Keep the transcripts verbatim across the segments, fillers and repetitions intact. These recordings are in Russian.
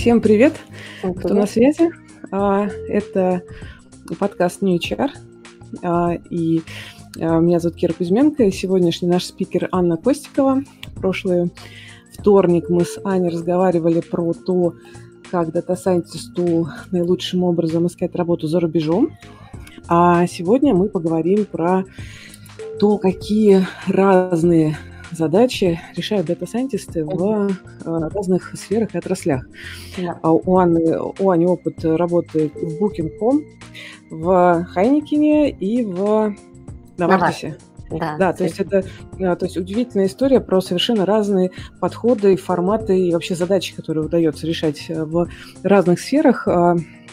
Всем привет, Всем кто на привет. связи. А, Это подкаст New эйч ар. А, И а, меня зовут Кира Кузьменко, и сегодняшний наш спикер Анна Костикова. В прошлый вторник мы с Аней разговаривали про то, как дата-сайентисту наилучшим образом искать работу за рубежом. А сегодня мы поговорим про то, какие разные задачи решают дата-сайентисты в э, разных сферах и отраслях. Да. А У Анны, у Ани опыт работы в букинг точка ком, в Хайникине и в Навартисе. Да, Да, то есть это а, то есть удивительная история про совершенно разные подходы, форматы и вообще задачи, которые удается решать э, в разных сферах. А,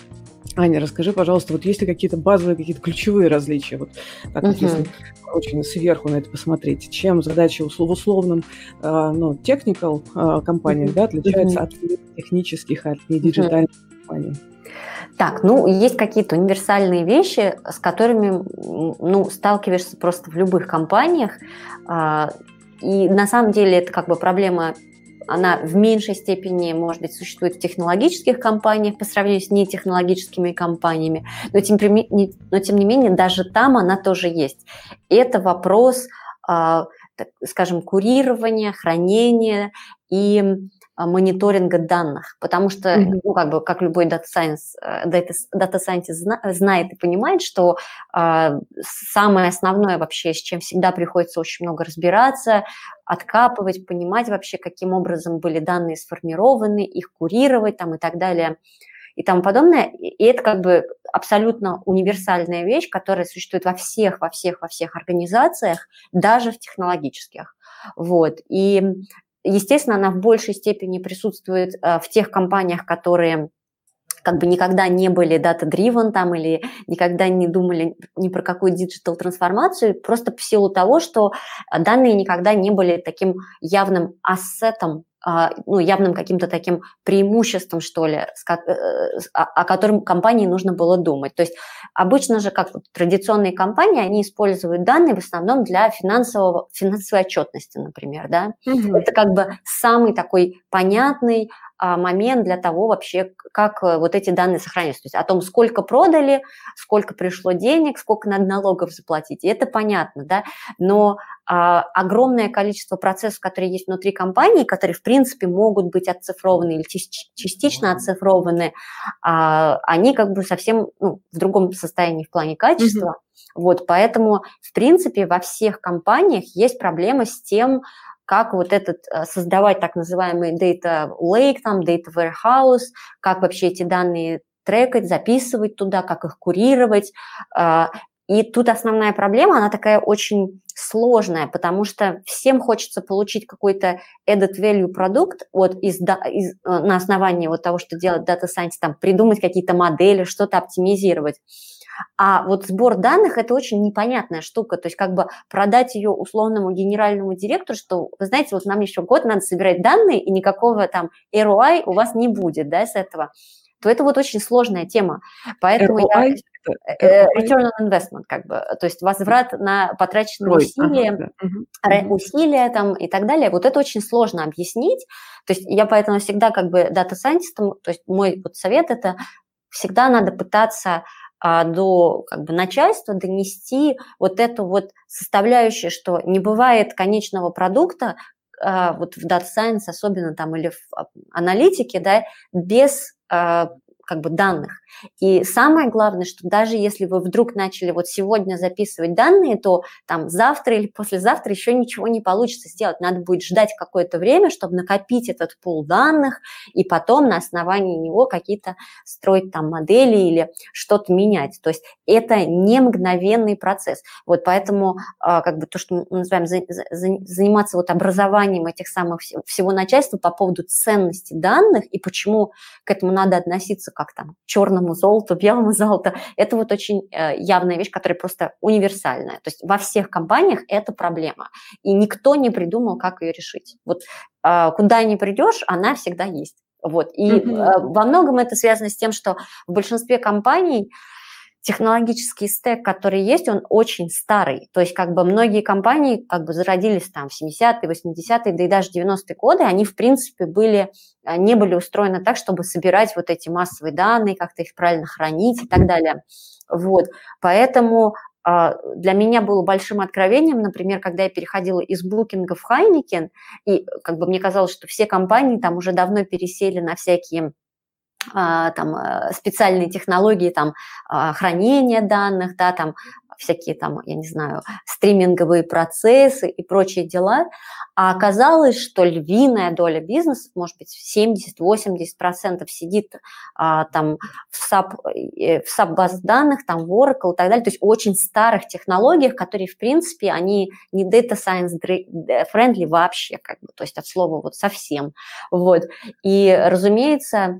Аня, расскажи, пожалуйста, вот есть ли какие-то базовые, какие-то ключевые различия, вот так вот, Мгм. если очень сверху на это посмотреть, чем задачи услов- в условном, а, ну, technical а, компаниях, Мгм. да, отличаются Мгм. от технических, от Мгм. недиджитальных компаний? Так, ну, есть какие-то универсальные вещи, с которыми, м, ну, сталкиваешься просто в любых компаниях. а, И на самом деле это как бы проблема, она в меньшей степени, может быть, существует в технологических компаниях по сравнению с нетехнологическими компаниями, но тем, прими- не- но тем не менее даже там она тоже есть. И это вопрос, а, так скажем, курирования, хранения и а, мониторинга данных, потому что, Мгм. ну, как бы, как любой data science, э, data, data scientist зна- знает и понимает, что а, самое основное вообще, с чем всегда приходится очень много разбираться, откапывать, понимать вообще, каким образом были данные сформированы, их курировать там и так далее и тому подобное. И и это как бы абсолютно универсальная вещь, которая существует во всех, во всех, во всех организациях, даже в технологических. Вот. И, естественно, она в большей степени присутствует э, в тех компаниях, которые как бы никогда не были data-driven там или никогда не думали ни про какую диджитал-трансформацию, просто в силу того, что а, данные никогда не были таким явным ассетом, а, ну, явным каким-то таким преимуществом, что ли, с ко- э, с- о, о котором компании нужно было думать. То есть обычно же, как вот традиционные компании, они используют данные в основном для финансового, финансовой отчетности, например, да. Мгм. Это как бы самый такой понятный а, момент для того вообще, к- как э, вот эти данные сохраняются. То есть о том, сколько продали, сколько пришло денег, сколько надо налогов заплатить. И это понятно, да. Но а, огромное количество процессов, которые есть внутри компании, которые, в принципе, могут быть оцифрованы или част- частично оцифрованы, а, они как бы совсем ну, в другом состоянии в плане Мгм. качества. Вот, поэтому, в принципе, во всех компаниях есть проблема с тем, как вот этот э, создавать так называемый data lake, там, data warehouse, как вообще эти данные трекать, записывать туда, как их курировать. А, И тут основная проблема, она такая очень сложная, потому что всем хочется получить какой-то added value продукт вот из, да- из, э, на основании вот того, что делает Data Science, там, придумать какие-то модели, что-то оптимизировать. А вот сбор данных – это очень непонятная штука. То есть как бы продать ее условному генеральному директору, что, вы знаете, вот нам еще год надо собирать данные, и никакого там эр о ай у вас не будет, да, с этого, то это вот очень сложная тема. Поэтому я… эр о ай? Это э, эр о ай? Return on investment, как бы, то есть возврат на потраченные Ой, ага, усилия, да. Мгм. ре- Мгм. усилия там и так далее. Вот это очень сложно объяснить. То есть я поэтому всегда как бы дата-сайентистам, то есть мой вот совет – это всегда надо пытаться а, до как бы, начальства донести вот эту вот составляющую, что не бывает конечного продукта, а, вот в Data Science особенно там или в а, аналитике, да, без а, как бы данных. И самое главное, что даже если вы вдруг начали вот сегодня записывать данные, то там завтра или послезавтра еще ничего не получится сделать. Надо будет ждать какое-то время, чтобы накопить этот пул данных и потом на основании него какие-то строить там модели или что-то менять. То есть это не мгновенный процесс. Вот поэтому а, как бы то, что мы называем за, за, заниматься вот образованием этих самых всего начальства по поводу ценности данных и почему к этому надо относиться как там к черному золоту, белому золоту, это вот очень э, явная вещь, которая просто универсальная. То есть во всех компаниях это проблема. И никто не придумал, как ее решить. Вот э, куда ни придешь, она всегда есть. Вот. И э, Мгм. во многом это связано с тем, что в большинстве компаний технологический стек, который есть, он очень старый. То есть как бы многие компании как бы зародились там в семидесятые, восьмидесятые, да и даже девяностые годы, они в принципе были, не были устроены так, чтобы собирать вот эти массовые данные, как-то их правильно хранить и так далее. Вот. Поэтому для меня было большим откровением, например, когда я переходила из Booking в Heineken, и как бы мне казалось, что все компании там уже давно пересели на всякие там специальные технологии там хранения данных, да, там всякие там, я не знаю, стриминговые процессы и прочие дела, а оказалось, что львиная доля бизнеса, может быть, семьдесят-восемьдесят процентов сидит а, там в SAP, в SAP-базах данных, там в Oracle и так далее, то есть очень старых технологиях, которые, в принципе, они не data science friendly вообще, как бы, то есть от слова вот совсем, вот, и, разумеется,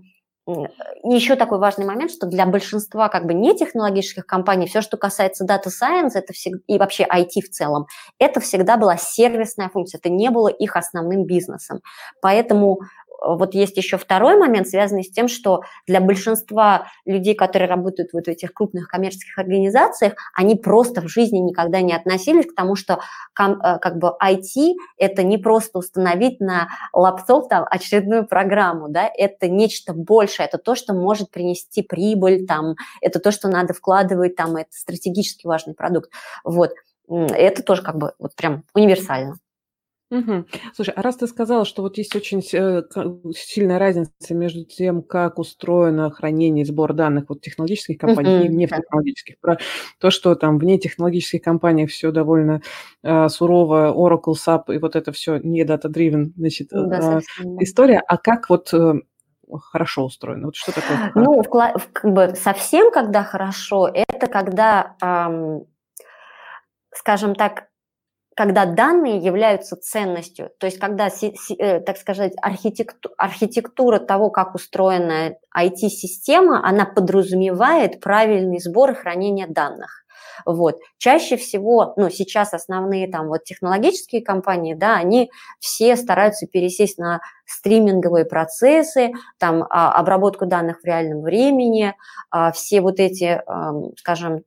и еще такой важный момент, что для большинства как бы не технологических компаний все, что касается Data Science это всегда, и вообще ай ти в целом, это всегда была сервисная функция, это не было их основным бизнесом. Поэтому вот есть еще второй момент, связанный с тем, что для большинства людей, которые работают вот в этих крупных коммерческих организациях, они просто в жизни никогда не относились к тому, что как бы ай ти – это не просто установить на лаптоп там очередную программу, да, это нечто большее, это то, что может принести прибыль, там, это то, что надо вкладывать, там, это стратегически важный продукт. Вот. Это тоже как бы вот прям универсально. Угу. Слушай, а раз ты сказала, что вот есть очень сильная разница между тем, как устроено хранение и сбор данных вот технологических компаний uh-huh. и нефтехнологических, про то, что там в нетехнологических компаниях все довольно э, сурово, Oracle, SAP и вот это все не data-driven, значит, да, э, история, а как вот э, хорошо устроено? Вот что такое? Ну, как бы совсем, когда хорошо, это когда, эм, скажем так, когда данные являются ценностью, то есть когда, так сказать, архитектура, архитектура того, как устроена ай ти-система, она подразумевает правильный сбор и хранение данных. Вот. Чаще всего, ну, сейчас основные там вот технологические компании, да, они все стараются пересесть на стриминговые процессы, там, обработку данных в реальном времени, все вот эти, скажем,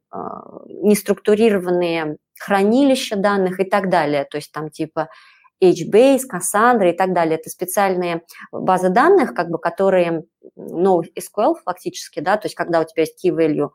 неструктурированные хранилища данных и так далее, то есть там типа H-Base, Cassandra и так далее. Это специальные базы данных, как бы, которые NoSQL фактически, да, то есть когда у тебя есть key value,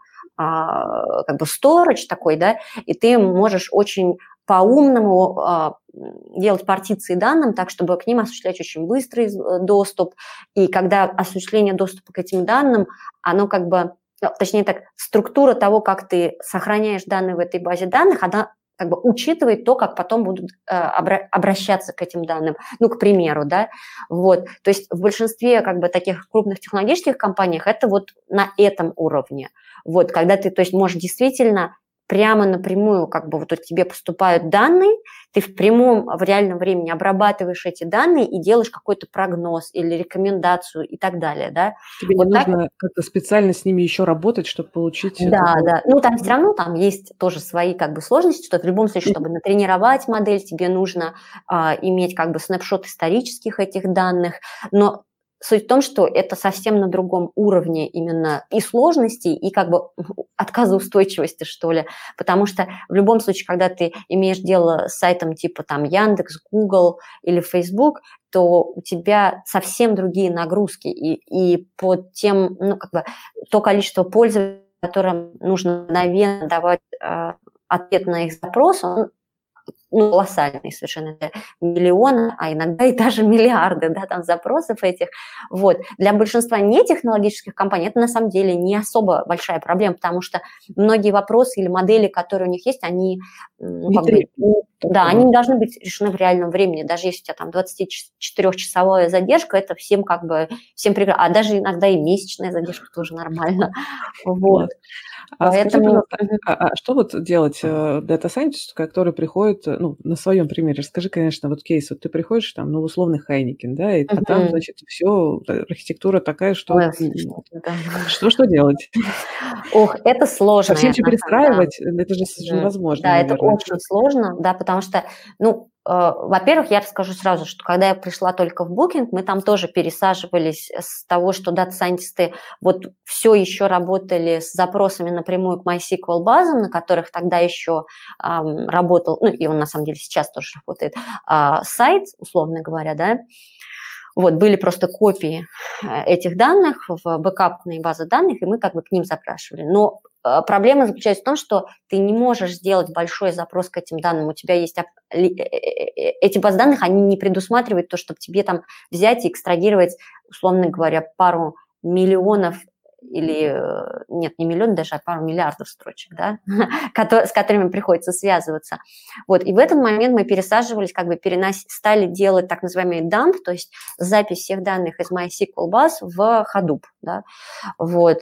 а, как бы storage такой, да, и ты можешь очень по-умному а, делать партиции данным так, чтобы к ним осуществлять очень быстрый доступ, и когда осуществление доступа к этим данным, оно как бы, точнее так, структура того, как ты сохраняешь данные в этой базе данных, она как бы учитывает то, как потом будут э, обра- обращаться к этим данным. Ну, к примеру, да, вот. То есть в большинстве как бы таких крупных технологических компаниях это вот на этом уровне. Вот, когда ты, то есть, можешь действительно прямо напрямую, как бы вот у тебя поступают данные, ты в прямом, в реальном времени обрабатываешь эти данные и делаешь какой-то прогноз или рекомендацию и так далее, да. Тебе вот не так... нужно как-то специально с ними еще работать, чтобы получить... Да, это... да. Ну, там все равно там есть тоже свои как бы сложности, что в любом случае, чтобы натренировать модель, тебе нужно а, иметь как бы снапшот исторических этих данных, но суть в том, что это совсем на другом уровне именно и сложности, и как бы отказоустойчивости, что ли. Потому что в любом случае, когда ты имеешь дело с сайтом типа там Яндекс, Google или Facebook, то у тебя совсем другие нагрузки. И, и по тем, ну, как бы, то количество пользователей, которым нужно мгновенно давать э, ответ на их запрос, он ну, колоссальные совершенно миллионы, а иногда и даже миллиарды, да, там запросов этих. Вот. Для большинства нетехнологических компаний это на самом деле не особо большая проблема, потому что многие вопросы или модели, которые у них есть, они, ну, как бы, да, они не должны быть решены в реальном времени. Даже если у тебя там двадцатичетырёхчасовая задержка, это всем как бы, всем прекрасно. А даже иногда и месячная задержка тоже нормально. Вот. А Поэтому... скажи, пожалуйста, а, а что вот делать дата-сайентисту, который приходит, ну, на своем примере, расскажи, конечно, вот кейс, вот ты приходишь там, ну, в условный Хайникен, да, и, uh-huh. а там, значит, все, архитектура такая, что... Ой, что, что делать? Ох, это сложно. Совсем все на самом да. перестраивать, это же Мгм. невозможно, Да, это наверное. очень сложно, да, потому что, ну, э, во-первых, я расскажу сразу, что когда я пришла только в Booking, мы там тоже пересаживались с того, что дата-сайентисты вот все еще работали с запросами напрямую к MySQL базам, на которых тогда еще ам, работал, ну, и он на самом деле сейчас тоже работает, а, сайт, условно говоря, да. Вот, были просто копии э, этих данных в бэкапные базы данных, и мы как бы к ним запрашивали. Но э, проблема заключается в том, что ты не можешь сделать большой запрос к этим данным. У тебя есть... ап- ли- э, э, э, Эти базы данных, они не предусматривают то, чтобы тебе там взять и экстрагировать, условно говоря, пару миллионов или, э, нет, не миллион даже, а пару миллиардов строчек, да, кото- с которыми приходится связываться. Вот, и в этот момент мы пересаживались, как бы переносить, стали делать так называемый дамп, то есть запись всех данных из MySQL баз в Hadoop, да, вот.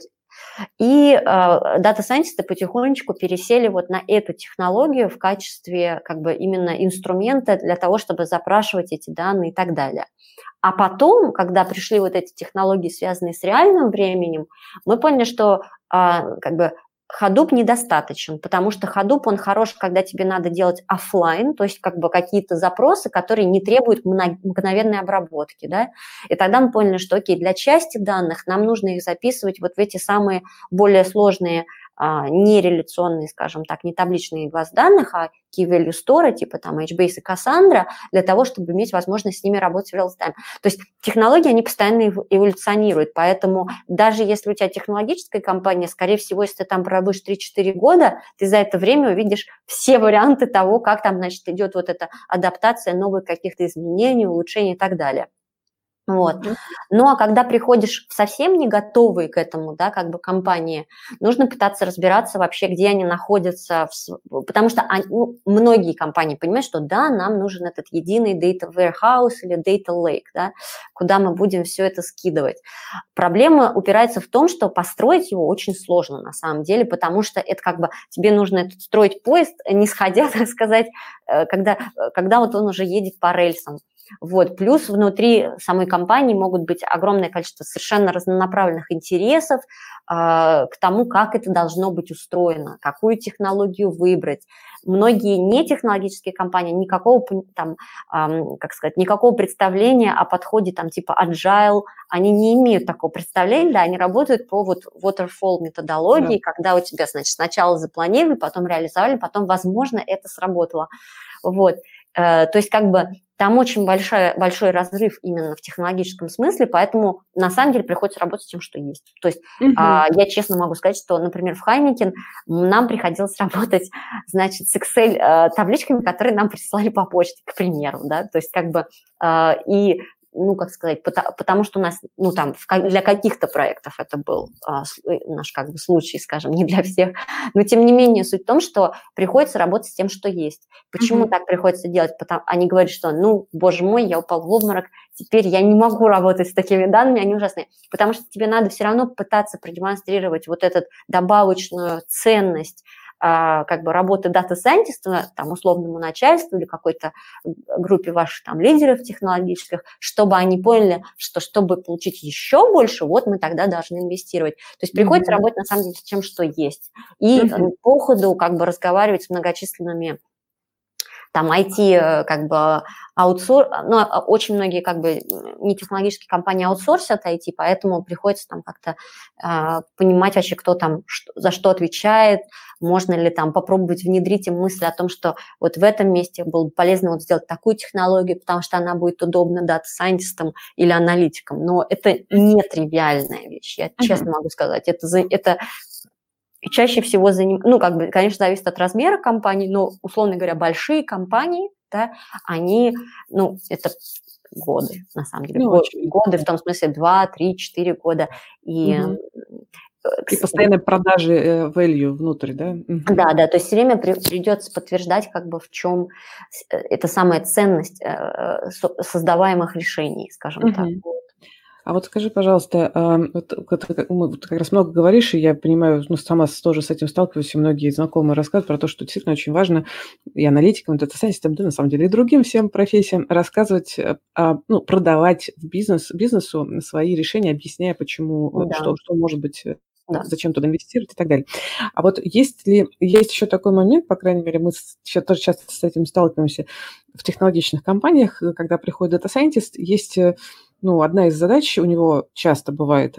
И дата-сайентисты потихонечку пересели вот на эту технологию в качестве как бы именно инструмента для того, чтобы запрашивать эти данные и так далее. А потом, когда пришли вот эти технологии, связанные с реальным временем, мы поняли, что а, как бы Hadoop недостаточен, потому что Hadoop, он хорош, когда тебе надо делать офлайн, то есть как бы какие-то запросы, которые не требуют мгновенной обработки, да, и тогда мы поняли, что окей, для части данных нам нужно их записывать вот в эти самые более сложные, а, нереляционные, скажем так, не табличные базы данных, а Key Value Store, типа там эйч бейс и Cassandra, для того, чтобы иметь возможность с ними работать в real-time. То есть технологии, они постоянно эволюционируют, поэтому даже если у тебя технологическая компания, скорее всего, если ты там пробудешь три-четыре года, ты за это время увидишь все варианты того, как там, значит, идет вот эта адаптация новых каких-то изменений, улучшений и так далее. Вот. Ну, а когда приходишь в совсем не готовые к этому, да, как бы компании, нужно пытаться разбираться вообще, где они находятся, в... потому что они, ну, многие компании понимают, что да, нам нужен этот единый data warehouse или data lake, да, куда мы будем все это скидывать. Проблема упирается в том, что построить его очень сложно на самом деле, потому что это как бы тебе нужно этот строить поезд, не сходя, так сказать, когда, когда вот он уже едет по рельсам. Вот. Плюс внутри самой компании могут быть огромное количество совершенно разнонаправленных интересов э, к тому, как это должно быть устроено, какую технологию выбрать. Многие нетехнологические компании никакого, там, э, как сказать, никакого представления о подходе там, типа agile, они не имеют такого представления, да, они работают по вот waterfall методологии, да. Когда у тебя, значит, сначала запланировали, потом реализовали, потом, возможно, это сработало. Вот. Э, то есть как бы там очень большой, большой разрыв именно в технологическом смысле, поэтому на самом деле приходится работать с тем, что есть. То есть uh-huh. а, я честно могу сказать, что, например, в Heineken нам приходилось работать, значит, с Excel а, табличками, которые нам присылали по почте, к примеру, да, то есть как бы а, и ну, как сказать, потому, потому что у нас, ну, там, для каких-то проектов это был а, наш, как бы, случай, скажем, не для всех, но, тем не менее, суть в том, что приходится работать с тем, что есть. Почему mm-hmm. так приходится делать? Потому, они говорят, что, ну, боже мой, я упал в обморок, теперь я не могу работать с такими данными, они ужасные, потому что тебе надо все равно пытаться продемонстрировать вот эту добавочную ценность, как бы работы дата-сайентиста, там, условному начальству или какой-то группе ваших там лидеров технологических, чтобы они поняли, что чтобы получить еще больше, вот мы тогда должны инвестировать. То есть приходится mm-hmm. работать, на самом деле, с тем, что есть. И mm-hmm. по ходу как бы разговаривать с многочисленными там ай ти, как бы, аутсор... ну, очень многие, как бы, не технологические компании аутсорсят ай ти, поэтому приходится там как-то э, понимать вообще, кто там что, за что отвечает, можно ли там попробовать внедрить им мысль о том, что вот в этом месте было бы полезно вот сделать такую технологию, потому что она будет удобна дата-сайентистам или аналитикам, но это не тривиальная вещь, я uh-huh. честно могу сказать, это... это И чаще всего, заним... ну, как бы, конечно, зависит от размера компании, но, условно говоря, большие компании, да, они, ну, это годы, на самом деле, ну, годы, годы в том смысле два, три, четыре года. И, угу. и постоянной продажи value внутрь, да? Угу. Да, да, то есть все время при... придется подтверждать, как бы, в чем эта самая ценность создаваемых решений, скажем угу. так. А вот скажи, пожалуйста, вот, вот, как раз много говоришь, и я понимаю, ну, сама тоже с этим сталкиваюсь, и многие знакомые рассказывают про то, что действительно очень важно и аналитикам, и дата-сайентистам, да, на самом деле, и другим всем профессиям рассказывать, ну, продавать в бизнес, бизнесу свои решения, объясняя, почему, да. что, что может быть Да. зачем туда инвестировать и так далее. А вот есть ли, есть еще такой момент, по крайней мере, мы сейчас тоже часто с этим сталкиваемся в технологичных компаниях, когда приходит Data Scientist, есть, ну, одна из задач у него часто бывает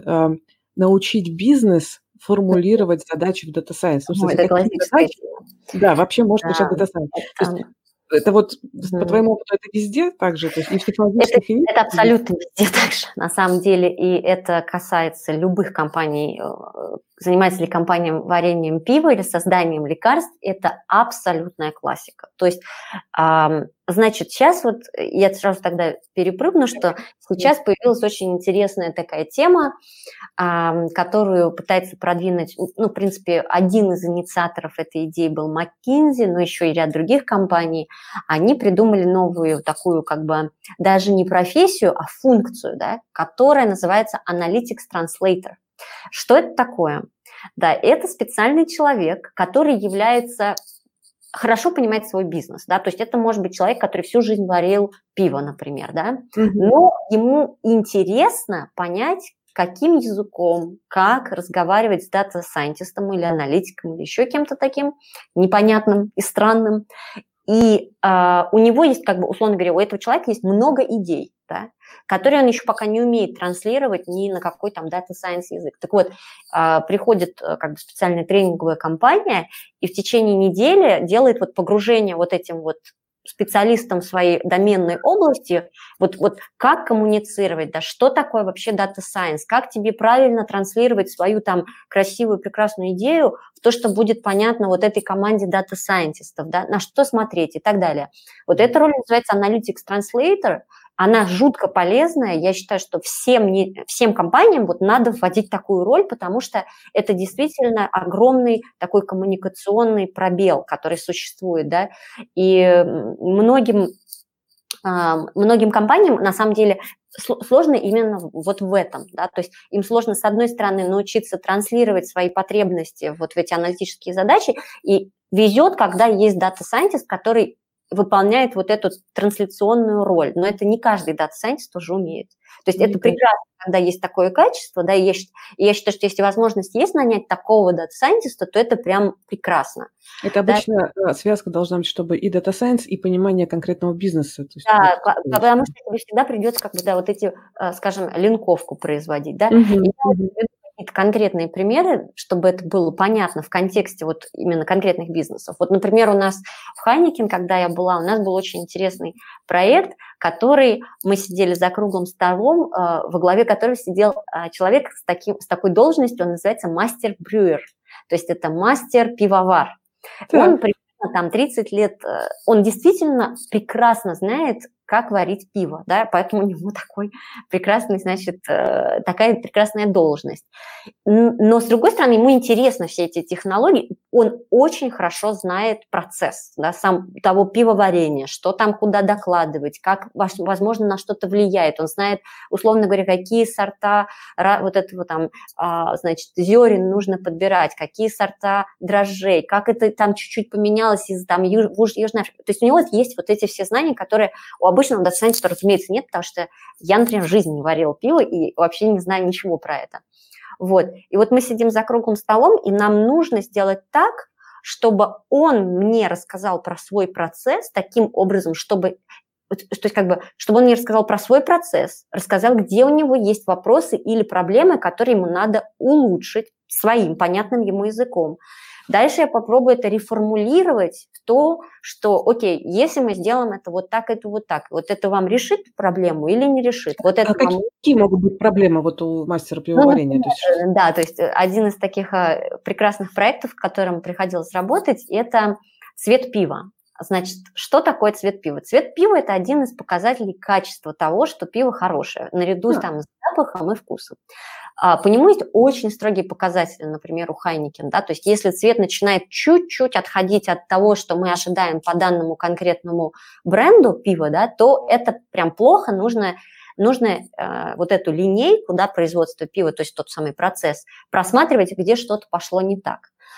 научить бизнес формулировать задачи в Data Science. Ну, Ой, кстати, это какие классическая задачи, тема. да, вообще может Да, решать Data Science. То это... есть это вот, по Мгм. твоему опыту, это везде так же? То есть и в Это, технологических, и это абсолютно везде так же, на самом деле, и это касается любых компаний, э, занимается ли компания вареньем пива или созданием лекарств, это абсолютная классика. То есть, ам, значит, сейчас вот я сразу тогда перепрыгну, что сейчас появилась очень интересная такая тема, ам, которую пытается продвинуть, ну, в принципе, один из инициаторов этой идеи был McKinsey, но еще и ряд других компаний. Они придумали новую такую, как бы, даже не профессию, а функцию, да, которая называется Analytics Translator. Что это такое? Да, это специальный человек, который является, хорошо понимает свой бизнес, да, то есть это может быть человек, который всю жизнь варил пиво, например, да, но ему интересно понять, каким языком, как разговаривать с дата-сайентистом или аналитиком, или еще кем-то таким непонятным и странным. И э, у него есть, как бы, условно говоря, у этого человека есть много идей, да, которые он еще пока не умеет транслировать ни на какой там дата-сайенс язык. Так вот, э, приходит как бы специальная тренинговая компания и в течение недели делает вот погружение вот этим вот специалистам своей доменной области, вот, вот как коммуницировать, да, что такое вообще Data Science, как тебе правильно транслировать свою там красивую, прекрасную идею в то, что будет понятно вот этой команде Data Scientist'ов, да, на что смотреть и так далее. Вот эта роль называется Analytics Translator, она жутко полезная. Я считаю, что всем, не, всем компаниям вот надо вводить такую роль, потому что это действительно огромный такой коммуникационный пробел, который существует, да, и многим, многим компаниям на самом деле сложно именно вот в этом, да, то есть им сложно, с одной стороны, научиться транслировать свои потребности вот в эти аналитические задачи, и везет, когда есть дата-сайентист, который выполняет вот эту трансляционную роль. Но это не каждый дата-сайентист тоже умеет. То есть это прекрасно, когда есть такое качество, да, и я, и я считаю, что если возможность есть нанять такого дата-сайентиста, то это прям прекрасно. Это обычно да? связка должна быть, чтобы и дата-сайенс, и понимание конкретного бизнеса. То есть да, вот, потому что тебе всегда придется, как бы, да, вот эти, скажем, линковку производить, да. Uh-huh, и uh-huh. какие-то конкретные примеры, чтобы это было понятно в контексте вот именно конкретных бизнесов. Вот, например, у нас в Heineken, когда я была, у нас был очень интересный проект, который мы сидели за круглым столом, во главе которого сидел человек с, таким, с такой должностью, он называется мастер-брюер, то есть это мастер-пивовар. Так. Он примерно там тридцать лет, он действительно прекрасно знает, как варить пиво, да, поэтому у него такой прекрасный, значит, такая прекрасная должность. Но, с другой стороны, ему интересны все эти технологии, он очень хорошо знает процесс, да, сам того пивоварения, что там куда докладывать, как, возможно, на что-то влияет, он знает, условно говоря, какие сорта вот этого там, значит, зерен нужно подбирать, какие сорта дрожжей, как это там чуть-чуть поменялось из там Южной Африки. То есть у него есть вот эти все знания, которые у обычного дата-сайентиста, разумеется, нет, потому что я, например, в жизни не варила пиво и вообще не знаю ничего про это. Вот. И вот мы сидим за круглым столом, и нам нужно сделать так, чтобы он мне рассказал про свой процесс таким образом, чтобы, то есть как бы, чтобы он мне рассказал про свой процесс, рассказал, где у него есть вопросы или проблемы, которые ему надо улучшить своим понятным ему языком. Дальше я попробую это реформулировать в то, что, окей, если мы сделаем это вот так, это вот так, вот это вам решит проблему или не решит? Вот это а вам... какие могут быть проблемы вот у мастера пивоварения? Ну, то есть... Да, то есть один из таких прекрасных проектов, в котором приходилось работать, это цвет пива. Значит, что такое цвет пива? Цвет пива – это один из показателей качества того, что пиво хорошее, наряду а. там, с запахом и вкусом. По нему есть очень строгие показатели, например, у Heineken, да, то есть если цвет начинает чуть-чуть отходить от того, что мы ожидаем по данному конкретному бренду пива, да, то это прям плохо, нужно, нужно э, вот эту линейку, да, производства пива, то есть тот самый процесс, просматривать, где что-то пошло не так.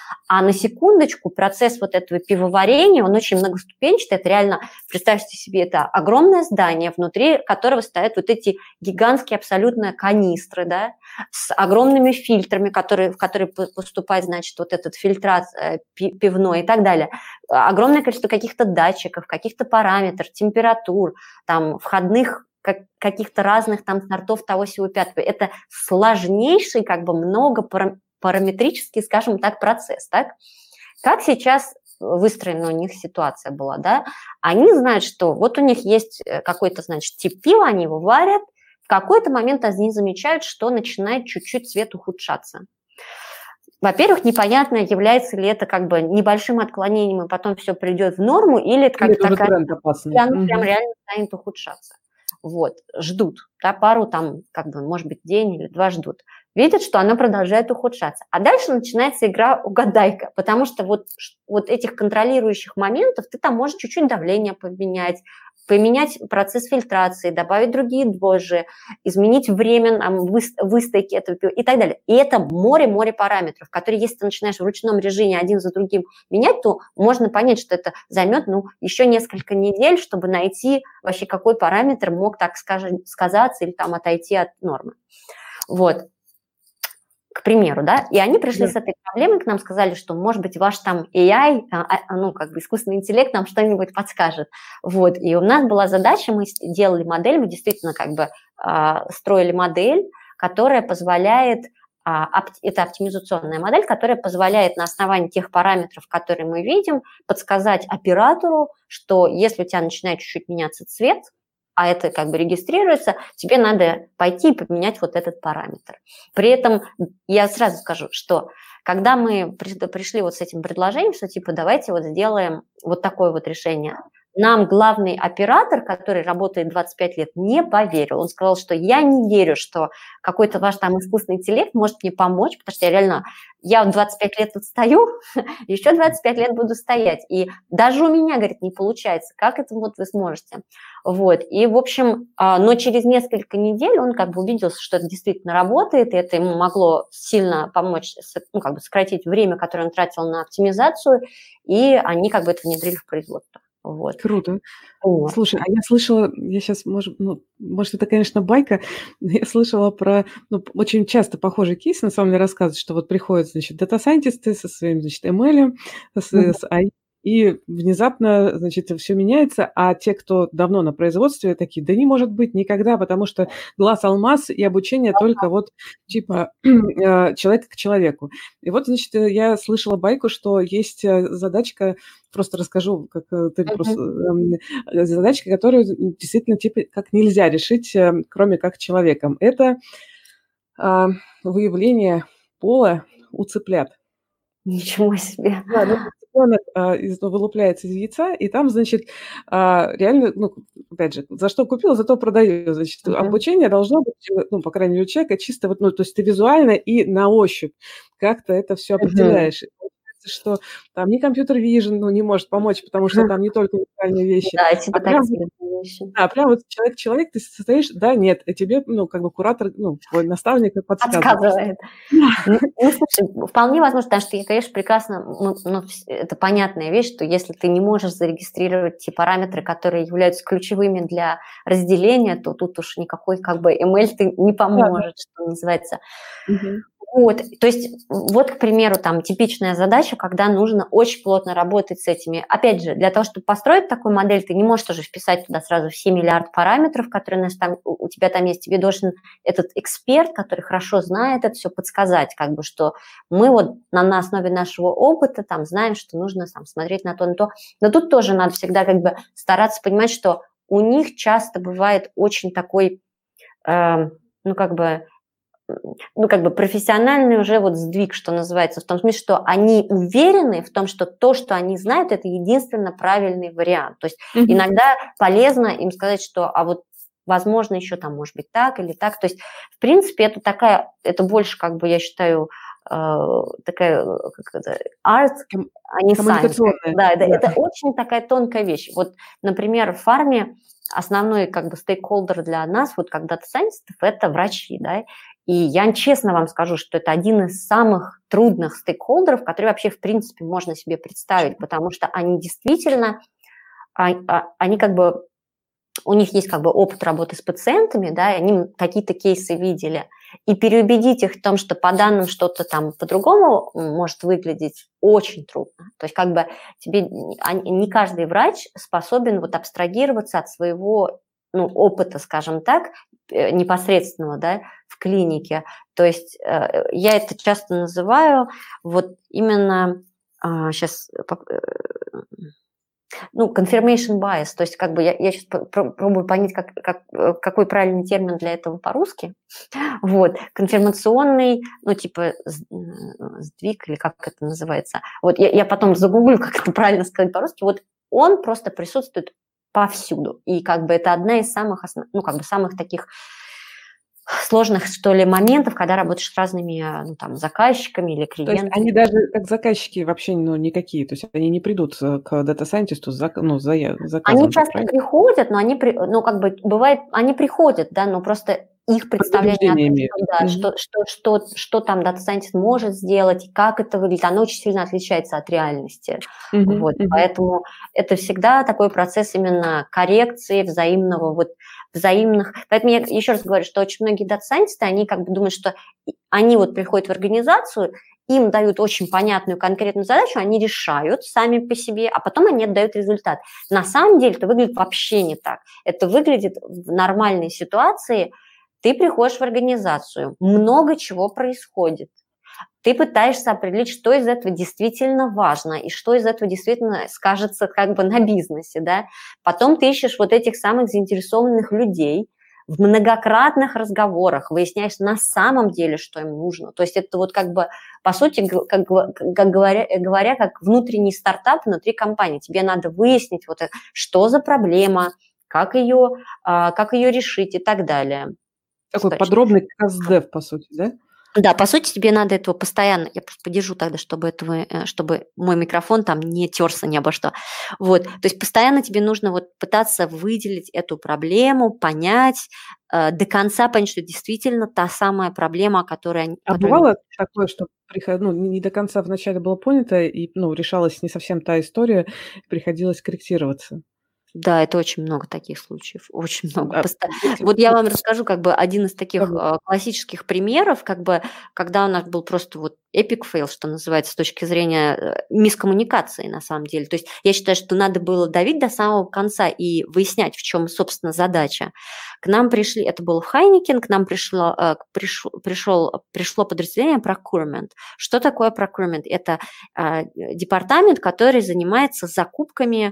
А на секундочку, процесс вот этого пивоварения, он очень многоступенчатый. Это реально, представьте себе, это огромное здание, внутри которого стоят вот эти гигантские абсолютно канистры, да, с огромными фильтрами, которые, в которые поступает, значит, вот этот фильтрат пивной и так далее. Огромное количество каких-то датчиков, каких-то параметров, температур, там, входных каких-то разных там сортов того всего пятого. Это сложнейший, как бы многопараметрический, скажем так, процесс, так? Как сейчас выстроена у них ситуация была, да? Они знают, что вот у них есть какой-то, значит, тип пива, они его варят, в какой-то момент они замечают, что начинает чуть-чуть цвет ухудшаться. Во-первых, непонятно, является ли это как бы небольшим отклонением, и потом все придет в норму, или это как-то такая... Или оно угу. прям реально станет ухудшаться. Вот, ждут, да, пару там, как бы, может быть, день или два ждут. Видят, что она продолжает ухудшаться. А дальше начинается игра угадайка, потому что вот, вот этих контролирующих моментов ты там можешь чуть-чуть давление поменять, поменять процесс фильтрации, добавить другие дрожжи, изменить время там, выстойки этого пива и так далее. И это море-море параметров, которые, если ты начинаешь в ручном режиме один за другим менять, то можно понять, что это займет ну, еще несколько недель, чтобы найти вообще, какой параметр мог, так скажем, сказаться или там отойти от нормы. Вот. К примеру, да, и они пришли да. с этой проблемой к нам, сказали, что, может быть, ваш там эй ай, ну, как бы искусственный интеллект нам что-нибудь подскажет. Вот, и у нас была задача, мы делали модель, мы действительно как бы строили модель, которая позволяет, это оптимизационная модель, которая позволяет на основании тех параметров, которые мы видим, подсказать оператору, что если у тебя начинает чуть-чуть меняться цвет, а это как бы регистрируется, тебе надо пойти и поменять вот этот параметр. При этом я сразу скажу, что когда мы пришли вот с этим предложением, что типа давайте вот сделаем вот такое вот решение, нам главный оператор, который работает двадцать пять лет, не поверил. Он сказал, что я не верю, что какой-то ваш там искусственный интеллект может мне помочь, потому что я реально, я двадцать пять лет тут стою, еще двадцать пять лет буду стоять. И даже у меня, говорит, не получается. Как это вот вы сможете? Вот. И, в общем, но через несколько недель он как бы убедился, что это действительно работает, и это ему могло сильно помочь, ну, как бы сократить время, которое он тратил на оптимизацию, и они как бы это внедрили в производство. Вот. Круто. Вот. Слушай, а я слышала, я сейчас, может, ну, может, это, конечно, байка, но я слышала про, ну, очень часто похожий кейс, на самом деле, рассказывают, что вот приходят, значит, дата-сайентисты со своим, значит, эм эл, с, mm-hmm. с эй ай, и внезапно, значит, все меняется, а те, кто давно на производстве, такие, да не может быть никогда, потому что глаз алмаз и обучение uh-huh. только вот типа человека к человеку. И вот, значит, я слышала байку, что есть задачка, просто расскажу, как ты uh-huh. просто, задачка, которую действительно типа как нельзя решить, кроме как человеком. Это выявление пола у цыплят. Ничего себе. Да, ну, цыпленок а, из, ну, вылупляется из яйца, и там, значит, а, реально, ну, опять же, за что купил, зато продаю. Значит, uh-huh. обучение должно быть, ну, по крайней мере, у человека чисто, вот, ну, то есть ты визуально и на ощупь как-то это все определяешь. Uh-huh. Что там ни компьютер вижен, ну, не может помочь, потому что там не только уникальные вещи. Да, типа а прям, вещи. Да, прям вот человек-человек, ты состоишь, да, нет, и тебе, ну, как бы куратор, ну, твой наставник подсказывает. Подсказывает. Ну, ну, слушай, вполне возможно, потому что, конечно, прекрасно, ну, ну, это понятная вещь, что если ты не можешь зарегистрировать те параметры, которые являются ключевыми для разделения, то тут уж никакой, как бы, эм эл ты не поможет, да. Что называется. Угу. Вот, то есть, вот, к примеру, там типичная задача, когда нужно очень плотно работать с этими. Опять же, для того, чтобы построить такую модель, ты не можешь тоже вписать туда сразу все миллиард параметров, которые там, у тебя там есть. Тебе должен этот эксперт, который хорошо знает это все, подсказать, как бы, что мы вот на, на основе нашего опыта там знаем, что нужно там смотреть на то, на то. Но тут тоже надо всегда как бы стараться понимать, что у них часто бывает очень такой, э, ну, как бы, ну, как бы профессиональный уже вот сдвиг, что называется, в том смысле, что они уверены в том, что то, что они знают, это единственно правильный вариант. То есть mm-hmm. иногда полезно им сказать, что, а вот возможно еще там может быть так или так. То есть, в принципе, это такая, это больше, как бы, я считаю, такая, как это, арт, а не сайенс. Да, да, это очень такая тонкая вещь. Вот, например, в фарме основной, как бы, стейкхолдер для нас, вот как дата-сайентистов, это врачи, да, И я честно вам скажу, что это один из самых трудных стейкхолдеров, которые вообще, в принципе, можно себе представить, потому что они действительно, они как бы, у них есть как бы опыт работы с пациентами, да, и они какие-то кейсы видели. И переубедить их в том, что по данным что-то там по-другому может выглядеть, очень трудно. То есть как бы тебе не каждый врач способен вот абстрагироваться от своего, ну, опыта, скажем так, непосредственного, да, в клинике. То есть я это часто называю вот именно сейчас... Ну, confirmation bias, то есть как бы я, я сейчас пробую понять, как, как, какой правильный термин для этого по-русски. Вот, конфирмационный, ну, типа сдвиг, или как это называется. Вот я, я потом загуглю, как это правильно сказать по-русски. Вот он просто присутствует повсюду. И как бы это одна из самых, основ... ну, как бы самых таких сложных, что ли, моментов, когда работаешь с разными, ну, там, заказчиками или клиентами. То есть они даже как заказчики вообще, ну, никакие, то есть они не придут к дата-сайентисту с зак... ну, за... заказом. Они часто правильно? приходят, но они, ну, как бы, бывает, они приходят, да, но просто их представление о том, что, да, mm-hmm. что, что, что, что там дата-сайентист может сделать, как это выглядит, оно очень сильно отличается от реальности. Mm-hmm. Вот, mm-hmm. Поэтому это всегда такой процесс именно коррекции взаимного, вот, взаимных. Поэтому я еще раз говорю, что очень многие дата-сайентисты, они как бы думают, что они вот приходят в организацию, им дают очень понятную, конкретную задачу, они решают сами по себе, а потом они отдают результат. На самом деле это выглядит вообще не так. Это выглядит в нормальной ситуации. Ты приходишь в организацию, много чего происходит. Ты пытаешься определить, что из этого действительно важно и что из этого действительно скажется как бы на бизнесе, да. Потом ты ищешь вот этих самых заинтересованных людей, в многократных разговорах выясняешь на самом деле, что им нужно. То есть это вот как бы, по сути, как, как говоря, говоря, как внутренний стартап внутри компании. Тебе надо выяснить, вот, что за проблема, как ее, как ее решить и так далее. Такой Скажите. Подробный каз-дев, по сути, да? Да, по сути, тебе надо этого постоянно, я просто подержу тогда, чтобы, этого, чтобы мой микрофон там не терся ни обо что. Вот, то есть постоянно тебе нужно вот пытаться выделить эту проблему, понять, э, до конца понять, что действительно та самая проблема, которая... А которая... бывало такое, что приход... ну, не до конца вначале было понято, и ну, решалась не совсем та история, приходилось корректироваться? Да, это очень много таких случаев, очень много. А, Поста... Вот я вам расскажу как бы один из таких а, классических примеров, как бы, когда у нас был просто вот epic fail, что называется, с точки зрения мискоммуникации на самом деле. То есть я считаю, что надо было давить до самого конца и выяснять, в чем, собственно, задача. К нам пришли, это было в Хайникен, к нам пришло, пришел, пришел, пришло подразделение procurement. Что такое procurement? Это а, департамент, который занимается закупками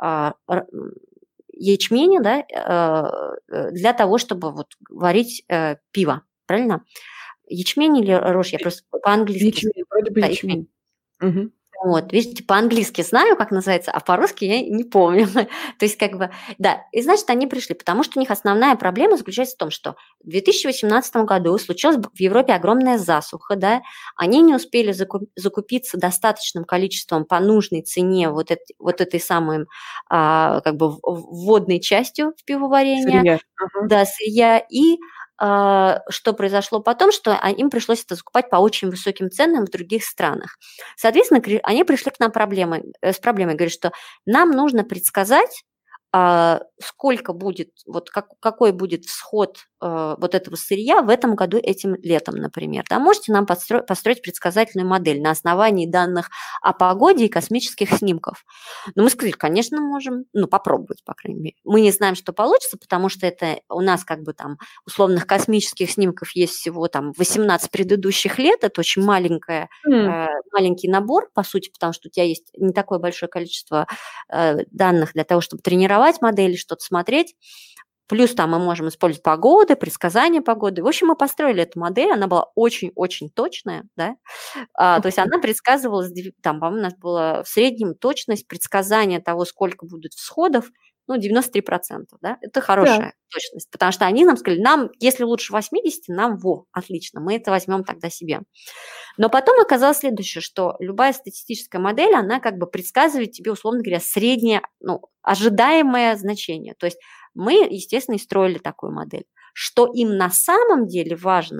ячменя, да, для того, чтобы вот варить пиво, правильно? Ячмень или рожь? Я просто по-английски... Ячмень, вроде бы ячмень. Угу. Вот, видите, по-английски знаю, как называется, а по-русски я не помню. То есть, как бы, да, и значит, они пришли, потому что у них основная проблема заключается в том, что в две тысячи восемнадцатом году случилась в Европе огромная засуха, да, они не успели закупиться достаточным количеством по нужной цене вот, это, вот этой самой, а, как бы, вводной частью в пивоварение, сырья. Ага. Да, сырья, и что произошло потом, что им пришлось это закупать по очень высоким ценам в других странах. Соответственно, они пришли к нам проблемой, с проблемой, говорят, что нам нужно предсказать, сколько будет, вот как, какой будет всход э, вот этого сырья в этом году, этим летом, например. Да, можете нам построить, построить предсказательную модель на основании данных о погоде и космических снимков. Но мы сказали, конечно, можем, ну, попробовать, по крайней мере. Мы не знаем, что получится, потому что это у нас как бы там условных космических снимков есть всего там восемнадцать предыдущих лет, это очень маленькая, mm. э, маленький набор, по сути, потому что у тебя есть не такое большое количество э, данных для того, чтобы тренировать модели, что-то смотреть. Плюс там мы можем использовать погоды, предсказания погоды. В общем, мы построили эту модель, она была очень-очень точная, да. А, то есть она предсказывала, там, по-моему, у нас была в среднем точность предсказания того, сколько будет всходов, ну, девяносто три процента, да, это хорошая да. точность, потому что они нам сказали, нам, если лучше восемьдесят, нам, во, отлично, мы это возьмем тогда себе. Но потом оказалось следующее, что любая статистическая модель, она как бы предсказывает тебе, условно говоря, среднее, ну, ожидаемое значение. То есть мы, естественно, и строили такую модель. Что им на самом деле важно,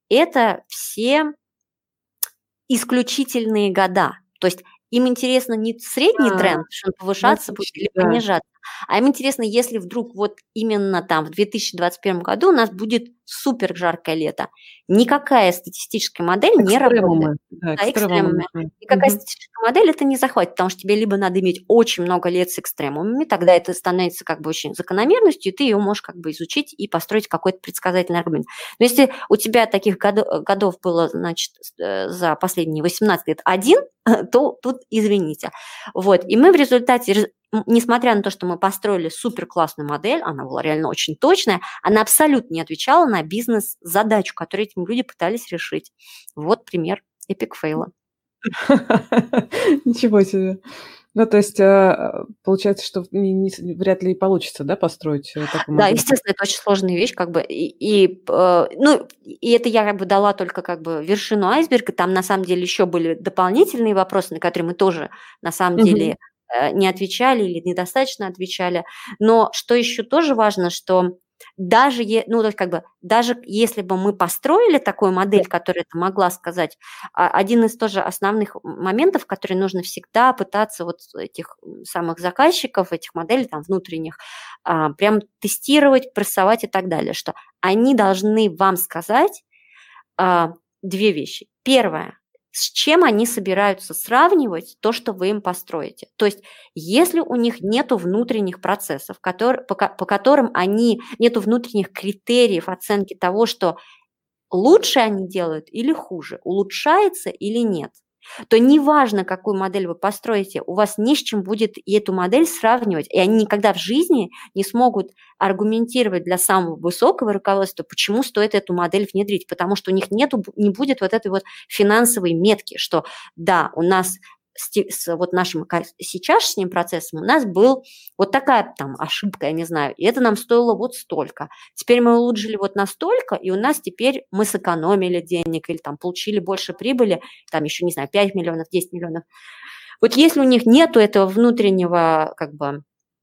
это все исключительные года. То есть им интересно не средний А, тренд, что он повышаться будет логично, или да. понижаться, а им интересно, если вдруг вот именно там в две тысячи двадцать первом году у нас будет супер жаркое лето. Никакая статистическая модель не работает. Экстремумы, да, Да, экстремумы экстремумы. нужны. Никакая Мгм. статистическая модель это не захватит, потому что тебе либо надо иметь очень много лет с экстремумами, тогда это становится как бы очень закономерностью, и ты ее можешь как бы изучить и построить какой-то предсказательный аргумент. Но если у тебя таких годо- годов было, значит, э, за последние восемнадцать лет один, то тут извините. Вот. И мы в результате, рез- м, несмотря на то, что мы построили супер классную модель, она была реально очень точная, она абсолютно не отвечала на бизнес-задачу, которую эти люди пытались решить. Вот пример эпик фейла. Ничего себе. Ну, то есть, а, получается, что не не с вряд ли и получится, да, построить, э, такую Да, модель? естественно, это очень сложная вещь, как бы, и, и, э, ну, и это я как бы дала только как бы вершину айсберга, там на самом деле еще были дополнительные вопросы, на которые мы тоже на самом Мгм. деле э, не отвечали или недостаточно отвечали. Но что еще тоже важно, что даже, е- ну, то есть как бы, даже если бы мы построили такую Да. модель, которая это могла сказать, а, один из тоже основных моментов, который нужно всегда пытаться вот этих м, самых заказчиков, этих моделей там внутренних, а, прям тестировать, прессовать и так далее, что они должны вам сказать а, две вещи. Первое, с чем они собираются сравнивать то, что вы им построите. То есть, если у них нет внутренних процессов, которые, по, ко- по которым они, нет внутренних критериев оценки того, что лучше они делают или хуже, улучшается или нет, то неважно, какую модель вы построите, у вас не с чем будет и эту модель сравнивать, и они никогда в жизни не смогут аргументировать для самого высокого руководства, почему стоит эту модель внедрить, потому что у них нету, не будет вот этой вот финансовой метки, что да, у нас с, те- с вот нашим ка- сейчасшним процессом у нас был вот такая там ошибка, я не знаю, и это нам стоило вот столько. Теперь мы улучшили вот настолько, и у нас теперь мы сэкономили денег или там получили больше прибыли, там еще, не знаю, пять миллионов, десять миллионов. Вот если у них нету этого внутреннего как бы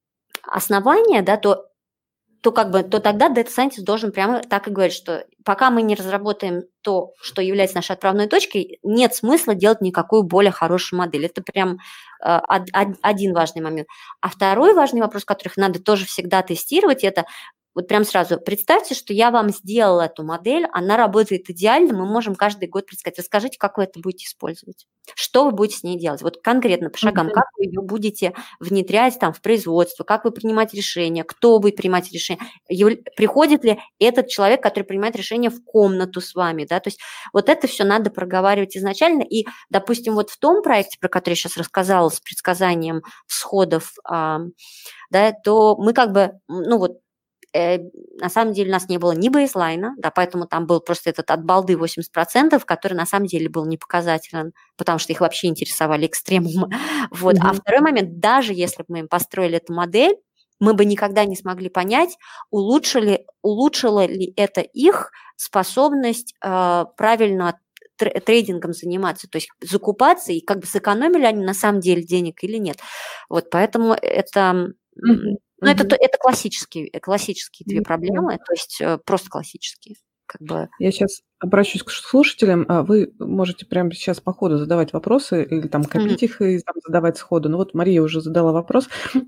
основания, да, то то как бы, то тогда Data Scientist должен прямо так и говорить, что пока мы не разработаем то, что является нашей отправной точкой, нет смысла делать никакую более хорошую модель. Это прям э, од- од- один важный момент. А второй важный вопрос, который надо тоже всегда тестировать, это вот прям сразу представьте, что я вам сделала эту модель, она работает идеально, мы можем каждый год предсказать. Расскажите, как вы это будете использовать, что вы будете с ней делать, вот конкретно по шагам, Мгм. как вы ее будете внедрять там в производство, как вы принимаете решения, кто будет принимать решения, Яв- приходит ли этот человек, который принимает решение в комнату с вами, да, то есть вот это все надо проговаривать изначально, и, допустим, вот в том проекте, про который я сейчас рассказала, с предсказанием всходов, а, да, то мы как бы, ну вот, э, на самом деле у нас не было ни бейслайна, да, поэтому там был просто этот от балды восемьдесят процентов, который на самом деле был не показателен, потому что их вообще интересовали экстремумы. Вот. А Мгм. второй момент, даже если бы мы им построили эту модель, мы бы никогда не смогли понять, улучшили, улучшила ли это их способность э, правильно тр- трейдингом заниматься, то есть закупаться, и как бы сэкономили они на самом деле денег или нет. Вот поэтому это м, Мгм. ну, это, то- Мгм. это классические, э, классические две Ну да. проблемы, то есть э, просто классические. Как бы. Я сейчас обращусь к слушателям. А вы можете прямо сейчас по ходу задавать вопросы или там Мгм. копить их и там задавать сходу. Ну вот Мария уже задала вопрос.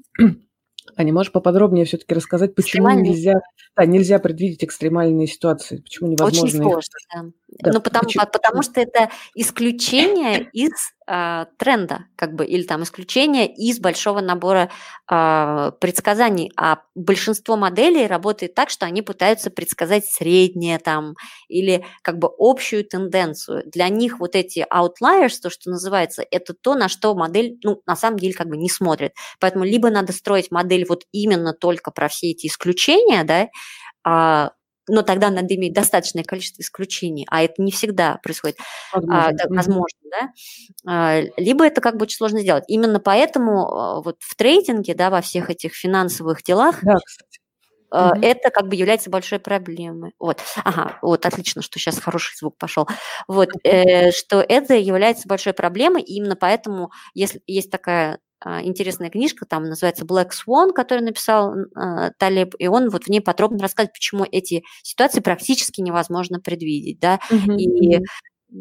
Аня, можешь поподробнее все-таки рассказать, почему Экстремальные нельзя, да, нельзя предвидеть экстремальные ситуации? Почему очень невозможно их... сложно, да. Да, Ну, потому, почему? по- потому что это исключение из а, тренда, как бы, или там исключение из большого набора а, предсказаний. А большинство моделей работает так, что они пытаются предсказать среднее там или как бы общую тенденцию. Для них вот эти outliers, то, что называется, это то, на что модель, ну, на самом деле, как бы не смотрит. Поэтому либо надо строить модель вот именно только про все эти исключения, да, а, но тогда надо иметь достаточное количество исключений, а это не всегда происходит, а, Возможно. да, Мгм. возможно, да, а, либо это как бы очень сложно сделать. Именно поэтому а, вот в трейдинге, да, во всех этих финансовых делах Да, кстати. а, Мгм. это как бы является большой проблемой. Вот, ага, вот отлично, что сейчас хороший звук пошел. Вот, э, что это является большой проблемой, и именно поэтому, если есть такая а, интересная книжка, там называется Black Swan, которую написал а, Талеб, и он вот в ней подробно рассказывает, почему эти ситуации практически невозможно предвидеть, да, Мгм, и мгм.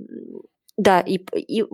да, и, и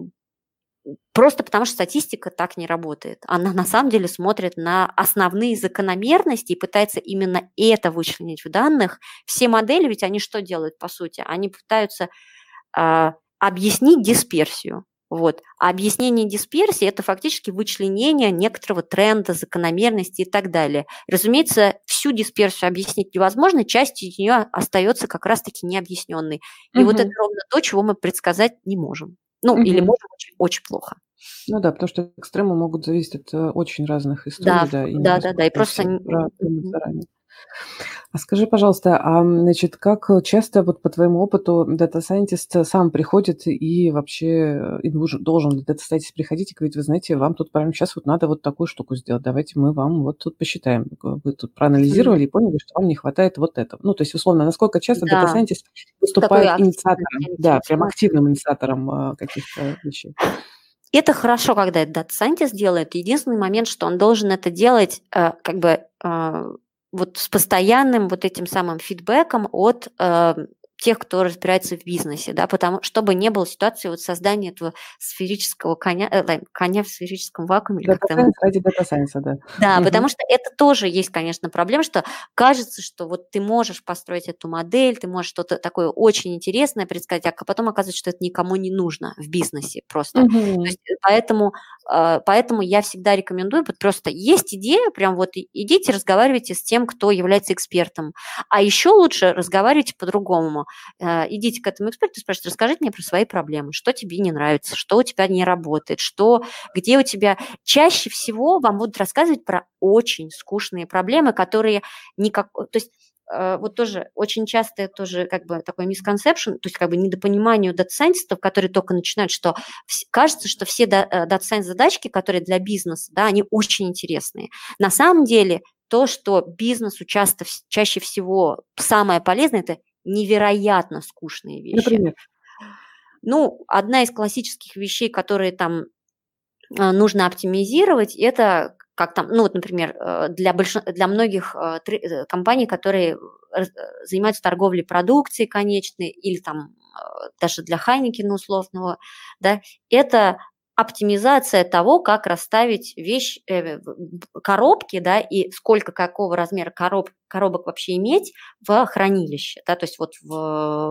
просто потому что статистика так не работает. Она на самом деле смотрит на основные закономерности и пытается именно это вычленить в данных. Все модели, ведь они что делают по сути? Они пытаются а, объяснить дисперсию. Вот. А объяснение дисперсии – это фактически вычленение некоторого тренда, закономерности и так далее. Разумеется, всю дисперсию объяснить невозможно, часть из нее остается как раз-таки необъясненной. И вот это Мгм. ровно то, чего мы предсказать не можем. Ну, или Мгм. можем очень, очень плохо. Ну да, потому что экстремы могут зависеть от э, очень разных Да, историй, да, и да, да, да. И невозможно просто... все н- продумать мгм. заранее. А скажи, пожалуйста, а, значит, как э, часто вот по твоему опыту дата-сайентист сам приходит и вообще э, и нужен, должен ли дата-сайентист приходить и говорить, вы знаете, вам тут прямо сейчас вот надо вот такую штуку сделать, давайте мы вам вот тут посчитаем. Вы тут Мгм. проанализировали и поняли, что вам не хватает вот этого. Ну, то есть, условно, насколько часто Да, дата-сайентист такой выступает активный, инициатором, да, прям инициативный. активным инициатором а, каких-то вещей? Это хорошо, когда это дата-сайентист делает. Единственный момент, что он должен это делать э, как бы э, вот с постоянным вот этим самым фидбэком от э, тех, кто разбирается в бизнесе, да, потому чтобы не было ситуации вот создания этого сферического коня, э, лай- коня в сферическом вакууме, или как там. Дата-сайенс ради дата-сайенса, да. Да, Мгм. потому что это тоже есть, конечно, проблема, что кажется, что вот ты можешь построить эту модель, ты можешь что-то такое очень интересное предсказать, а потом оказывается, что это никому не нужно в бизнесе просто. То Мгм. есть, э, поэтому, э, поэтому я всегда рекомендую, вот просто есть идея, прям вот и- идите, разговаривайте с тем, кто является экспертом. А еще лучше разговаривайте по-другому. Э, Идите к этому эксперту и спрашивайте, расскажите мне про свои проблемы, что тебе не нравится, что у тебя не работает, что, где у тебя чаще всего вам будут рассказывать про очень скучные проблемы, которые никак... То есть э, вот тоже очень часто это тоже как бы такой misconception, то есть как бы недопонимание у дата-сайентистов, которые только начинают, что вс- кажется, что все да- э, дата-сайенс задачки, которые для бизнеса, да, они очень интересные. На самом деле то, что бизнесу часто, вс- чаще всего самое полезное, это невероятно скучные вещи. Например. Ну, одна из классических вещей, которые там а, нужно оптимизировать, это как там, ну вот, например, э, для, большин... для многих э, тре- э, компаний, которые раз- э, занимаются торговлей продукцией конечной или там э, даже для Хайникена условного, да, это оптимизация того, как расставить вещь, э, в- б- коробки, да, и сколько, какого размера короб, коробок вообще иметь в хранилище, да, то есть вот в,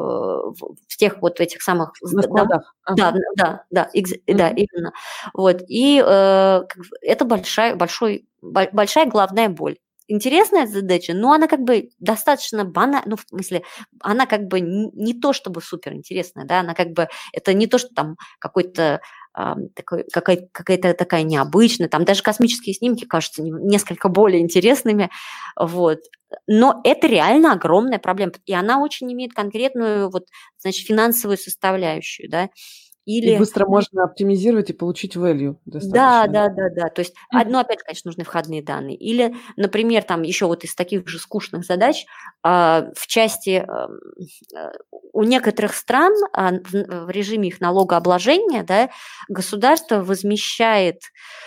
в, в тех вот этих самых На сд- домах, складах. да, Ага. да, да, экз- да, Мгм. именно. Вот, и э, как бы это большая, большой, бо- большая головная боль. Интересная задача, но она как бы достаточно банальная, ну, в смысле, она как бы н- не то чтобы супер интересная, да, она как бы, это не то, что там какой-то а, такой, какая- какая-то такая необычная, там даже космические снимки кажутся не- несколько более интересными, вот. Но это реально огромная проблема, и она очень имеет конкретную, вот, значит, финансовую составляющую, да, И или быстро можно оптимизировать и получить value да, достаточно. да, да, да. То есть, а, Мгм. ну, опять же, конечно, нужны входные данные. Или, например, там еще вот из таких же скучных задач а, в части ам, э, у некоторых стран а, в, в режиме их налогообложения, да, государство возмещает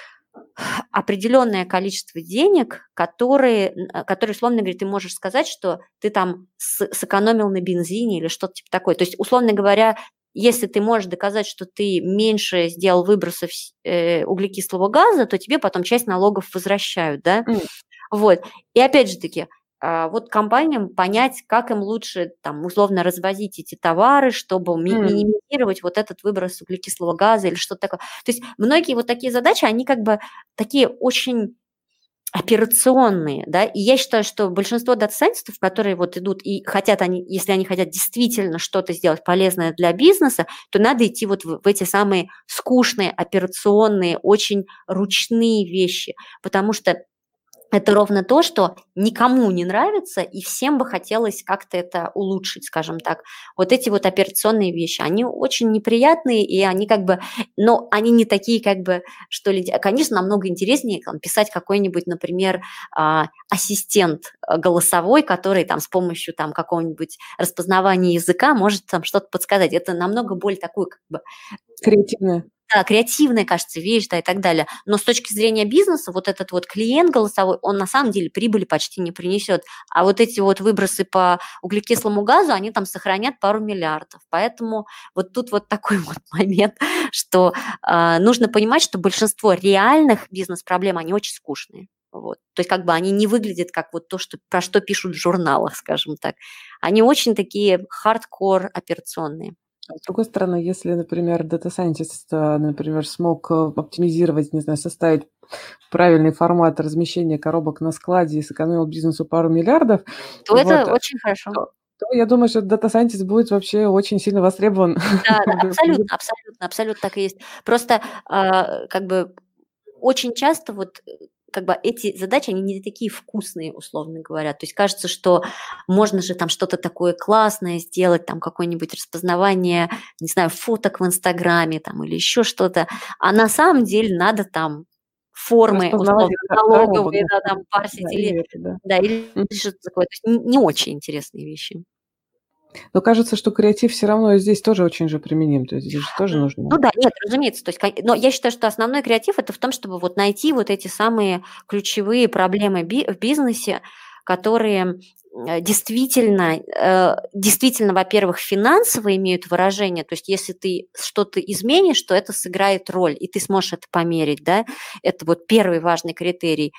определенное количество денег, которые, н- которые, условно говоря, ты можешь сказать, что ты там с- сэкономил на бензине или что-то типа такое. То есть, условно говоря, если ты можешь доказать, что ты меньше сделал выбросов с- э, углекислого газа, то тебе потом часть налогов возвращают, да? М. Вот. И опять же таки, а, вот компаниям понять, как им лучше там условно развозить эти товары, чтобы ми- М. минимизировать вот этот выброс углекислого газа или что-то такое. То есть многие вот такие задачи, они как бы такие очень операционные, да, и я считаю, что большинство дата-сайентистов, которые вот идут и хотят они, если они хотят действительно что-то сделать полезное для бизнеса, то надо идти вот в, в эти самые скучные, операционные, очень ручные вещи, потому что это ровно то, что никому не нравится, и всем бы хотелось как-то это улучшить, скажем так. Вот эти вот операционные вещи, они очень неприятные, и они как бы, но они не такие как бы, что ли, конечно, намного интереснее там, писать какой-нибудь, например, а, ассистент а, голосовой, который там с помощью там какого-нибудь распознавания языка может там что-то подсказать. Это намного более такую как бы Креативная. да, креативная, кажется, вещь, да, и так далее. Но с точки зрения бизнеса, вот этот вот клиент голосовой, он на самом деле прибыли почти не принесет. А вот эти вот выбросы по углекислому газу, они там сохранят пару миллиардов. Поэтому вот тут вот такой вот момент, что э, нужно понимать, что большинство реальных бизнес-проблем, они очень скучные. Вот. То есть как бы они не выглядят как вот то, что, про что пишут в журналах, скажем так. Они очень такие хардкор операционные. С другой стороны, если, например, Data Scientist, например, смог оптимизировать, не знаю, составить правильный формат размещения коробок на складе и сэкономил бизнесу пару миллиардов, то вот, это очень хорошо. То, то я думаю, что Data Scientist будет вообще очень сильно востребован. Да, да, абсолютно, абсолютно, абсолютно так и есть. Просто э, как бы очень часто вот как бы эти задачи, они не такие вкусные, условно говоря. То есть кажется, что можно же там что-то такое классное сделать, там какое-нибудь распознавание, не знаю, фоток в Инстаграме там или еще что-то. А на самом деле надо там формы, условно, налоговые, да, там парсить да, или, это, да. Да, или что-то такое. То есть не очень интересные вещи. Но кажется, что креатив все равно здесь тоже очень же применим, то есть здесь же тоже нужно. Ну да, нет, разумеется. То есть, но я считаю, что основной креатив – это в том, чтобы вот найти вот эти самые ключевые проблемы в бизнесе, которые действительно, действительно, во-первых, финансово имеют выражение, то есть если ты что-то изменишь, то это сыграет роль, и ты сможешь это померить, да, это вот первый важный критерий.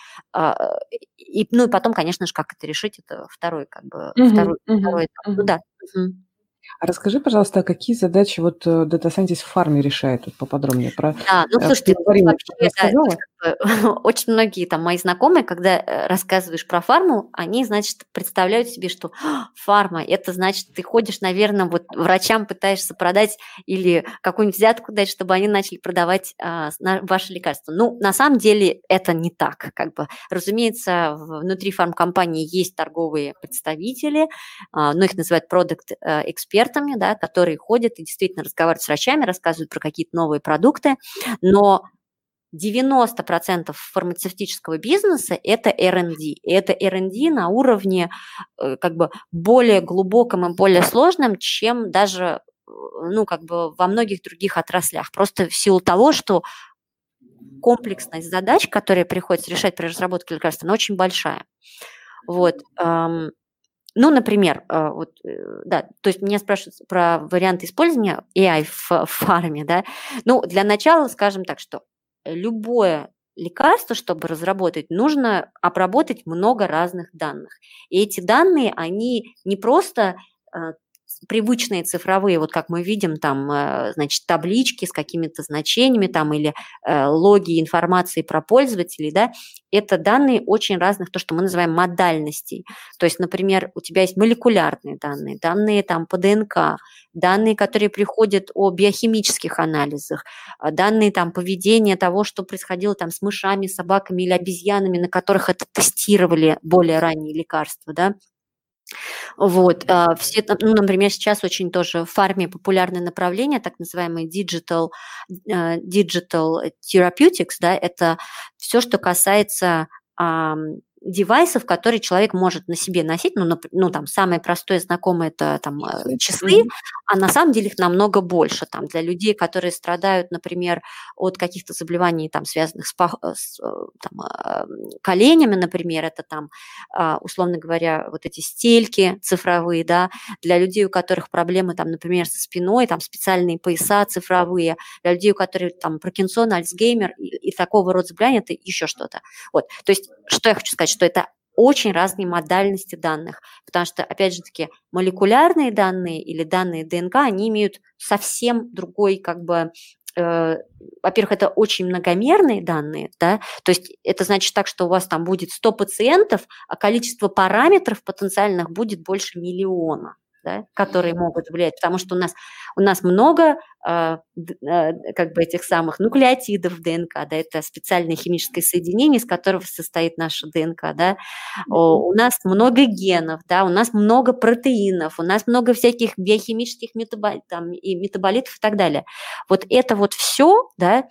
И, ну и потом, конечно же, как это решить, это второй, как бы, угу, второй, угу, второй этап. Угу. Ну да. Угу. А расскажи, пожалуйста, а какие задачи вот Data Scientist в фарме решает? Вот поподробнее про. Да, ну слушайте, вообще, да, очень многие там мои знакомые, когда рассказываешь про фарму, они, значит, представляют себе, что фарма, это значит, ты ходишь, наверное, вот врачам пытаешься продать или какую-нибудь взятку дать, чтобы они начали продавать а, ваши лекарства. Ну, на самом деле это не так. Как бы, разумеется, внутри фармкомпании есть торговые представители, а, ну, их называют продакт-экспертами, да, которые ходят и действительно разговаривают с врачами, рассказывают про какие-то новые продукты, но девяносто процентов фармацевтического бизнеса – это эр энд ди. И это эр энд ди на уровне как бы более глубоком и более сложном, чем даже ну, как бы во многих других отраслях. Просто в силу того, что комплексность задач, которые приходится решать при разработке лекарства, она очень большая. Вот. Ну, например, вот, да, то есть меня спрашивают про варианты использования эй ай в, в фарме, да. Ну, для начала скажем так, что любое лекарство, чтобы разработать, нужно обработать много разных данных. И эти данные, они не просто привычные цифровые, вот как мы видим, там, значит, таблички с какими-то значениями там, или э, логи информации про пользователей, да, это данные очень разных, то, что мы называем модальностей. То есть, например, у тебя есть молекулярные данные, данные там по дэ эн ка, данные, которые приходят о биохимических анализах, данные там поведения того, что происходило там с мышами, собаками или обезьянами, на которых это тестировали более ранние лекарства, да. Вот, все, ну, например, сейчас очень тоже в фарме популярное направление, так называемый digital, digital therapeutics, да, это все, что касается девайсов, которые человек может на себе носить, ну, ну там, самое простое знакомое – это там часы, mm-hmm. а на самом деле их намного больше, там, для людей, которые страдают, например, от каких-то заболеваний, там, связанных с, с там, коленями, например, это там, условно говоря, вот эти стельки цифровые, да, для людей, у которых проблемы, там, например, со спиной, там, специальные пояса цифровые, для людей, у которых, там, Паркинсон, Альцгеймер и, и такого рода заболевания, это еще что-то. Вот, то есть, что я хочу сказать, что это очень разные модальности данных, потому что, опять же таки, молекулярные данные или данные дэ эн ка, они имеют совсем другой, как бы, э, во-первых, это очень многомерные данные, да, то есть это значит так, что у вас там будет сто пациентов, а количество параметров потенциальных будет больше миллиона. Да, которые могут влиять, потому что у нас, у нас много э, э, как бы этих самых нуклеотидов в дэ эн ка, да, это специальное химическое соединение, из которого состоит наша дэ эн ка, да, mm-hmm. у, у нас много генов, да, у нас много протеинов, у нас много всяких биохимических метаболитов, там, и метаболитов и так далее. Вот это вот все, да,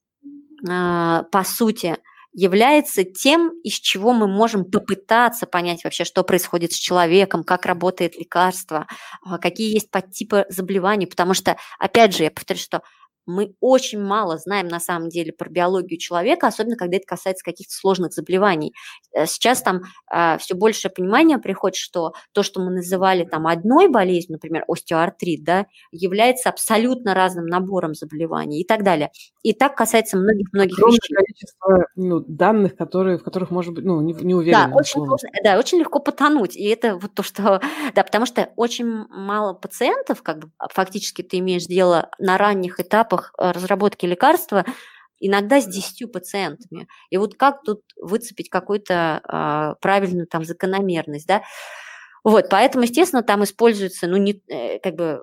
э, по сути, является тем, из чего мы можем попытаться понять вообще, что происходит с человеком, как работает лекарство, какие есть подтипы заболеваний, потому что, опять же, я повторю, что мы очень мало знаем на самом деле про биологию человека, особенно когда это касается каких-то сложных заболеваний. Сейчас там э, все большее понимание приходит, что то, что мы называли там одной болезнью, например, остеоартрит, да, является абсолютно разным набором заболеваний и так далее. И так касается многих-многих Огромное вещей. количество ну, данных, которые, в которых, может быть, ну, не, не уверен. Да, очень сложно, да, очень легко потонуть. И это вот то, что... Да, потому что очень мало пациентов, как бы фактически ты имеешь дело на ранних этапах разработки лекарства, иногда с десятью пациентами. И вот как тут выцепить какую-то а, правильную там закономерность, да? Вот, поэтому, естественно, там используется, ну, не, как бы...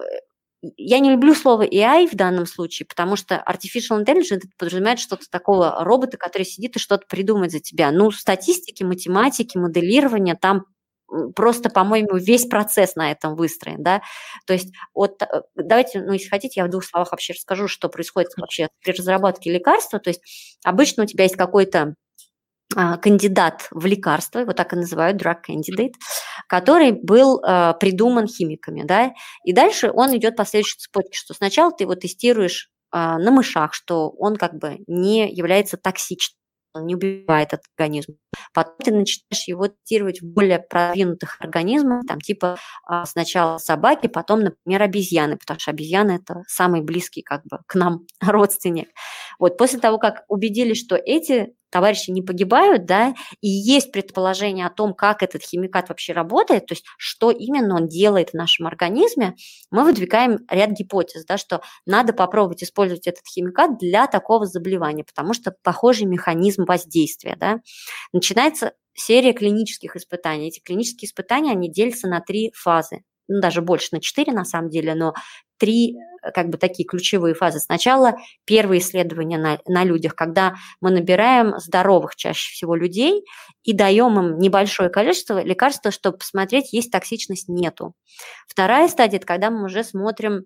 Я не люблю слово эй ай в данном случае, потому что artificial intelligence подразумевает что-то такого робота, который сидит и что-то придумает за тебя. Ну, статистики, математики, моделирование, там просто, по-моему, весь процесс на этом выстроен, да. То есть вот давайте, ну, если хотите, я в двух словах вообще расскажу, что происходит вообще при разработке лекарства. То есть обычно у тебя есть какой-то кандидат в лекарство, его так и называют, drug candidate, который был э, придуман химиками, да, и дальше он идет по следующей цепочке, что сначала ты его тестируешь э, на мышах, что он как бы не является токсичным, он не убивает этот организм. Потом ты начинаешь его тестировать в более продвинутых организмах, там типа э, сначала собаки, потом, например, обезьяны, потому что обезьяны – это самый близкий как бы к нам родственник. Вот после того, как убедились, что эти товарищи не погибают, да, и есть предположение о том, как этот химикат вообще работает, то есть что именно он делает в нашем организме, мы выдвигаем ряд гипотез, да, что надо попробовать использовать этот химикат для такого заболевания, потому что похожий механизм воздействия, да. Начинается серия клинических испытаний. Эти клинические испытания, они делятся на три фазы, ну, даже больше, на четыре на самом деле, но три как бы такие ключевые фазы. Сначала первые исследования на, на людях, когда мы набираем здоровых чаще всего людей и даем им небольшое количество лекарства, чтобы посмотреть, есть токсичность, нету. Вторая стадия – это когда мы уже смотрим...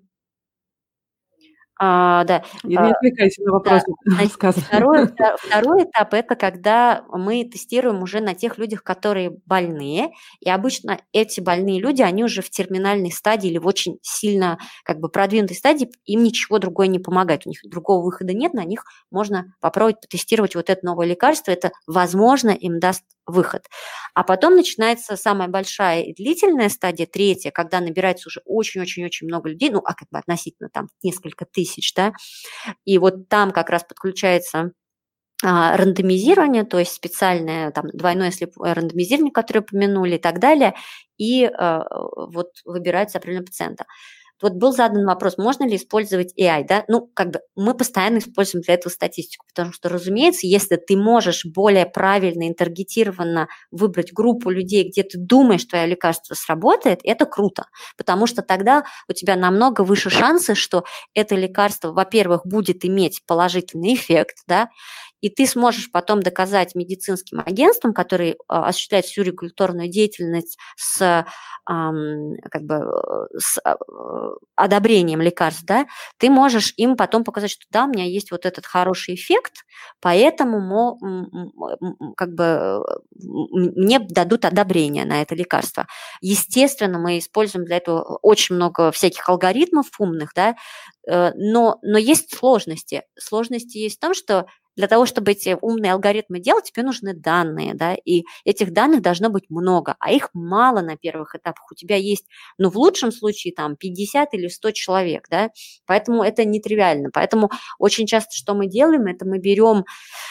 А, да. Я не отвлекайся на вопросы. Да. Второй, второй этап – это когда мы тестируем уже на тех людях, которые больные, и обычно эти больные люди, они уже в терминальной стадии или в очень сильно как бы продвинутой стадии, им ничего другое не помогает, у них другого выхода нет, на них можно попробовать потестировать вот это новое лекарство, это, возможно, им даст выход. А потом начинается самая большая и длительная стадия, третья, когда набирается уже очень-очень-очень много людей, ну, а как бы относительно там несколько тысяч, да, и вот там как раз подключается а, рандомизирование, то есть специальное там двойное слепое рандомизирование, которое упомянули и так далее, и а, вот выбирается определенного пациента. Вот был задан вопрос, можно ли использовать эй ай, да? Ну, как бы мы постоянно используем для этого статистику, потому что, разумеется, если ты можешь более правильно и таргетированно выбрать группу людей, где ты думаешь, что твое лекарство сработает, это круто, потому что тогда у тебя намного выше шансы, что это лекарство, во-первых, будет иметь положительный эффект, да, и ты сможешь потом доказать медицинским агентствам, которые а, осуществляют всю регуляторную деятельность с, ам, как бы, с а, одобрением лекарств, да, ты можешь им потом показать, что да, у меня есть вот этот хороший эффект, поэтому мо, как бы, мне дадут одобрение на это лекарство. Естественно, мы используем для этого очень много всяких алгоритмов умных, да, но, но есть сложности. Сложности есть в том, что для того, чтобы эти умные алгоритмы делать, тебе нужны данные, да, и этих данных должно быть много, а их мало на первых этапах. У тебя есть, ну, в лучшем случае, там, пятьдесят или сто человек, да, поэтому это нетривиально. Поэтому очень часто, что мы делаем, это мы берем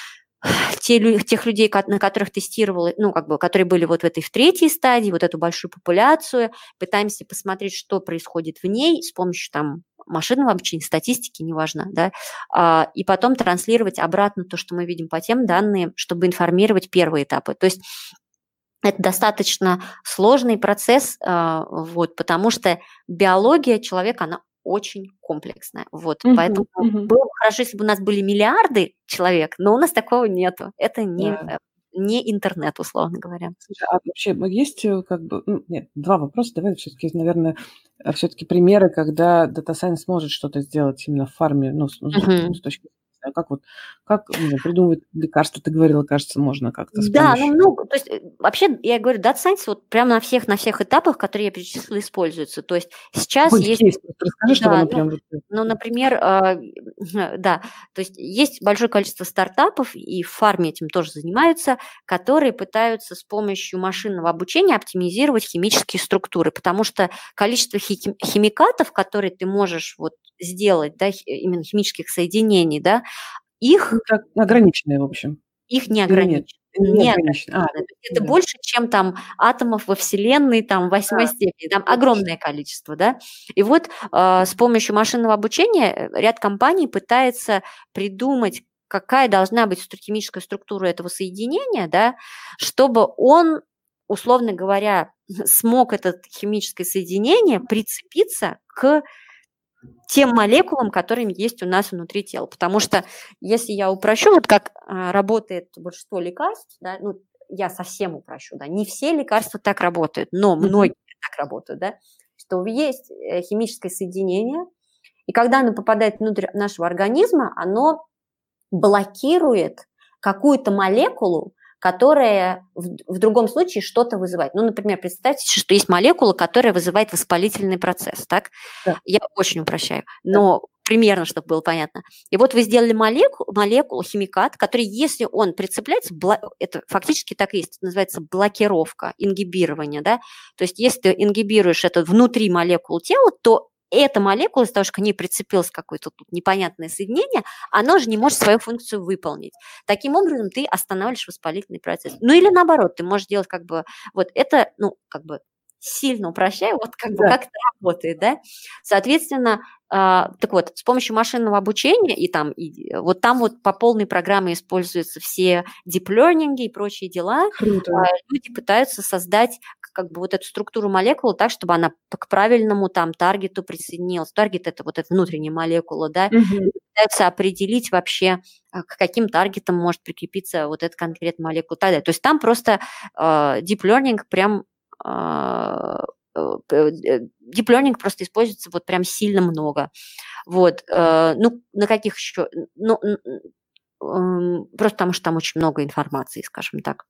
те, тех людей, на которых тестировала, ну, как бы, которые были вот в этой в третьей стадии, вот эту большую популяцию, пытаемся посмотреть, что происходит в ней с помощью там машинного обучения, статистики, неважно, да, а, и потом транслировать обратно то, что мы видим по тем данным, чтобы информировать первые этапы. То есть это достаточно сложный процесс, а, вот, потому что биология человека, она очень комплексная. Вот, uh-huh, поэтому uh-huh. было бы хорошо, если бы у нас были миллиарды человек, но у нас такого нету. Это не, yeah. не интернет, условно говоря. Слушай, а вообще есть как бы... Ну, нет, два вопроса. Давай все-таки, наверное, все-таки примеры, когда Data Science может что-то сделать именно в фарме, ну, с, uh-huh. с точки знаю, как вот, как не знаю, придумывать лекарства, ты говорила, кажется, можно как-то с Да, ну помощью. много. То есть э, вообще, я говорю, Data Science вот прямо на всех, на всех этапах, которые я перечислила, используется. То есть сейчас Какой-нибудь есть, кейс просто расскажи, чтобы да, оно ну, прям вот... ну, например, а, да, то есть есть большое количество стартапов, и в фарме этим тоже занимаются, которые пытаются с помощью машинного обучения оптимизировать химические структуры, потому что количество хи- химикатов, которые ты можешь вот сделать, да, хи- именно химических соединений, да, их Ну, так, ограниченные, в общем. их не Или нет? ограничено. Не Не ограничено. А, ограничено. То есть это да. больше, чем там атомов во Вселенной, там, восьмой Да, степени. Там это точно. огромное количество, да. И вот э, с помощью машинного обучения э, ряд компаний пытается придумать, какая должна быть стру- химическая структура этого соединения, да, чтобы он, условно говоря, смог это химическое соединение прицепиться к тем молекулам, которые есть у нас внутри тела. Потому что если я упрощу, вот как а, работает большинство лекарств, да, ну, я совсем упрощу, да, не все лекарства так работают, но Мгм. многие так работают, да, что есть э, химическое соединение, и когда оно попадает внутрь нашего организма, оно блокирует какую-то молекулу, которая в, в другом случае что-то вызывает. Ну, например, представьте, что есть молекула, которая вызывает воспалительный процесс, так? Да, Я очень упрощаю, да. но примерно, чтобы было понятно. И вот вы сделали молекулу, молекулу химикат, который, если он прицепляется, бла- это фактически так и есть, это называется блокировка, ингибирование, да? То есть если ты ингибируешь это внутри молекул тела, то эта молекула, из-за того, что к ней прицепилось какое-то тут непонятное соединение, оно же не может свою функцию выполнить. Таким образом, ты останавливаешь воспалительный процесс. Ну или наоборот, ты можешь делать как бы, вот это, ну, как бы сильно упрощаю, вот как бы Да. как это работает, да. Соответственно, а, так вот, с помощью машинного обучения и там, и, вот там вот по полной программе используются все deep learning и прочие дела, Круто. а, люди пытаются создать как бы вот эту структуру молекулы так, чтобы она к правильному там таргету присоединилась. Таргет – это вот эта внутренняя молекула, да, Мгм. и пытаются определить вообще, а, к каким таргетам может прикрепиться вот эта конкретная молекула. и так далее. То есть там просто а, deep learning прям а, э, п- э, deep learning просто используется вот прям сильно много. Вот. э, Ну, на каких еще? Ну, н- м, просто потому что там очень много информации, скажем так.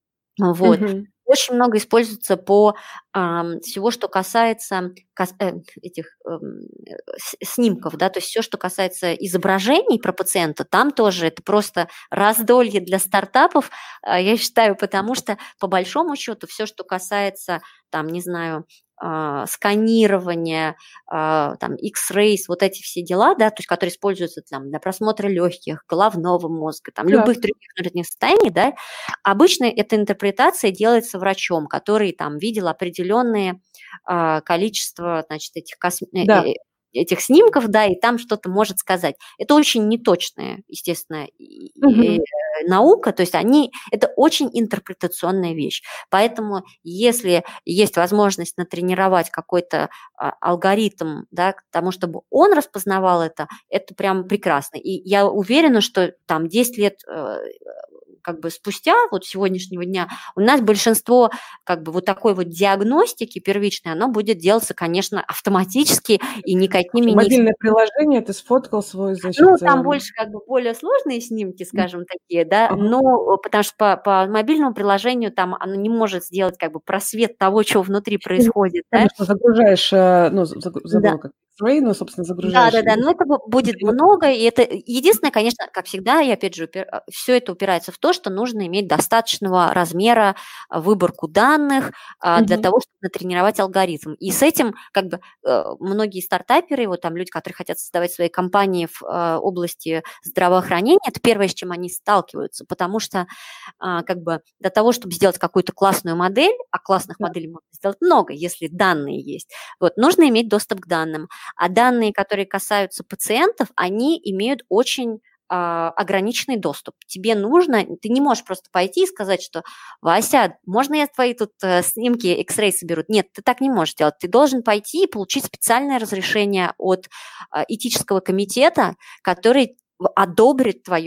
Вот. Мгм. Очень много используется по ам, всего, что касается кас- э, этих эм, э, с- снимков, да, то есть все, что касается изображений про пациента, там тоже это просто раздолье для стартапов, а, я считаю, потому что по большому счету все, что касается, там, не знаю, а, сканирования, а, там, X-rays, вот эти все дела, да, то есть которые используются там для просмотра легких, головного мозга, там, Да. любых других внутренних состояний, да, обычно эта интерпретация делается врачом, который там видел определенное а, количество, значит, этих, косм- э, Да. э, этих снимков, да, и там что-то может сказать. Это очень неточная, естественно, и- и, Мгм. э, наука, то есть они, это очень интерпретационная вещь. Поэтому если есть возможность натренировать какой-то а, алгоритм, да, к тому, чтобы он распознавал это, это прям прекрасно. И я уверена, что там десять лет э, как бы спустя, вот сегодняшнего дня, у нас большинство как бы вот такой вот диагностики первичной, оно будет делаться, конечно, автоматически и никакими не... Мобильное приложение, ты сфоткал свой, Ну, значит, там эм, больше как бы более сложные снимки, м, скажем, такие, да, ага. но потому что по, по мобильному приложению там оно не может сделать как бы просвет того, что внутри Ну, происходит, да. конечно, загружаешь, э, ну, з загу Да. забыла, как X-ray, но, собственно, загружаешь, Да-да-да, ну, но это бу будет внутри. много, и это единственное, конечно, как всегда, и опять же, все это упирается в то, что нужно иметь достаточного размера, а, выборку данных, а, для Мгм. того, чтобы натренировать алгоритм. И с этим как бы, э, многие стартаперы, вот там люди, которые хотят создавать свои компании в, а, области здравоохранения, это первое, с чем они сталкиваются, потому что, а, как бы для того, чтобы сделать какую-то классную модель, а классных Да. моделей можно сделать много, если данные есть, вот, нужно иметь доступ к данным. А данные, которые касаются пациентов, они имеют очень а, ограниченный доступ. Тебе нужно, ты не можешь просто пойти и сказать, что Вася, можно я твои тут э, снимки X-ray соберу? Нет, ты так не можешь делать. Ты должен пойти и получить специальное разрешение от а, этического комитета, который в- одобрит твое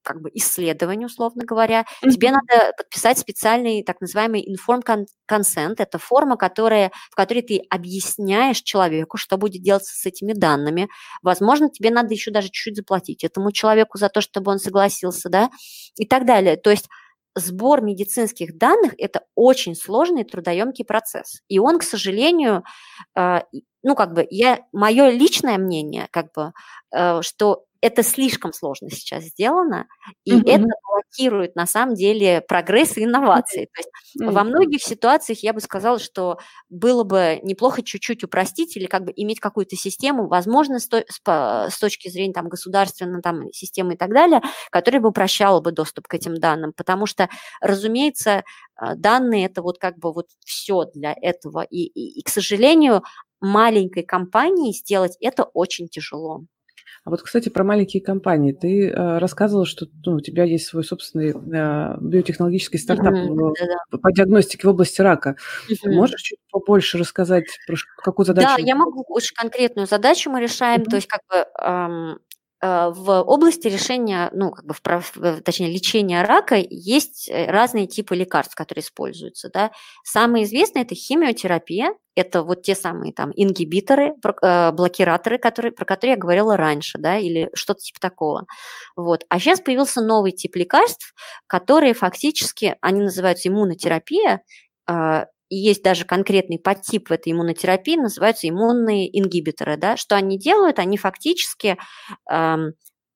как бы исследование, условно говоря, Мгм. тебе надо подписать специальный так называемый informed con- consent. Это форма, которая, в которой ты объясняешь человеку, что будет делаться с этими данными. Возможно, тебе надо еще даже чуть-чуть заплатить этому человеку за то, чтобы он согласился, да, и так далее. То есть сбор медицинских данных – это очень сложный трудоемкий процесс. И он, к сожалению, э, ну, как бы, я, мое личное мнение, как бы, э, что это слишком сложно сейчас сделано, и это Мгм. блокирует, на самом деле, прогресс и инновации. То есть во М. многих ситуациях я бы сказала, что было бы неплохо чуть-чуть упростить или как бы иметь какую-то систему, возможно, с, то- с по- с точки зрения там, государственной там, системы и так далее, которая бы упрощала бы доступ к этим данным, потому что, разумеется, э, данные – это вот как бы вот все для этого, и, и, и, к сожалению, маленькой компании сделать это очень тяжело. А вот, кстати, про маленькие компании. Ты э, рассказывала, что ну, у тебя есть свой собственный э, биотехнологический стартап Мгм. в- Да-да. по диагностике в области рака. Мгм. Можешь чуть побольше рассказать, про ш- какую Да, задачу вы я могу, очень конкретную задачу мы решаем, то Мгм. есть как бы ам, э, в области решения, ну, как бы, в прав- в- точнее, лечения рака есть э, разные типы лекарств, которые используются, да. Самые известные – это химиотерапия, это вот те самые там ингибиторы, про- э, блокираторы, которые, про которые я говорила раньше, да, или что-то типа такого. Вот. А сейчас появился новый тип лекарств, которые фактически, они называются иммунотерапия, а, и есть даже конкретный подтип в этой иммунотерапии, называются иммунные ингибиторы, да. Что они делают? Они фактически, ам,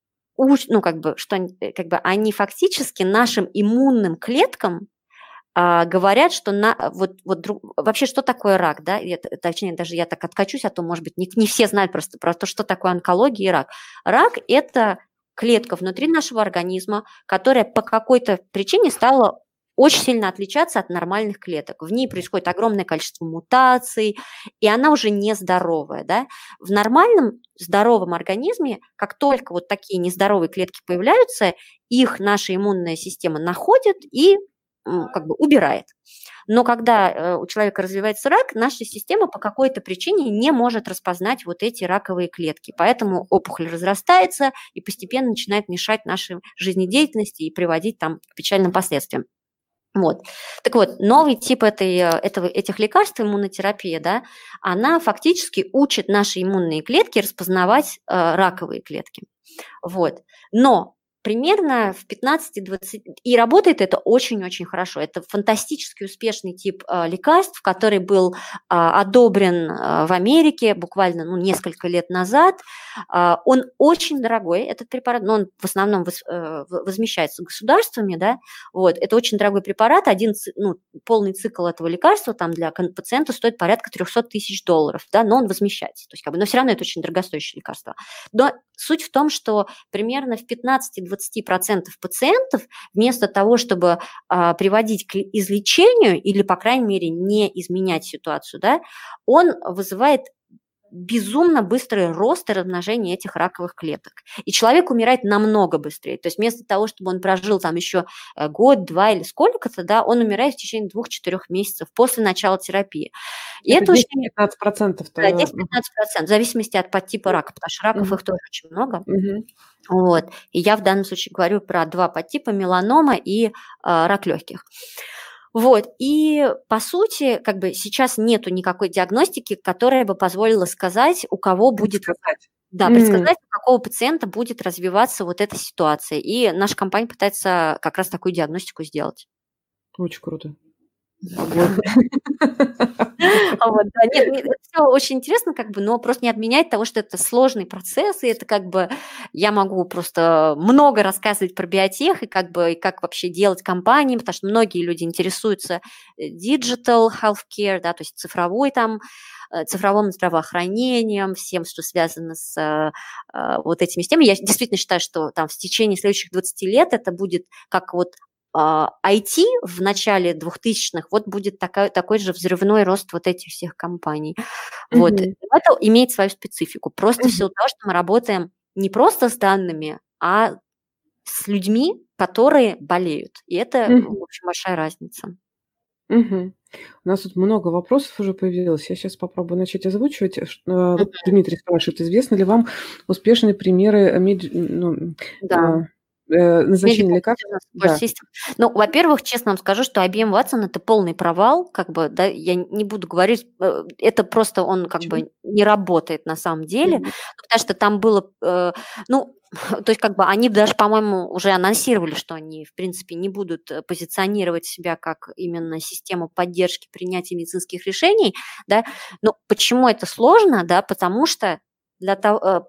уч- ну, как бы, что они, э, как бы они фактически нашим иммунным клеткам а, говорят, что на, вот, вот друг- вообще что такое рак, да, я, т- точнее, даже я так откачусь, а то, может быть, не, не все знают просто про то, что такое онкология и рак. Рак – это клетка внутри нашего организма, которая по какой-то причине стала очень сильно отличаться от нормальных клеток. В ней происходит огромное количество мутаций, и она уже нездоровая, да. В нормальном здоровом организме, как только вот такие нездоровые клетки появляются, их наша иммунная система находит и м, как бы убирает. Но когда э, у человека развивается рак, наша система по какой-то причине не может распознать вот эти раковые клетки. Поэтому опухоль разрастается и постепенно начинает мешать нашей жизнедеятельности и приводить там к печальным последствиям. Вот. Так вот, новый тип этой, э, этого, этих лекарств, иммунотерапия, да, она фактически учит наши иммунные клетки распознавать э, раковые клетки. Вот. Но примерно в пятнадцати-двадцати и работает это очень-очень хорошо. Это фантастически успешный тип а, лекарств, который был а, одобрен а, в Америке буквально ну, несколько лет назад. А, он очень дорогой, этот препарат, но он в основном воз- э, в- возмещается государствами, да. Вот. Это очень дорогой препарат. Один ци- ну, полный цикл этого лекарства там для кон- пациента стоит порядка триста тысяч долларов, да, но он возмещается. То есть, как бы, но все равно это очень дорогостоящее лекарство. Но суть в том, что примерно в пятнадцати-двадцати процентов пациентов вместо того, чтобы а, приводить к излечению или, по крайней мере, не изменять ситуацию, да, он вызывает безумно быстрый рост и размножение этих раковых клеток. И человек умирает намного быстрее. То есть вместо того, чтобы он прожил там еще э, год, два или сколько-то, да, он умирает в течение двух-четырех месяцев после начала терапии. И Это это очень десять-пятнадцать процентов. да, То... десять-пятнадцать процентов, в зависимости от подтипа рака, потому что раков Мгм. их тоже очень много. Мгм. Вот. И я в данном случае говорю про два подтипа – меланома и а, рак легких. Вот. И, по сути, как бы сейчас нету никакой диагностики, которая бы позволила сказать, у кого будет, Предсказать. да, М. предсказать, у какого пациента будет развиваться вот эта ситуация. И наша компания пытается как раз такую диагностику сделать. Очень круто. Вот. А вот, да, нет, нет, это всё очень интересно, как бы, но просто не отменяет того, что это сложный процесс, и это как бы я могу просто много рассказывать про биотех и как бы и как вообще делать компании, потому что многие люди интересуются э, digital healthcare, да, то есть цифровой там, э, цифровым здравоохранением, всем, что связано с э, э, вот этими системами. Я действительно считаю, что там в течение следующих двадцати лет это будет как вот а, ай ти в начале двухтысячных, вот будет такой, такой же взрывной рост вот этих всех компаний. Вот. Мгм. Это имеет свою специфику. Просто в Мгм. силу того, что мы работаем не просто с данными, а с людьми, которые болеют. И это, Мгм. в общем, большая разница. Мгм. У нас тут много вопросов уже появилось. Я сейчас попробую начать озвучивать. Э, ш э, вот Дмитрий спрашивает: известны ли вам успешные примеры меди ну, Да. а, э, назначение лекарств. Да. Ну, во-первых, честно вам скажу, что ай би эм Watson – это полный провал, как бы, да, я не буду говорить, это просто он как Почему? бы не работает на самом деле, mm-hmm. потому что там было, э, ну, то есть как бы они даже, по-моему, уже анонсировали, что они, в принципе, не будут позиционировать себя как именно систему поддержки принятия медицинских решений, да, но почему это сложно, да, потому что для того,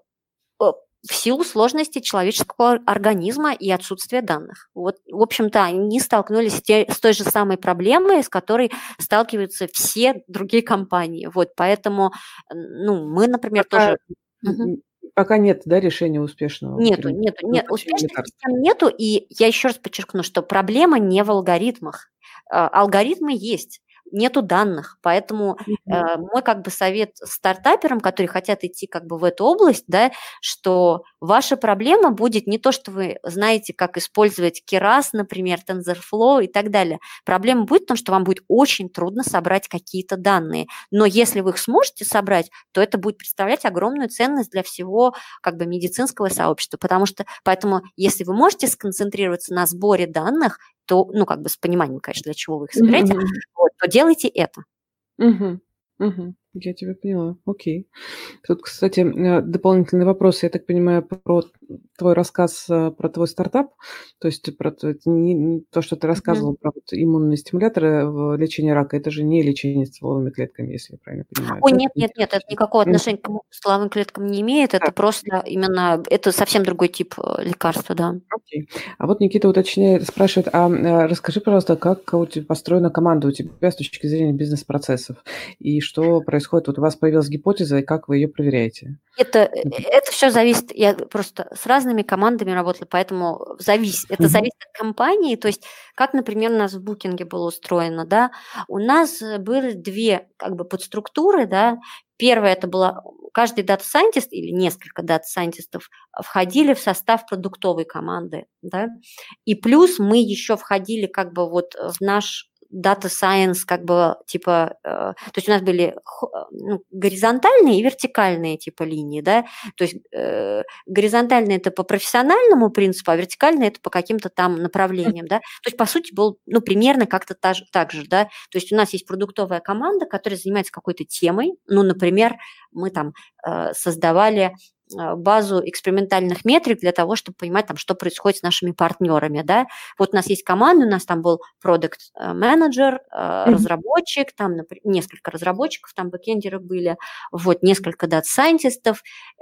в силу сложности человеческого организма и отсутствия данных. Вот, в общем-то, они столкнулись с, те, с той же самой проблемой, с которой сталкиваются все другие компании. Вот, поэтому, ну, мы, например, Пока... тоже... Пока нет, да, решения успешного. Нету, нету, нет, успешных систем нету, и я еще раз подчеркну, что проблема не в алгоритмах. Алгоритмы есть, нету данных, поэтому mm-hmm. э, мой как бы совет стартаперам, которые хотят идти как бы в эту область, да, что ваша проблема будет не то, что вы знаете, как использовать Keras, например, TensorFlow и так далее. Проблема будет в том, что вам будет очень трудно собрать какие-то данные, но если вы их сможете собрать, то это будет представлять огромную ценность для всего как бы медицинского сообщества, потому что, поэтому, если вы можете сконцентрироваться на сборе данных, то, ну, как бы с пониманием, конечно, для чего вы их собираете, mm-hmm. вот, то делайте это. Mm-hmm. Mm-hmm. Я тебя поняла. Окей. Тут, кстати, дополнительный вопрос, я так понимаю, про твой рассказ про твой стартап, то есть про то, не, то что ты рассказывал mm-hmm. про вот иммунные стимуляторы в лечении рака, это же не лечение стволовыми клетками, если я правильно понимаю. Ой, да? нет, нет, нет, это никакого отношения mm-hmm. к стволовым клеткам не имеет, это да. просто именно, это совсем другой тип лекарства, да. Окей. А вот Никита уточняет, спрашивает, а расскажи, пожалуйста, как у тебя построена команда у тебя с точки зрения бизнес-процессов, и что происходит происходит? Вот у вас появилась гипотеза, и как вы ее проверяете? Это, это все зависит, я просто с разными командами работала, поэтому зависит, это зависит от компании, то есть как, например, у нас в букинге было устроено, да, у нас были две как бы подструктуры, да, первая это была, каждый дата-сайентист или несколько дата-сайентистов входили в состав продуктовой команды, да, и плюс мы еще входили как бы вот в наш Data Science, как бы, типа, э, то есть у нас были ну, горизонтальные и вертикальные типа линии, да, то есть э, горизонтальные это по профессиональному принципу, а вертикальные это по каким-то там направлениям, да, то есть, по сути, был, ну, примерно как-то та же, так же, да, то есть у нас есть продуктовая команда, которая занимается какой-то темой, ну, например, мы там э, создавали базу экспериментальных метрик для того, чтобы понимать, там, что происходит с нашими партнерами. Да? Вот у нас есть команда, у нас там был продакт-менеджер, mm-hmm. разработчик, там несколько разработчиков, там бэкэндеры были, вот, несколько дата-сайентистов,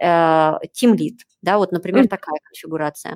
тим-лид. Да? Вот, например, mm-hmm. такая конфигурация.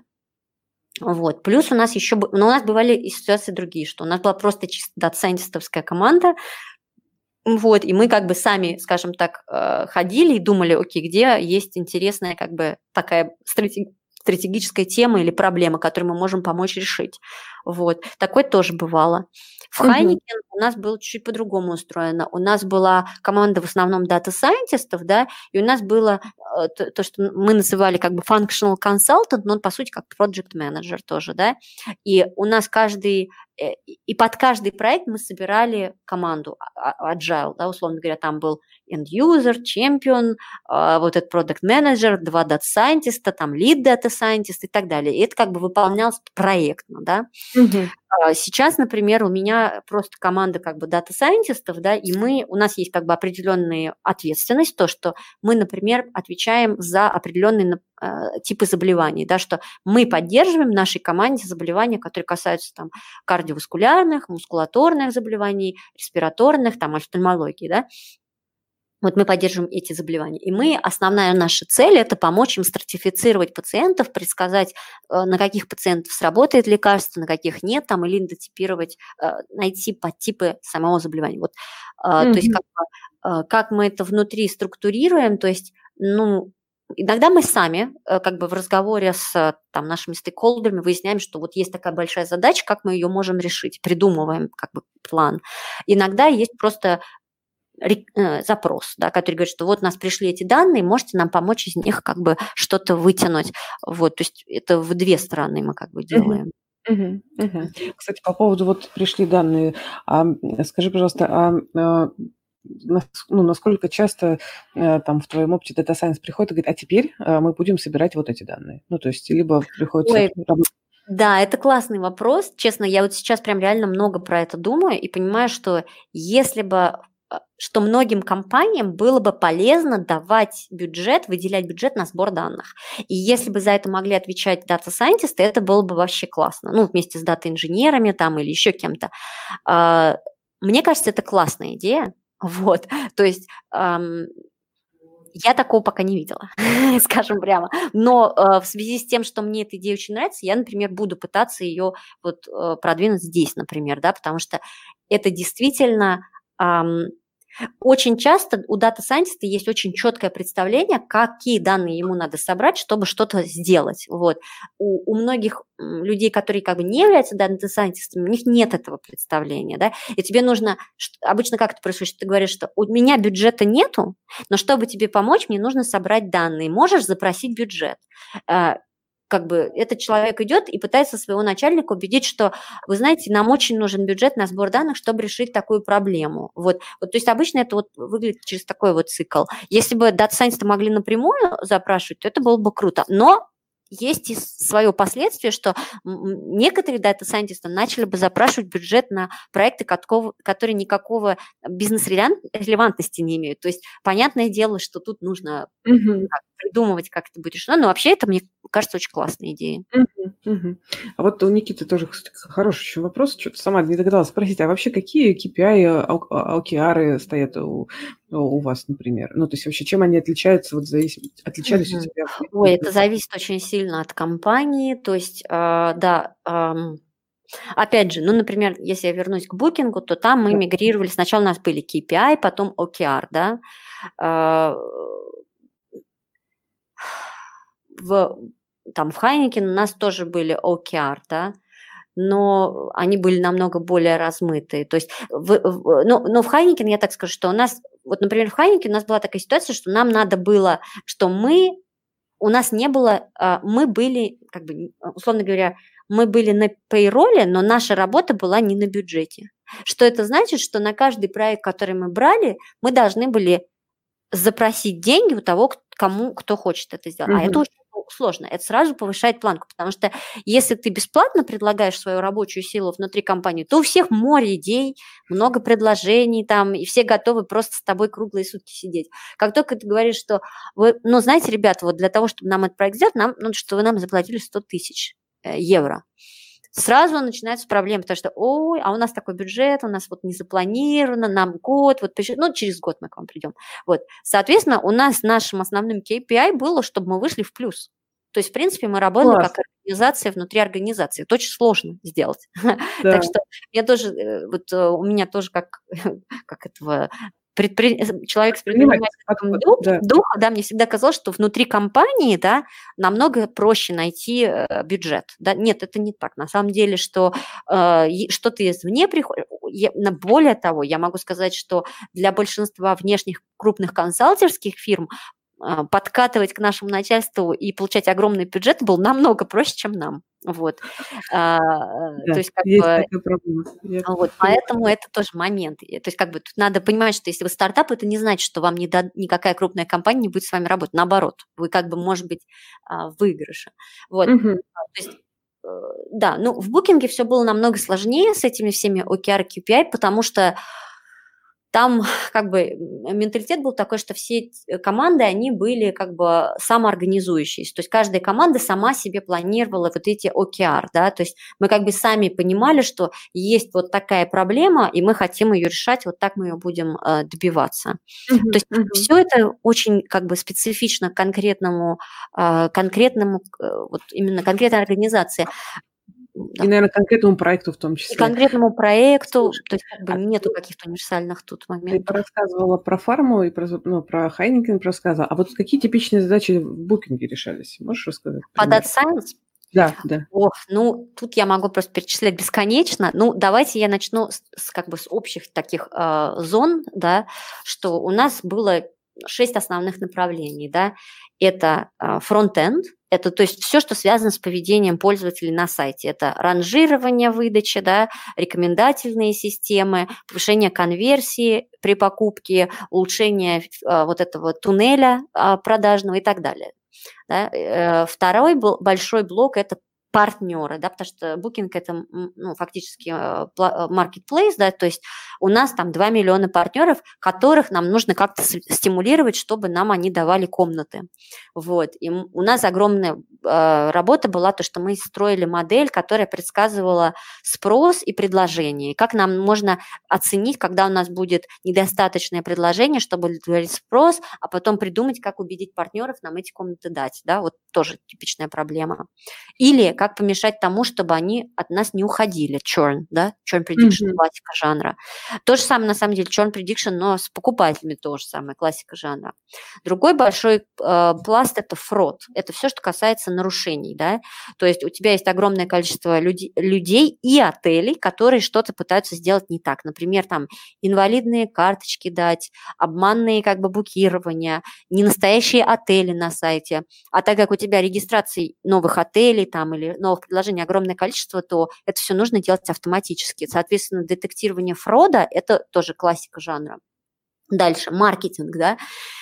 Вот. Плюс у нас еще, но у нас бывали и ситуации другие, что у нас была просто чисто дата-сайентистовская команда. Вот, и мы как бы сами, скажем так, ходили и думали, окей, где есть интересная как бы такая стратегическая тема или проблема, которую мы можем помочь решить. Вот, такое тоже бывало. В Хайникен угу. у нас было чуть по-другому устроено. У нас была команда в основном дата-сайентистов, да, и у нас было то, то, что мы называли как бы functional consultant, но он, по сути, как project manager тоже, да, и у нас каждый, и под каждый проект мы собирали команду agile, да, условно говоря, там был end-user, champion, вот этот product manager, два data-сайентиста, там lead data-сайентист и так далее, и это как бы выполнялось проектно, да. Угу. Сейчас, например, у меня просто команда как бы дата-сайентистов, да, и мы, у нас есть как бы определенная ответственность, то, что мы, например, отвечаем за определенные э, типы заболеваний, да, что мы поддерживаем в нашей команде заболевания, которые касаются там кардиоваскулярных, мускулаторных заболеваний, респираторных, там офтальмологии, да. Вот мы поддерживаем эти заболевания. И мы, основная наша цель – это помочь им стратифицировать пациентов, предсказать, на каких пациентов сработает лекарство, на каких нет, там, или идентифицировать, найти подтипы самого заболевания. Вот, mm-hmm. То есть как, как мы это внутри структурируем, то есть, ну, иногда мы сами как бы в разговоре с там, нашими стейкхолдерами выясняем, что вот есть такая большая задача, как мы ее можем решить, придумываем как бы план. Иногда есть просто запрос, да, который говорит, что вот у нас пришли эти данные, можете нам помочь из них как бы что-то вытянуть. Вот, то есть это в две стороны мы как бы делаем. Uh-huh, uh-huh. Кстати, по поводу вот пришли данные, а, скажи, пожалуйста, а, а ну, насколько часто а, там в твоем опыте Data Science приходит и говорит, а теперь а, мы будем собирать вот эти данные? Ну, то есть либо приходится... Ой. Да, это классный вопрос. Честно, я вот сейчас прям реально много про это думаю и понимаю, что если бы, а, что многим компаниям было бы полезно давать бюджет, выделять бюджет на сбор данных. И если бы за это могли отвечать дата-сайентисты, это было бы вообще классно. Ну, вместе с дата-инженерами там или еще кем-то. А, Мне кажется, это классная идея. Вот, то есть ам, я такого пока не видела, скажем прямо. Но э, в связи с тем, что мне эта идея очень нравится, я, например, буду пытаться ее вот э, продвинуть здесь, например, да, потому что это действительно ам, очень часто у дата-сайентиста есть очень четкое представление, какие данные ему надо собрать, чтобы что-то сделать. Вот. У, у многих м, людей, которые как бы не являются дата-сайентистами, у них нет этого представления. Да? И тебе нужно, ш- обычно как это происходит, что ты говоришь, что у меня бюджета нету, но чтобы тебе помочь, мне нужно собрать данные. Можешь запросить бюджет. Э, Как бы этот человек идет и пытается своего начальника убедить, что, вы знаете, нам очень нужен бюджет на сбор данных, чтобы решить такую проблему. Вот, вот то есть обычно это вот выглядит через такой вот цикл. Если бы дата-сайентисты могли напрямую запрашивать, то это было бы круто. Но есть и свое последствие, что м, некоторые дата-сайентисты начали бы запрашивать бюджет на проекты, какого- которые никакого бизнес-релевантности не имеют. То есть понятное дело, что тут нужно Мгм. как, придумывать, как это будет решено, но вообще это, мне кажется, очень классная идея. Мгм. Мгм. А вот у Никиты тоже, кстати, хороший еще вопрос. Что-то сама не догадалась спросить. А вообще какие кей пи ай, ау- а- океары стоят у, у вас, например? Ну, то есть вообще чем они отличаются? Вот зависит, отличались у Мгм. тебя? в Ой, это предыдущих- зависит очень сильно от компании. То есть, а, да, ам, опять же, ну, например, если я вернусь к букингу, то там мы Да. мигрировали. Сначала у нас были кей пи ай, потом о кей ар, да. А, В, там, в Хайнекен у нас тоже были о кей ар, да, но они были намного более размытые. То есть, в, в- ну, но в Хайнекен, я так скажу, что у нас, вот, например, в Хайнекен у нас была такая ситуация, что нам надо было, что мы у нас не было, а, мы были, как бы, условно говоря, мы были на пейроле, но наша работа была не на бюджете. Что это значит? Что на каждый проект, который мы брали, мы должны были запросить деньги у того, к- кому, кто хочет это сделать. А это Мгм. очень сложно. Это сразу повышает планку, потому что если ты бесплатно предлагаешь свою рабочую силу внутри компании, то у всех море идей, много предложений там, и все готовы просто с тобой круглые сутки сидеть. Как только ты говоришь, что вы, ну, знаете, ребята, вот для того, чтобы нам этот проект сделать, нам, ну, что вы нам заплатили сто тысяч э, евро. Сразу начинаются проблемы, потому что, ой, а у нас такой бюджет, у нас вот не запланировано, нам год, вот, приш- ну, через год мы к вам придем. Вот, соответственно, у нас нашим основным кей пи ай было, чтобы мы вышли в плюс. То есть, в принципе, мы работали Класс. как организация внутри организации. Это очень сложно сделать. Да. Так что я тоже, э, вот э, у меня тоже как, как этого предпри- человек с Предпринимательский предпринимательским подход. дух- Да. духом, да, мне всегда казалось, что внутри компании, да, намного проще найти э, бюджет. Да? Нет, это не так. На самом деле, что э, е- что-то извне приходит. Более того, я могу сказать, что для большинства внешних крупных консалтинговских фирм а, подкатывать к нашему начальству и получать огромный бюджет было намного проще, чем нам. Вот. А, э, То Да. есть как Есть бы такая проблема. Я вот, понимаю. поэтому это тоже момент. И, то есть как бы тут надо понимать, что если вы стартап, это не значит, что вам не да- никакая крупная компания не будет с вами работать. Наоборот, вы как бы, может быть, а, в выигрыше. Вот. Мгм. То есть, э, да, ну, в букинге все было намного сложнее с этими всеми о кей ар и кей пи ай, потому что там как бы м, менталитет был такой, что все эти команды, они были как бы самоорганизующиеся. То есть каждая команда сама себе планировала вот эти о кей ар, да, то есть мы как бы сами понимали, что есть вот такая проблема, и мы хотим ее решать, вот так мы ее будем э, добиваться. Мгм. То есть Мгм. все это очень как бы специфично конкретному, э, конкретному, э, вот именно конкретной организации. И, Да. наверное, конкретному проекту в том И числе. конкретному проекту, Слушай, то есть как бы а нету ты каких-то универсальных тут ты моментов. порассказывала про фарму и про, ну, про Хайнекен рассказывала. А вот какие типичные задачи в букинге решались? Можешь рассказать По Data пример? Science, Да, да. ох, ну, тут я могу просто перечислять бесконечно. Ну, давайте я начну с, с как бы с общих таких э, зон, да, что у нас было шесть основных направлений, да. Это э, фронт-энд, это то есть все, что связано с поведением пользователей на сайте. Это ранжирование выдачи, да, рекомендательные системы, повышение конверсии при покупке, улучшение э, вот этого туннеля э, продажного и так далее. Да. Э, Второй был большой блок – это партнеры, да, потому что Booking – это ну, фактически marketplace, да, то есть у нас там два миллиона партнеров, которых нам нужно как-то стимулировать, чтобы нам они давали комнаты. Вот. И у нас огромная э, работа была, то, что мы строили модель, которая предсказывала спрос и предложение. Как нам можно оценить, когда у нас будет недостаточное предложение, чтобы удовлетворить спрос, а потом придумать, как убедить партнеров нам эти комнаты дать. Да? Вот тоже типичная проблема. Или как помешать тому, чтобы они от нас не уходили. Churn, да? Churn prediction, mm-hmm. классика жанра. То же самое, на самом деле, churn prediction, но с покупателями то же самое, классика жанра. Другой большой э, пласт – это fraud. Это все, что касается нарушений. Да? То есть у тебя есть огромное количество люди, людей и отелей, которые что-то пытаются сделать не так. Например, там инвалидные карточки дать, обманные как бы букирования, ненастоящие отели на сайте. А так как у тебя регистрации новых отелей там, или новых предложений огромное количество, то это все нужно делать автоматически. Соответственно, детектирование фрода – это тоже классика жанра. Дальше, маркетинг, да.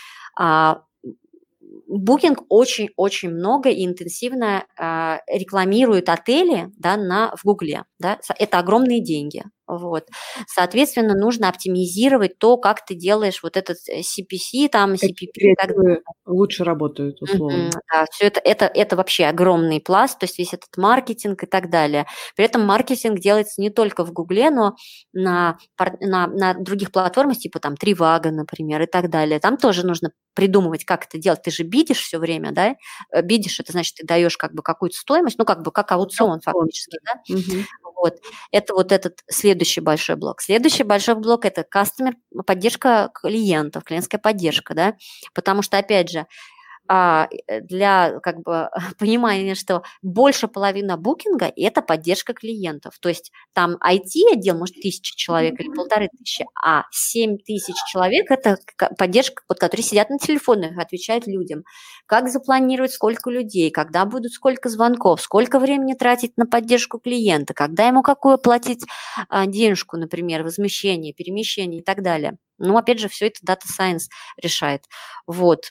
Booking очень-очень много и интенсивно э, рекламирует отели, да, на, в Гугле. Да? Это огромные деньги. Вот. Соответственно, нужно оптимизировать то, как ты делаешь вот этот си пи си, там, си пи пи. Так лучше работают, условно. Mm-hmm, да, все это, это, это вообще огромный пласт, то есть весь этот маркетинг и так далее. При этом маркетинг делается не только в Гугле, но на, на, на других платформах, типа там Trivago, например, и так далее. Там тоже нужно придумывать, как это делать. Ты же бидишь все время, да? Бидишь, это значит, ты даешь как бы какую-то стоимость, ну, как бы как аукцион фактически, да? Mm-hmm. Вот. Это вот этот следующий большой блок. Следующий большой блок – это customer, поддержка клиентов, клиентская поддержка, да, потому что, опять же, для как бы понимания, что больше половины букинга – это поддержка клиентов. То есть там ай ти-отдел, может, тысяча человек или полторы тысячи, а семь тысяч человек – это поддержка, вот, которые сидят на телефонах, отвечают людям. Как запланировать, сколько людей, когда будут сколько звонков, сколько времени тратить на поддержку клиента, когда ему какую платить а, денежку, например, возмещение, перемещение и так далее. Ну, опять же, все это Data Science решает. Вот.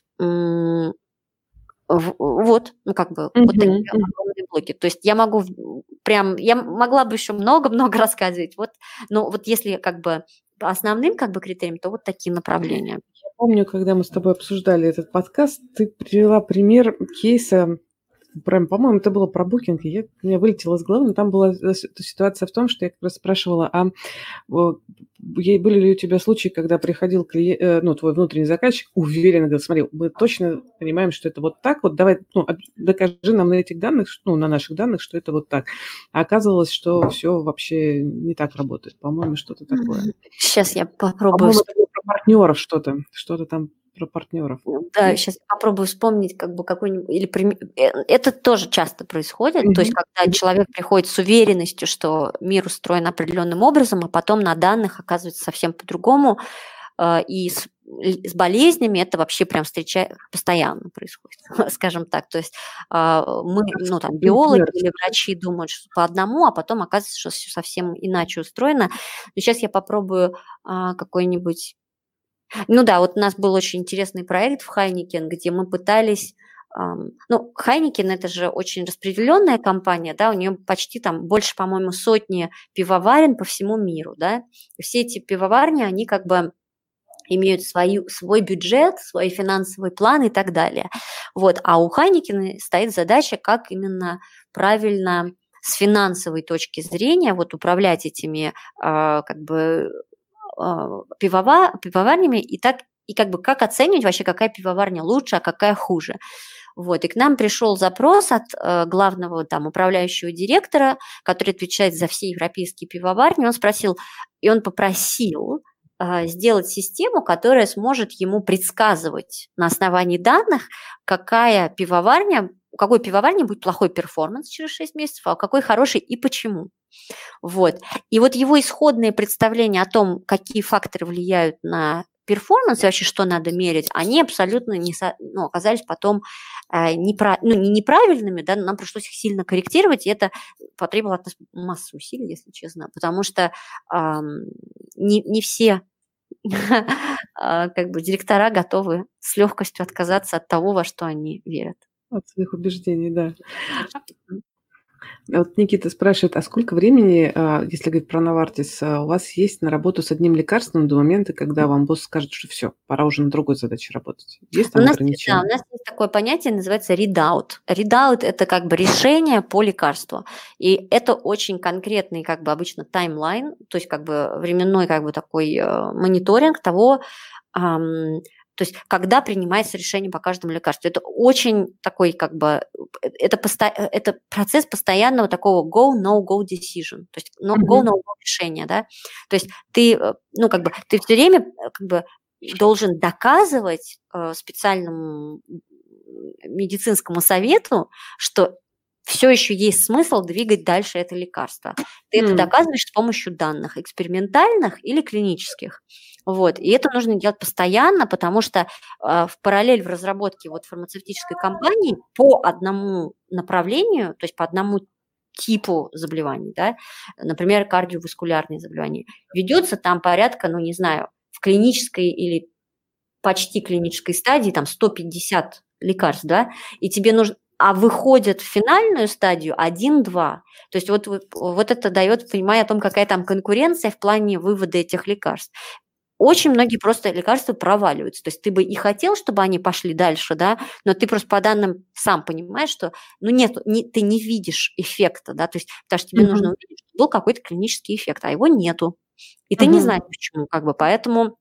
Вот, ну, как бы, uh-huh, вот такие uh-huh. огромные блоки. То есть я могу прям, я могла бы еще много-много рассказывать, вот, но вот если как бы по основным как бы критериям, то вот такие направления. Я помню, когда мы с тобой обсуждали этот подкаст, ты привела пример кейса, прям, по-моему, это было про Booking, и я, у меня вылетело из головы, но там была ситуация в том, что я как раз спрашивала, а были ли у тебя случаи, когда приходил клиент, ну, твой внутренний заказчик, уверенно говорил, смотри, мы точно понимаем, что это вот так, вот давай, ну, докажи нам на этих данных, ну, на наших данных, что это вот так. А оказывалось, что все вообще не так работает, по-моему, что-то такое. Сейчас я попробую. По-моему, это было про партнеров что-то, что-то там про партнеров. Да, Нет? Сейчас попробую вспомнить, как бы какой-нибудь или это тоже часто происходит, mm-hmm. то есть когда mm-hmm. человек приходит с уверенностью, что мир устроен определенным образом, а потом на данных оказывается совсем по-другому, и с, с болезнями это вообще прям встречается постоянно происходит, скажем так. То есть мы, ну там биологи или врачи думают, что по одному, а потом оказывается, что все совсем иначе устроено. Но сейчас я попробую какой-нибудь. Ну да, вот у нас был очень интересный проект в Хайникен, где мы пытались, эм, ну, Хайникен – это же очень распределенная компания, да, у нее почти там больше, по-моему, сотни пивоварен по всему миру, да, и все эти пивоварни, они как бы имеют свою, свой бюджет, свой финансовый план и так далее, вот, а у Хайникена стоит задача, как именно правильно с финансовой точки зрения вот управлять этими, э, как бы, Пивовар, пивоварнями, и так и как бы как оценивать вообще, какая пивоварня лучше, а какая хуже. Вот, и к нам пришел запрос от э, главного там управляющего директора, который отвечает за все европейские пивоварни. Он спросил, и он попросил э, сделать систему, которая сможет ему предсказывать на основании данных, какая пивоварня, у какой пивоварни будет плохой перформанс через шесть месяцев, а у какой хороший и почему. Вот. И вот его исходные представления о том, какие факторы влияют на перформанс и вообще что надо мерить, они абсолютно не, ну, оказались потом э, непра, ну, не неправильными, да, нам пришлось их сильно корректировать, и это потребовало от нас массу усилий, если честно, потому что э, не, не все как бы директора готовы с легкостью отказаться от того, во что они верят. От своих убеждений, да. Вот Никита спрашивает, а сколько времени, а, если говорить про Novartis, а, у вас есть на работу с одним лекарством до момента, когда вам босс скажет, что все, пора уже на другой задаче работать? Есть У там нас, да, у ограничения? нас есть такое понятие, называется readout. Readout – это как бы решение по лекарству. И это очень конкретный, как бы обычно, таймлайн, то есть как бы временной как бы такой э, мониторинг того, ам, то есть когда принимается решение по каждому лекарству. Это очень такой как бы, э, это, посто- э, это процесс постоянного такого go, no, go decision, то есть no, go, Мгм. no, go решения, да. То есть ты, э, ну как бы, ты все время э, как бы должен доказывать э, специальному медицинскому совету, что все еще есть смысл двигать дальше это лекарство. Ты это М. доказываешь с помощью данных, экспериментальных или клинических. Вот. И это нужно делать постоянно, потому что э, в параллель в разработке вот фармацевтической компании по одному направлению, то есть по одному типу заболеваний, да, например, кардиоваскулярные заболевания, ведется там порядка, ну не знаю, в клинической или почти клинической стадии, там сто пятьдесят лекарств, да, и тебе нужно, а выходят в финальную стадию один-два. То есть вот, вот, вот это дает понимание о том, какая там конкуренция в плане вывода этих лекарств. Очень многие просто лекарства проваливаются. То есть ты бы и хотел, чтобы они пошли дальше, да, но ты просто по данным сам понимаешь, что ну нет, не, ты не видишь эффекта, да, то есть потому что тебе нужно Мгм. увидеть, что был какой-то клинический эффект, а его нету. И ты не Мгм. знаешь почему, как бы, поэтому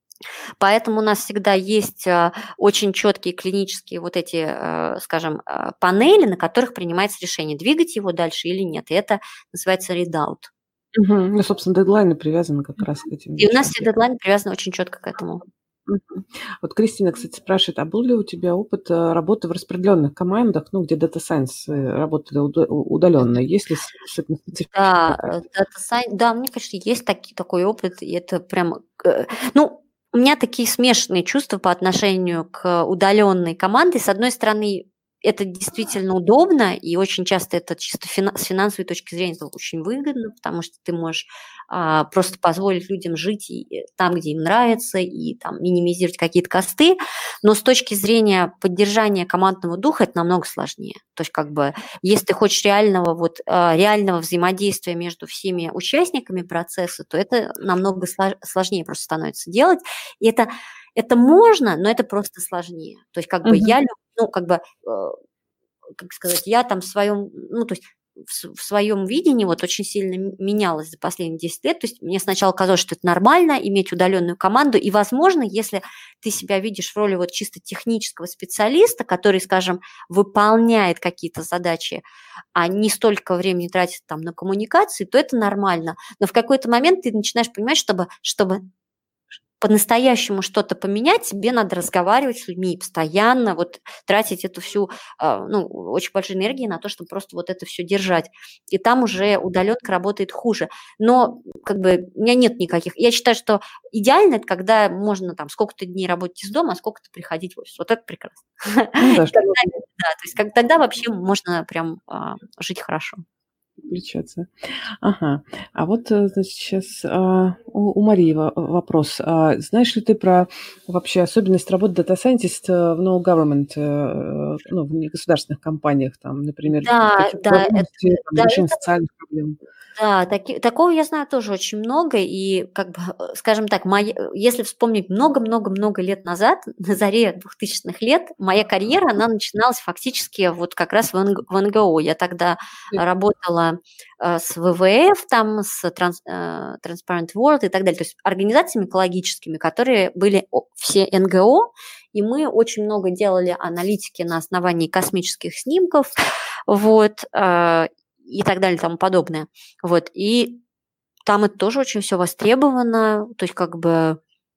Поэтому у нас всегда есть а, очень четкие клинические вот эти, а, скажем, а, панели, на которых принимается решение, двигать его дальше или нет. И это называется readout. Мгм. Ну, собственно, дедлайны привязаны как раз к этим И у нас вещам. все дедлайны привязаны очень четко к этому. Мгм. Вот Кристина, кстати, спрашивает, а был ли у тебя опыт э, работы в распределенных командах, ну, где Data Science э, работали удаленно? Есть ли с с этим специфика Да, какая-то? э, data sci- да, мне кажется, есть таки, такой опыт, и это прям, э, ну, у меня такие смешанные чувства по отношению к удаленной команде. С одной стороны, это действительно удобно, и очень часто это чисто фина- с финансовой точки зрения это очень выгодно, потому что ты можешь а, просто позволить людям жить и, э, там, где им нравится, и там минимизировать какие-то косты. Но с точки зрения поддержания командного духа это намного сложнее. То есть как бы если ты хочешь реального, вот, а, реального взаимодействия между всеми участниками процесса, то это намного слож- сложнее просто становится делать. И это, это можно, но это просто сложнее. То есть как бы Мгм. я, люб- ну как бы, э, как сказать, я там в своем, ну то есть в, с- в своем видении вот очень сильно м- менялась за последние десять лет. То есть мне сначала казалось, что это нормально иметь удаленную команду, и, возможно, если ты себя видишь в роли вот чисто технического специалиста, который, скажем, выполняет какие-то задачи, а не столько времени тратит там на коммуникации, то это нормально. Но в какой-то момент ты начинаешь понимать, чтобы, чтобы по-настоящему что-то поменять, тебе надо разговаривать с людьми постоянно, вот тратить эту всю, а, ну, очень большую энергию на то, чтобы просто вот это все держать. И там уже удаленка работает хуже. Но как бы у меня нет никаких... Я считаю, что идеально это когда можно там сколько-то дней работать из дома, а сколько-то приходить в офис. Вот это прекрасно. Ну да, И тогда, чтобы да, то есть как, тогда вообще можно прям а, жить хорошо. включаться. Ага. А вот, э, значит, сейчас а, у, у Марии во- вопрос. А знаешь ли ты про вообще особенность работы Data Scientist э, в no government, э, ну, в негосударственных компаниях, там, например, Да, какие-то да, это, сложности, там, да, решение социальных проблем? Да, таки такого я знаю тоже очень много. И как бы, э, скажем так, моя если вспомнить много-много-много лет назад, на заре двухтысячных лет, моя карьера, она начиналась фактически вот как раз в НГ в эн гэ о. Я тогда работала, э, с вэ вэ эф, там, с Транс э, Transparent World и так далее, то есть организациями экологическими, которые были о все эн гэ о, и мы очень много делали аналитики на основании космических снимков, вот, э, и так далее, и тому подобное. Вот, и там это тоже очень все востребовано, то есть как бы,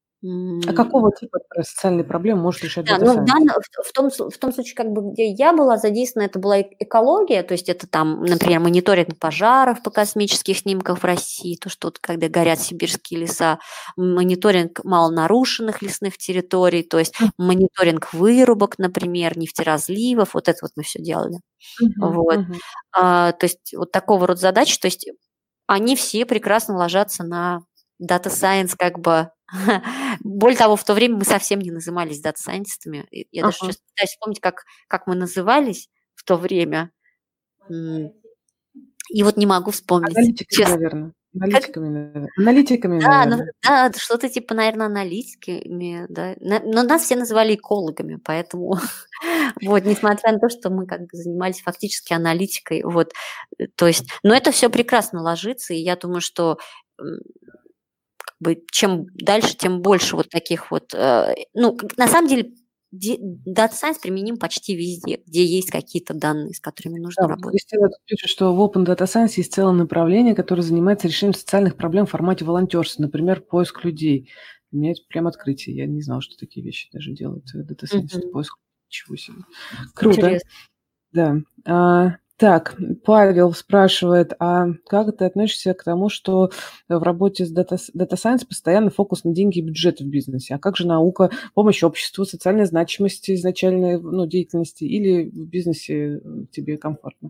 А м, какого типа например, социальные проблемы может решать да, Data ну в Science? данном в в том сл в том случае, как бы, где я была задействована, это была эк экология, то есть это там, например, мониторинг пожаров по космических снимках в России, то, что вот когда горят сибирские леса, мониторинг малонарушенных лесных территорий, то есть М, мониторинг вырубок, например, нефтеразливов, вот это вот мы все делали. мгм, Вот, мгм. а, то есть вот такого рода задачи, то есть они все прекрасно ложатся на data science, как бы. Более того, в то время мы совсем не назывались дата-сайентистами. И я даже Ага. сейчас пытаюсь вспомнить, как как мы назывались в то время. М. И вот не могу вспомнить, Аналитиками, честно. наверное. Аналитиками, наверное. Аналитиками, Да, ну наверное. да, что-то типа, наверное, аналитиками, да. На но нас все называли экологами, поэтому вот, несмотря на то, что мы как бы занимались фактически аналитикой, вот, э, то есть, но это все прекрасно ложится, и я думаю, что, м, как бы чем дальше, тем больше вот таких вот, э, ну, как на самом деле, де Data Science применим почти везде, где есть какие-то данные, с которыми нужно Да, вот работать. Кристина тут пишет, что в Open Data Science есть целое направление, которое занимается решением социальных проблем в формате волонтерства, например, поиск людей. Для меня это прям открытие. Я не знала, что такие вещи даже делают в Data Science. Мгм. Поиск. Ничего себе. Круто. Интересно. Да. А, так, Павел спрашивает, а как ты относишься к тому, что в работе с Data, Data Science постоянно фокус на деньги и бюджет в бизнесе? А как же наука, помощь обществу, социальная значимость изначальной, ну, деятельности или в бизнесе тебе комфортно?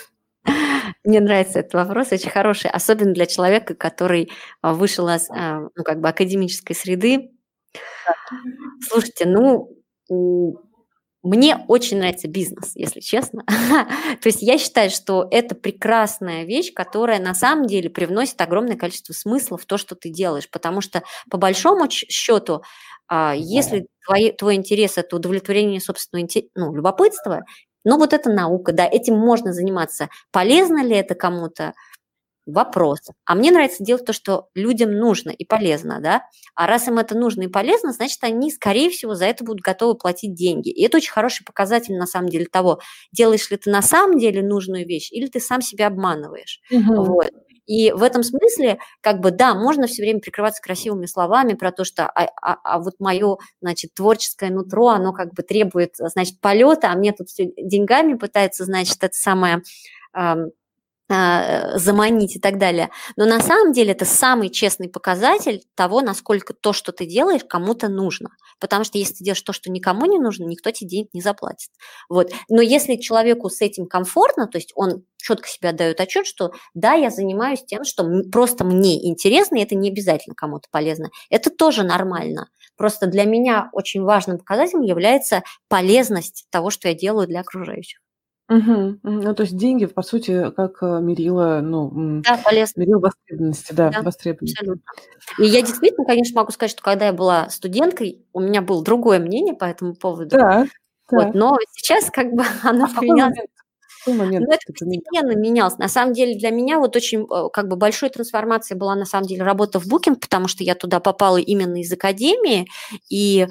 Мне нравится этот вопрос, очень хороший, особенно для человека, который а, вышел из, а, ну, как бы академической среды. Слушайте, ну, м, мне очень нравится бизнес, если честно. То есть я считаю, что это прекрасная вещь, которая на самом деле привносит огромное количество смысла в то, что ты делаешь, потому что по большому ч- счету, а, если твои, твой интерес – это удовлетворение собственного инте- ну, любопытства, ну вот это наука, да, этим можно заниматься. Полезно ли это кому-то? Вопрос. А мне нравится делать то, что людям нужно и полезно, да? А раз им это нужно и полезно, значит, они, скорее всего, за это будут готовы платить деньги. И это очень хороший показатель, на самом деле, того, делаешь ли ты на самом деле нужную вещь или ты сам себя обманываешь. Мгм. Вот. И в этом смысле, как бы, да, можно все время прикрываться красивыми словами про то, что а, а- а вот мое, значит, творческое нутро, оно как бы требует, значит, полета, а мне тут все деньгами пытается, значит, это самое ам, а, заманить и так далее. Но на самом деле это самый честный показатель того, насколько то, что ты делаешь, кому-то нужно. Потому что если ты делаешь то, что никому не нужно, никто тебе денег не заплатит. Вот. Но если человеку с этим комфортно, то есть он четко себе отдает отчет, что да, я занимаюсь тем, что м- просто мне интересно, и это не обязательно кому-то полезно, это тоже нормально. Просто для меня очень важным показателем является полезность того, что я делаю для окружающих. Мгм. Мгм. Ну, то есть деньги, по сути, как э, мерило, ну, м, Да, полезно. мерило востребованности, да, Да, востребованности. абсолютно. И я действительно, конечно, могу сказать, что когда я была студенткой, у меня было другое мнение по этому поводу. Так, Вот, так. но сейчас как бы оно А в какой поменялось. момент, в какой Но момент это ты поменяла? постепенно менялось. На самом деле для меня вот очень э, как бы большой трансформацией была на самом деле работа в Booking, потому что я туда попала именно из академии, и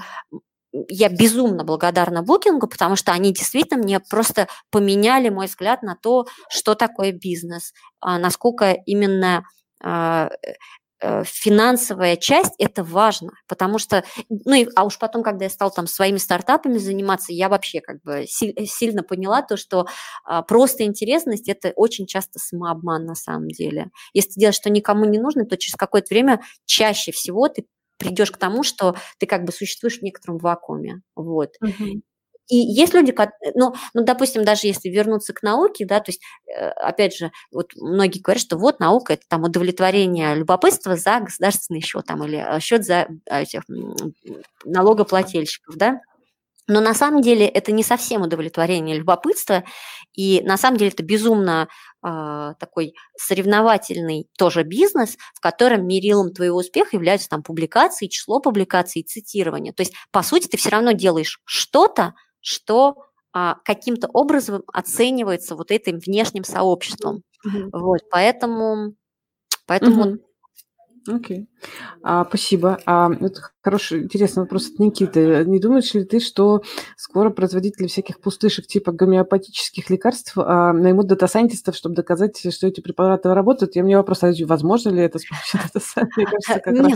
я безумно благодарна Букингу, потому что они действительно мне просто поменяли мой взгляд на то, что такое бизнес, а, насколько именно а, э, финансовая часть – это важно, потому что, ну, и, а уж потом, когда я стала там своими стартапами заниматься, я вообще как бы си- сильно поняла то, что а, просто интересность – это очень часто самообман на самом деле. Если ты делаешь, что никому не нужно, то через какое-то время чаще всего ты придешь к тому, что ты как бы существуешь в некотором вакууме, вот. Мгм. И есть люди, кот ну ну, допустим, даже если вернуться к науке, да, то есть, э, опять же, вот многие говорят, что вот наука – это там удовлетворение любопытства за государственный счет там или, э, счет за, а, этих, м, налогоплательщиков, да. Но на самом деле это не совсем удовлетворение любопытства, и на самом деле это безумно, а, такой соревновательный тоже бизнес, в котором мерилом твоего успеха являются там публикации, число публикаций и цитирование. То есть, по сути, ты все равно делаешь что-то, что, а, каким-то образом оценивается вот этим внешним сообществом. Мгм. Вот, поэтому поэтому вот. Мгм. Окей. А, спасибо. А, это хороший, интересный вопрос от Никиты. Не думаешь ли ты, что скоро производители всяких пустышек типа гомеопатических лекарств а, наймут дата-сайентистов, чтобы доказать, что эти препараты работают? И у меня вопрос, а возможно ли это с помощью дата-сайентистов? Мне кажется, как раз... Нет.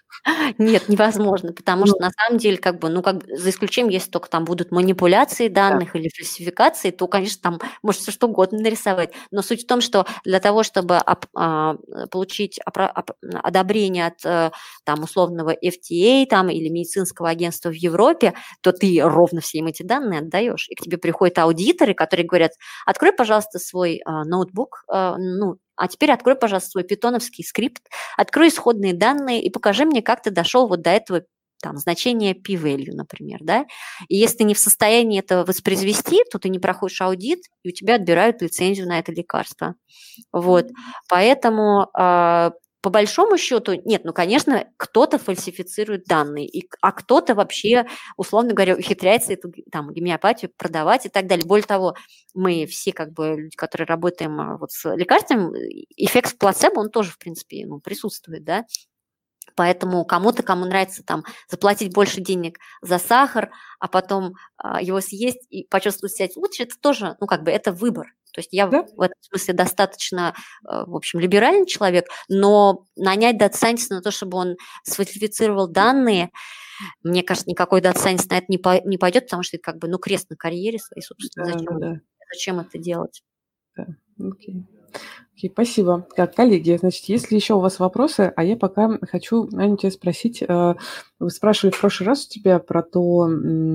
Нет, невозможно, потому Ну, что на самом деле, как бы, ну, как бы, за исключением, если только там будут манипуляции да. данных или фальсификации, то, конечно, там может все что угодно нарисовать. Но суть в том, что для того, чтобы оп- а, получить опра- оп- одобрение от э, там условного эф ти эй там, или медицинского агентства в Европе, то ты ровно все им эти данные отдаешь. И к тебе приходят аудиторы, которые говорят: открой, пожалуйста, свой а, ноутбук, а, ну, а теперь открой, пожалуйста, свой питоновский скрипт, открой исходные данные и покажи мне, как ты дошел вот до этого там, значение p-value, например, да, и если ты не в состоянии это воспроизвести, то ты не проходишь аудит, и у тебя отбирают лицензию на это лекарство. Вот, поэтому э, по большому счету, нет, ну, конечно, кто-то фальсифицирует данные, и, а кто-то вообще, условно говоря, ухитряется эту там, гомеопатию продавать и так далее. Более того, мы все, как бы, люди, которые работаем вот с лекарствами, эффект плацебо, он тоже, в принципе, ну, присутствует, да. Поэтому кому-то, кому нравится там заплатить больше денег за сахар, а потом а, его съесть и почувствовать себя лучше, это тоже, ну, как бы, это выбор. То есть я Да. в этом смысле достаточно, в общем, либеральный человек, но нанять дата-сайентиста на то, чтобы он сфальсифицировал данные, мне кажется, никакой дата-сайентист на это не, по, не пойдет, потому что это как бы, ну, крест на карьере своей, собственно, Да, зачем, да, да. зачем это делать? Да. Окей. Окей, спасибо. Так, коллеги, значит, есть ли еще у вас вопросы? А я пока хочу, Аня, тебя спросить. Вы спрашивали в прошлый раз у тебя про то,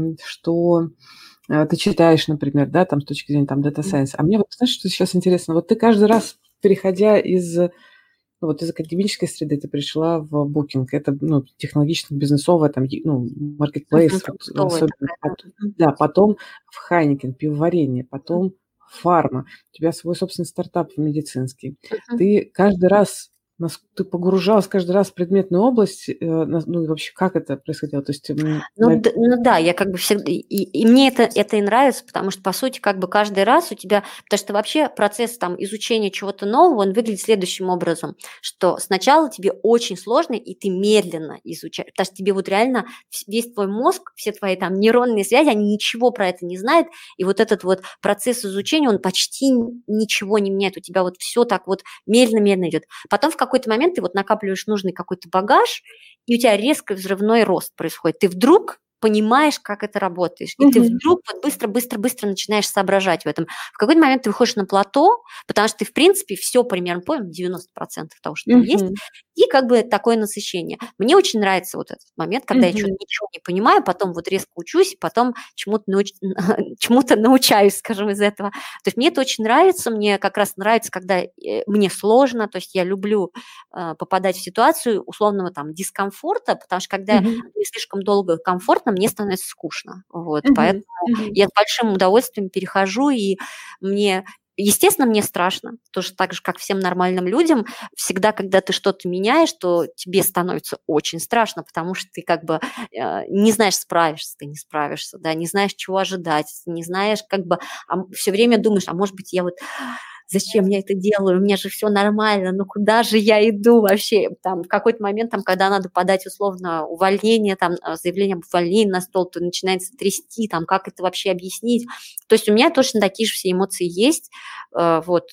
что ты читаешь, например, да, там с точки зрения там Data Science. А мне вот, знаешь, что сейчас интересно? Вот ты каждый раз, переходя из, вот, из академической среды, ты пришла в Booking. Это, ну, технологично-бизнесовая, там, ну, маркетплейс. Uh-huh, вот, особенно, потом, да, потом в Хайникен, пивоварение, потом фарма, у тебя свой собственный стартап медицинский. Uh-huh. Ты каждый раз, ты погружалась каждый раз в предметную область, ну и вообще как это происходило? То есть, ну, на... да, ну да, я как бы всегда, и, и мне это, это и нравится, потому что, по сути, как бы каждый раз у тебя, потому что вообще процесс там изучения чего-то нового, он выглядит следующим образом, что сначала тебе очень сложно, и ты медленно изучаешь, потому что тебе вот реально весь твой мозг, все твои там нейронные связи, они ничего про это не знают, и вот этот вот процесс изучения, он почти ничего не меняет, у тебя вот все так вот медленно-медленно идет. Потом в какой-то момент ты вот накапливаешь нужный какой-то багаж, и у тебя резко взрывной рост происходит. Ты вдруг понимаешь, как это работает, и mm-hmm. ты вдруг вот быстро-быстро-быстро начинаешь соображать в этом. В какой-то момент ты выходишь на плато, потому что ты, в принципе, все примерно понял, девяносто процентов того, что там mm-hmm. есть, и как бы такое насыщение. Мне очень нравится вот этот момент, когда mm-hmm. я что-то ничего не понимаю, потом вот резко учусь, и потом чему-то, науч... чему-то научаюсь, скажем, из этого. То есть мне это очень нравится, мне как раз нравится, когда мне сложно, то есть я люблю э, попадать в ситуацию условного там дискомфорта, потому что когда mm-hmm. мне слишком долго комфортно, мне становится скучно. Вот. Uh-huh. Поэтому uh-huh. я с большим удовольствием перехожу, и мне, естественно, мне страшно. Тоже так же, как всем нормальным людям, всегда, когда ты что-то меняешь, то тебе становится очень страшно, потому что ты как бы э, не знаешь, справишься ты, не справишься, да, не знаешь, чего ожидать, не знаешь, как бы, а все время думаешь, а может быть, я вот... Зачем я это делаю? У меня же все нормально, ну куда же я иду вообще? Там в какой-то момент, там, когда надо подать условно увольнение, там, заявление об увольнении на стол, то начинается трясти, там, как это вообще объяснить? То есть у меня точно такие же все эмоции есть, вот,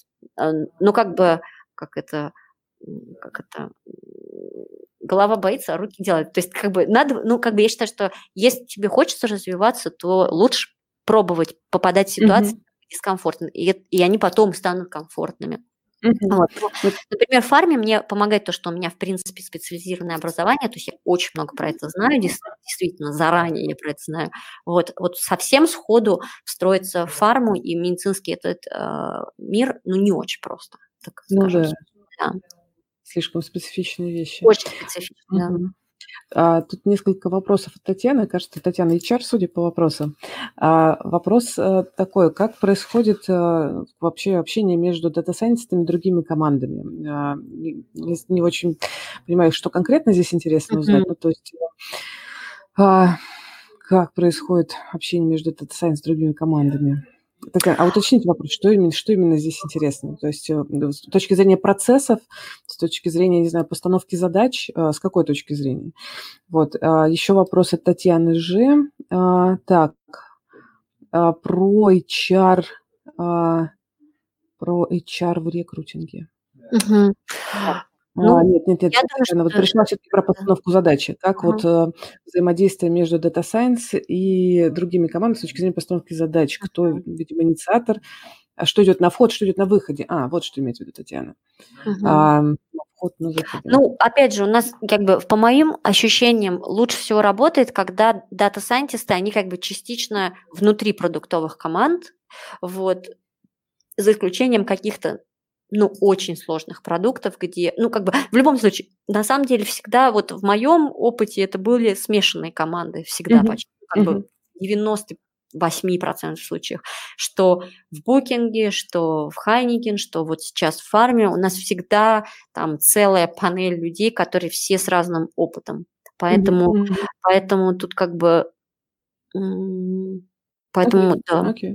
ну как бы, как это, как это, голова боится, а руки делают. То есть как бы надо, ну как бы я считаю, что если тебе хочется развиваться, то лучше пробовать попадать в ситуации, mm-hmm. дискомфортно, и, и они потом станут комфортными. Uh-huh. Вот. Ну, например, в фарме мне помогает то, что у меня, в принципе, специализированное образование, то есть я очень много про это знаю, действительно, заранее я про это знаю. Вот, вот совсем сходу встроиться в фарму и медицинский этот э, мир, ну, не очень просто, так ну, скажем. Да. Да. Слишком специфичные вещи. Очень специфичные, uh-huh. да. А, тут несколько вопросов от Татьяны. Кажется, Татьяна эйч ар, судя по вопросам. А, вопрос а, такой, как происходит а, вообще общение между дата-сайентистами и другими командами? А, не, не очень понимаю, что конкретно здесь интересно узнать. Mm-hmm. Ну, то есть, а, как происходит общение между дата-сайентистами и другими командами? Такая, а уточните вопрос, что именно, что именно здесь интересно? То есть с точки зрения процессов, с точки зрения, не знаю, постановки задач, с какой точки зрения? Вот. Еще вопрос от Татьяны Ж. Так, про эйч ар, про эйч ар в рекрутинге. Угу. Ну, а, нет, нет, нет, думаю, вот пришла все-таки про постановку задачи. Как uh-huh. вот э, взаимодействие между Data Science и другими командами с точки зрения постановки задач? Кто, uh-huh. видимо, инициатор? А что идет на вход, что идет на выходе? А, вот что имеет в виду Татьяна. Uh-huh. А, на вход, на выходе. Ну, опять же, у нас, как бы, по моим ощущениям, лучше всего работает, когда Data Scientist, они как бы частично внутри продуктовых команд, вот, за исключением каких-то ну, очень сложных продуктов, где, ну, как бы, в любом случае, на самом деле, всегда, вот в моем опыте это были смешанные команды, всегда Мгм. почти, как бы, Мгм. в девяноста восьми процентах случаев, что в Booking, что в Heineken, что вот сейчас в фарме, у нас всегда там целая панель людей, которые все с разным опытом. Мгм. Поэтому, Мгм. поэтому тут как бы, м, Окей, поэтому, да. окей.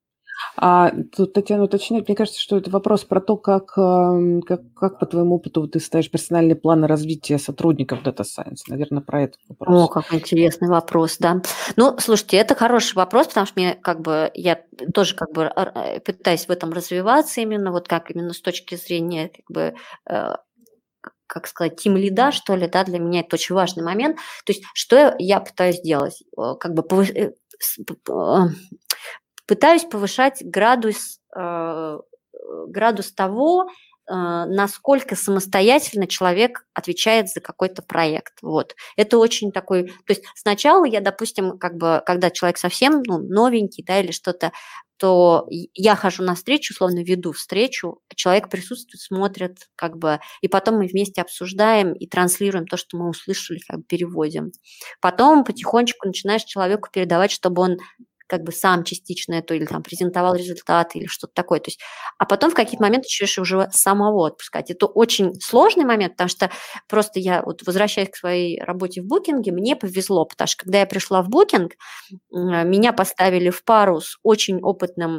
А тут Татьяна уточняет, мне кажется, что это вопрос про то, как, ам, как, как по твоему опыту ты ставишь персональные планы развития сотрудников Data Science. Наверное, про этот О, вопрос. какой интересный вопрос, да. Ну, слушайте, это хороший вопрос, потому что мне как бы я тоже как бы р- р- пытаюсь в этом развиваться именно вот как именно с точки зрения как бы э, как сказать, тим-лида, что ли, да, для меня это очень важный момент. То есть что я пытаюсь делать? Э, Как бы повыш- э, с- п- п- э, пытаюсь повышать градус, э, э, градус того, э, насколько самостоятельно человек отвечает за какой-то проект. Вот. Это очень такой... То есть сначала я, допустим, как бы, когда человек совсем ну, новенький, да, или что-то, то и- я хожу на встречу, условно веду встречу, человек присутствует, смотрит, как бы, и потом мы вместе обсуждаем и транслируем то, что мы услышали, как бы переводим. Потом потихонечку начинаешь человеку передавать, чтобы он как бы сам частично это или там презентовал результаты или что-то такое. То есть, а потом в какие-то моменты начинаешь уже самого отпускать. Это очень сложный момент, потому что просто я, вот возвращаясь к своей работе в Букинге, мне повезло, потому что когда я пришла в Букинг, меня поставили в пару с очень опытным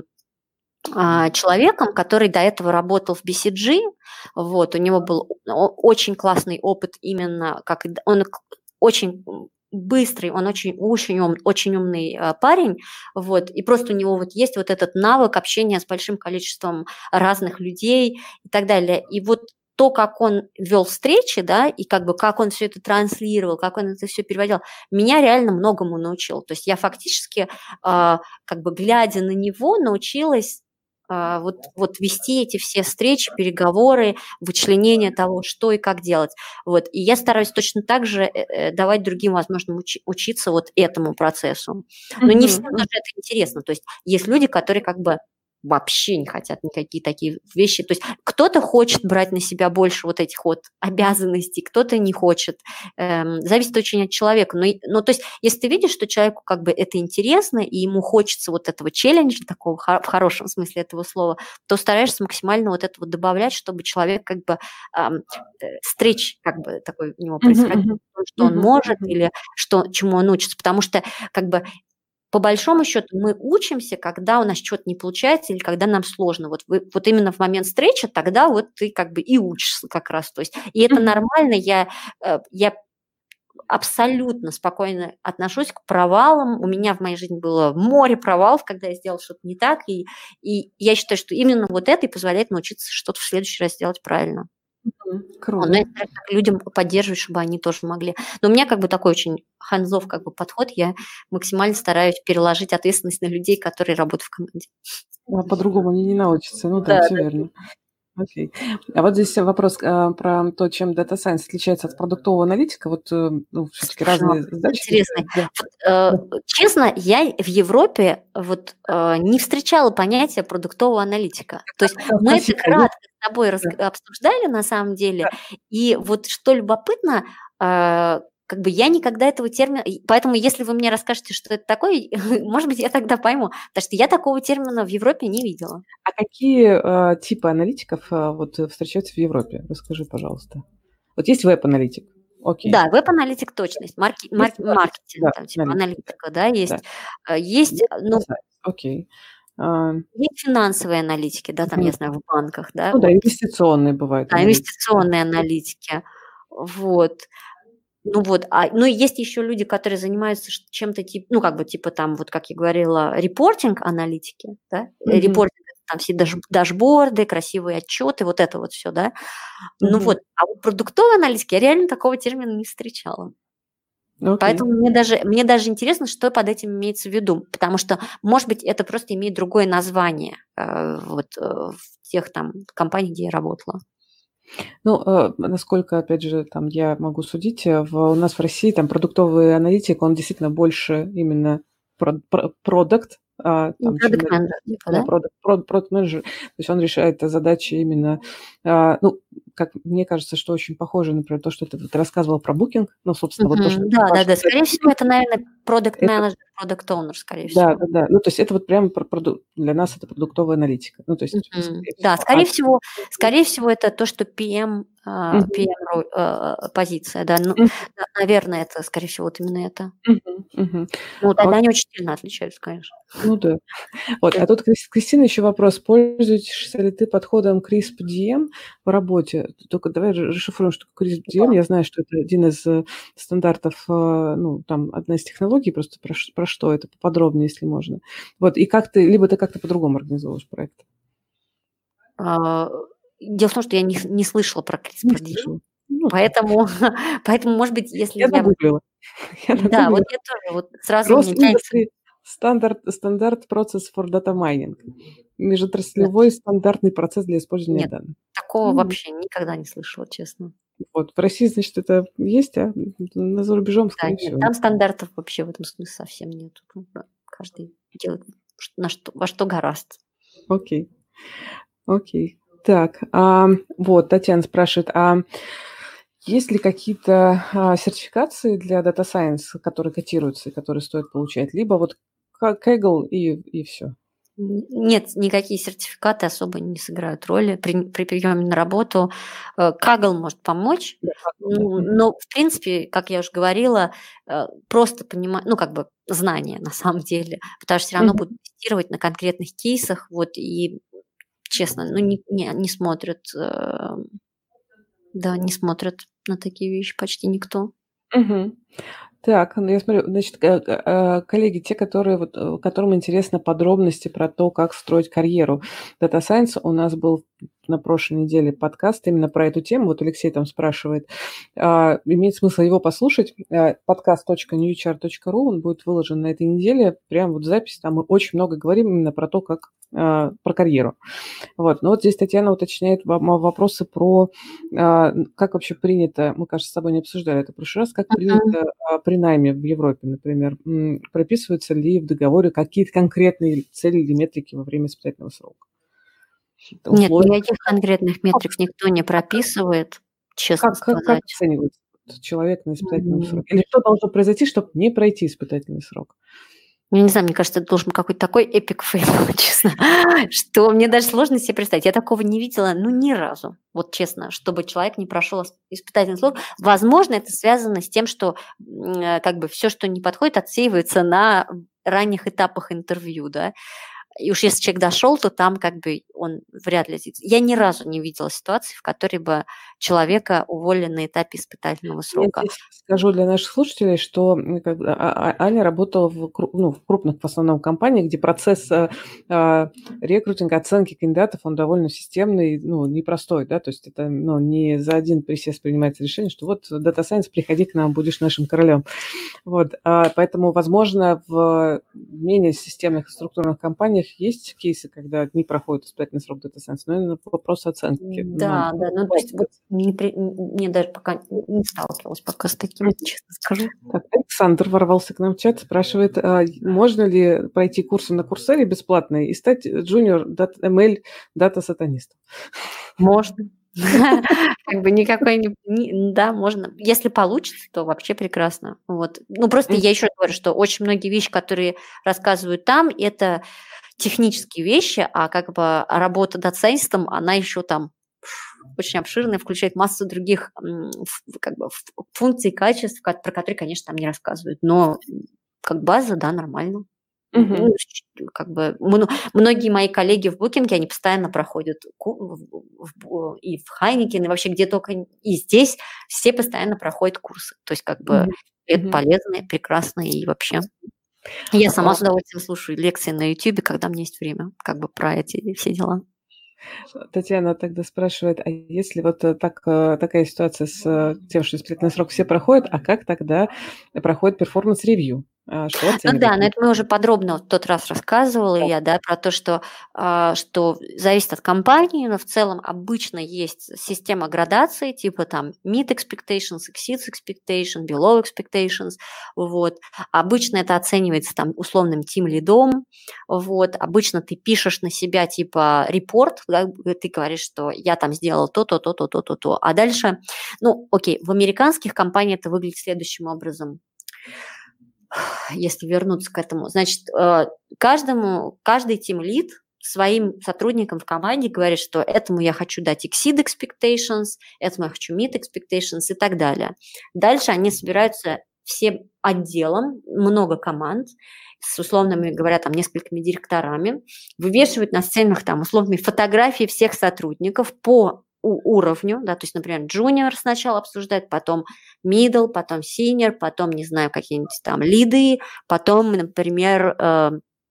а, человеком, который до этого работал в би си джи. Вот, у него был о- очень классный опыт именно, как и д- он к- очень быстрый, он очень, очень, ум, очень умный а, парень, вот, и просто у него вот есть вот этот навык общения с большим количеством разных людей и так далее. И вот то, как он вел встречи, да, и как бы как он все это транслировал, как он это все переводил, меня реально многому научил. То есть я фактически, а, как бы глядя на него, научилась а, вот, вот вести эти все встречи, переговоры, вычленение того, что и как делать. Вот. И я стараюсь точно так же э, э, давать другим возможность учи- учиться вот этому процессу. Но не всем Мгм. даже это интересно. То есть есть люди, которые как бы вообще не хотят никакие такие вещи. То есть кто-то хочет брать на себя больше вот этих вот обязанностей, кто-то не хочет. Эм, зависит очень от человека. Но, и- ну, то есть если ты видишь, что человеку как бы это интересно, и ему хочется вот этого челленджа, такого хо- в хорошем смысле этого слова, то стараешься максимально вот это вот добавлять, чтобы человек как бы ам, э, стретч как бы такой у него Мгм. происходил, Мгм. что он Мгм. может Мгм. или что, чему он учится. Потому что как бы по большому счету мы учимся, когда у нас что-то не получается или когда нам сложно. Вот, вы, вот именно в момент встречи тогда вот ты как бы и учишься как раз. То есть, и это Мгм. нормально. Я, э, я абсолютно спокойно отношусь к провалам. У меня в моей жизни было море провалов, когда я сделала что-то не так. И, и я считаю, что именно вот это и позволяет научиться что-то в следующий раз делать правильно. Мгм. Ну, я Круто. стараюсь так людям поддерживать, чтобы они тоже могли. Но у меня как бы такой очень hands-off как бы подход. Я максимально стараюсь переложить ответственность на людей, которые работают в команде. А по-другому они не научатся. Ну да, Да, все да. верно. Окей. А вот здесь вопрос а, про то, чем Data Science отличается от продуктового аналитика. Вот, э, ну, все-таки Слушай, ну, разные вопрос задачи интересный. решают. Да. Вот, э, Да. честно, я в Европе вот э, не встречала понятия продуктового аналитика. То есть Хотела мы это спросить, а есть? кратко с тобой Да. рас- обсуждали на самом деле, Да. и вот что любопытно, э, как бы я никогда этого термина, и поэтому если вы мне расскажете, что это такое, может быть, я тогда пойму, потому что я такого термина в Европе не видела. А какие а, типы аналитиков а, вот э, встречаются в Европе? Расскажи, пожалуйста. Вот есть веб-аналитик. Окей. Да, веб-аналитик точно есть, марки- Есть марк- аналитик. маркетинг, Да, там, типа аналитик, да. аналитика, да, Да. есть. Э, Есть, Есть ну, Data Science. Окей. А, есть финансовые аналитики, да, там, я мгм. знаю, в банках, да, Ну да, вот, инвестиционные бывают да, аналитики, да. инвестиционные аналитики, вот. Ну вот, а, ну и есть еще люди, которые занимаются ш- чем-то типа, ну как бы типа там, вот как я говорила, репортинг аналитики, да, Э, Мгм. репортинг, это там все даш- дашборды, красивые отчеты, вот это вот все, да. Ну Мгм. вот, а вот продуктовой аналитики я реально такого термина не встречала. Окей. Поэтому мне даже, мне даже интересно, что под этим имеется в виду, потому что, может быть, это просто имеет другое название э, вот, э, в тех там компаниях, где я работала. Ну, э, насколько, опять же, там я могу судить, э, в у нас в России там продуктовый аналитик, он действительно больше именно про про продакт, а, там чем Продукт менеджер, типа, да, да? продукт прод продукт менеджер. То есть он решает задачи именно, а, ну, как мне кажется, что очень похоже, например, то, что ты вот рассказывала про Booking. Ну, собственно, вот то, что Мгм. Да-да-да. ваша Скорее всего, это, наверное, продукт это менеджер, продукт оунер, скорее всего. да-да-да. Ну, то есть это вот прям про проду для нас это продуктовая аналитика. Ну, то есть, Мгм. скорее Да, всего. А скорее всего скорее всего, это то, что пи эм, а, Мгм. пи эм ро а, позиция, да. Ну, Мгм. да, наверное, это, скорее всего, вот именно это. Мгм. Мгм. Ну, тогда Ок они очень сильно отличаются, конечно. Ну да. Вот, а М. тут Крис Кристина еще вопрос: пользуешься ли ты подходом CRISP-DM по работе? Только давай ра расшифруем, что такое CRISP-DM. Да. Я знаю, что это один из, э, стандартов, э, ну, там одна из технологий, просто про ш про что это поподробнее, если можно. Вот, и как ты либо ты как-то по-другому организовываешь проект? А, дело в том, что я не не слышала про Не CRISPR-DM, слышала. Ну, окей. поэтому поэтому, может быть, если Я я вот нагуглила. Я да, вот нагуглила. я тоже вот сразу у Cross меня тянется Industry Standard Standard Process for Data Mining. Нет, Межотраслевой стандартный процесс для использования нет, данных. такого М. вообще никогда не слышала, честно. Вот. В России, значит, это есть, а на за рубежом, Да, скорее нет, всего, нет. там стандартов вообще в этом смысле совсем нету. Ну да, каждый делает, ш на что во что гораст. Окей, окей. Так, ам, вот Татьяна спрашивает, а есть ли какие-то, а, сертификации для Data Science, которые котируются и которые стоит получать? Либо вот ка Kaggle и и всё? Н нет, никакие сертификаты особо не сыграют роли при при приеме на работу. Э, Kaggle может помочь, Да, Kaggle, да. ну Мгм. но, в принципе, как я уже говорила, э, просто понима ну, как бы знание на самом деле, потому что всё равно Мгм. будут тестировать на конкретных кейсах, вот, и, честно, ну, не не не смотрят, э, да, не смотрят на такие вещи почти никто. Мгм. Так, ну, я смотрю, значит, ка ка а, коллеги, те, которые вот, э, которым интересны подробности про то, как строить карьеру Data Science, у нас был на прошлой неделе подкаст именно про эту тему. Вот Алексей там спрашивает. А, имеет смысл его послушать. А, подкаст точка ньючар точка ру, он будет выложен на этой неделе. Прям вот запись, там мы очень много говорим именно про то, как, а, про карьеру. Вот. Но вот здесь Татьяна уточняет во ма вопросы про, а, как вообще принято, мы, кажется, с тобой не обсуждали это в прошлый раз, как Мгм. принято, а, при найме в Европе, например. М, прописываются ли в договоре какие-то конкретные цели или метрики во время испытательного срока? Это Нет, условия никаких конкретных как, метрик кстати, никто не а как прописывает, честно как как как сказать. оценивается вот человек на испытательном М. сроке? Или что должно произойти, чтоб не пройти испытательный срок? Я не знаю, мне кажется, это должен быть какой-то такой эпик фейл, честно, что мне даже сложно себе представить. Я такого не видела, ну, ни разу. Вот честно, чтобы человек не прошел ис испытательный срок. Возможно, это связано с тем, что, м, э, как бы всё, что не подходит, отсеивается на ранних этапах интервью, да. И уж если человек дошел, то там как бы он вряд ли зит Я ни разу не видела ситуации, в которой бы человека уволили на этапе испытательного Я срока. здесь скажу для наших слушателей, что, м, как бы, а а Аня работала в кру ну, в крупных, в основном, компаниях, где процесс, а, а, рекрутинга, оценки кандидатов, он довольно системный, ну, непростой, да. То есть это, ну, не за один присест принимается решение, что вот Data Science, приходи к нам, будешь нашим королем. Вот, а, поэтому, возможно, в менее системных и структурных компаниях есть кейсы, когда не проходит испытательный срок Data Science, но именно по вопросу оценки. Но Да, да, ну, то есть вот не при н мне даже пока н не сталкивалась пока с таким, Мгм. честно скажу. Так, Александр ворвался к нам в чат, спрашивает, а, й можно ли пройти курсы на "Курсере" бесплатные и стать junior дат эм эль дата-сатанистом? Можно. Как бы никакой не не да, можно. Если получится, то вообще прекрасно. Вот. Ну, просто М. я еще раз говорю, что очень многие вещи, которые рассказывают там, это технические вещи, а как бы работа доцентством, она еще там очень обширная, включает массу других, м, ф как бы ф функций, качеств, ко про которые, конечно, там не рассказывают. Но, м, как база, да, нормально. Ну, Мгм. щ как бы мно многие мои коллеги в "Букинге", они постоянно проходят ку в в бу и в "Хайнекен", и вообще где тока н и здесь все постоянно проходят курсы. То есть как бы Мгм. это Мгм. полезно и прекрасно, и вообще. Я сама А с удовольствием слушаю лекции на "Ютубе", когда у меня есть время, как бы про эти все дела. Татьяна тогда спрашивает, а если вот, э, так, э, такая ситуация с, э, тем, что испытательный срок все проходят, а как тогда проходит перформанс-ревью? Что Ну да, оценивает? но это мы уже подробно в тот раз рассказывала я, да, про то, что, а, что зависит от компании, но в целом обычно есть система градации, типа там meet expectations, exceeds expectations, below expectations, вот. Обычно это оценивается там условным тим-лидом, вот. Обычно ты пишешь на себя типа репорт, да, ты говоришь, что я там сделал то-то, то-то, то-то, то, а дальше, ну, окей, в американских компаниях это выглядит следующим образом. Если вернуться к этому, значит, каждому, каждый тим-лид своим сотрудникам в команде говорит, что этому я хочу дать exceed expectations, этому я хочу meet expectations и так далее. Дальше они собираются всем отделом, много команд, с условными, говоря, там, несколькими директорами, вывешивают на сценах там условные фотографии всех сотрудников по уровню, да, то есть, например, junior сначала обсуждает, потом middle, потом senior, потом, не знаю, какие-нибудь там лиды, потом, например, э,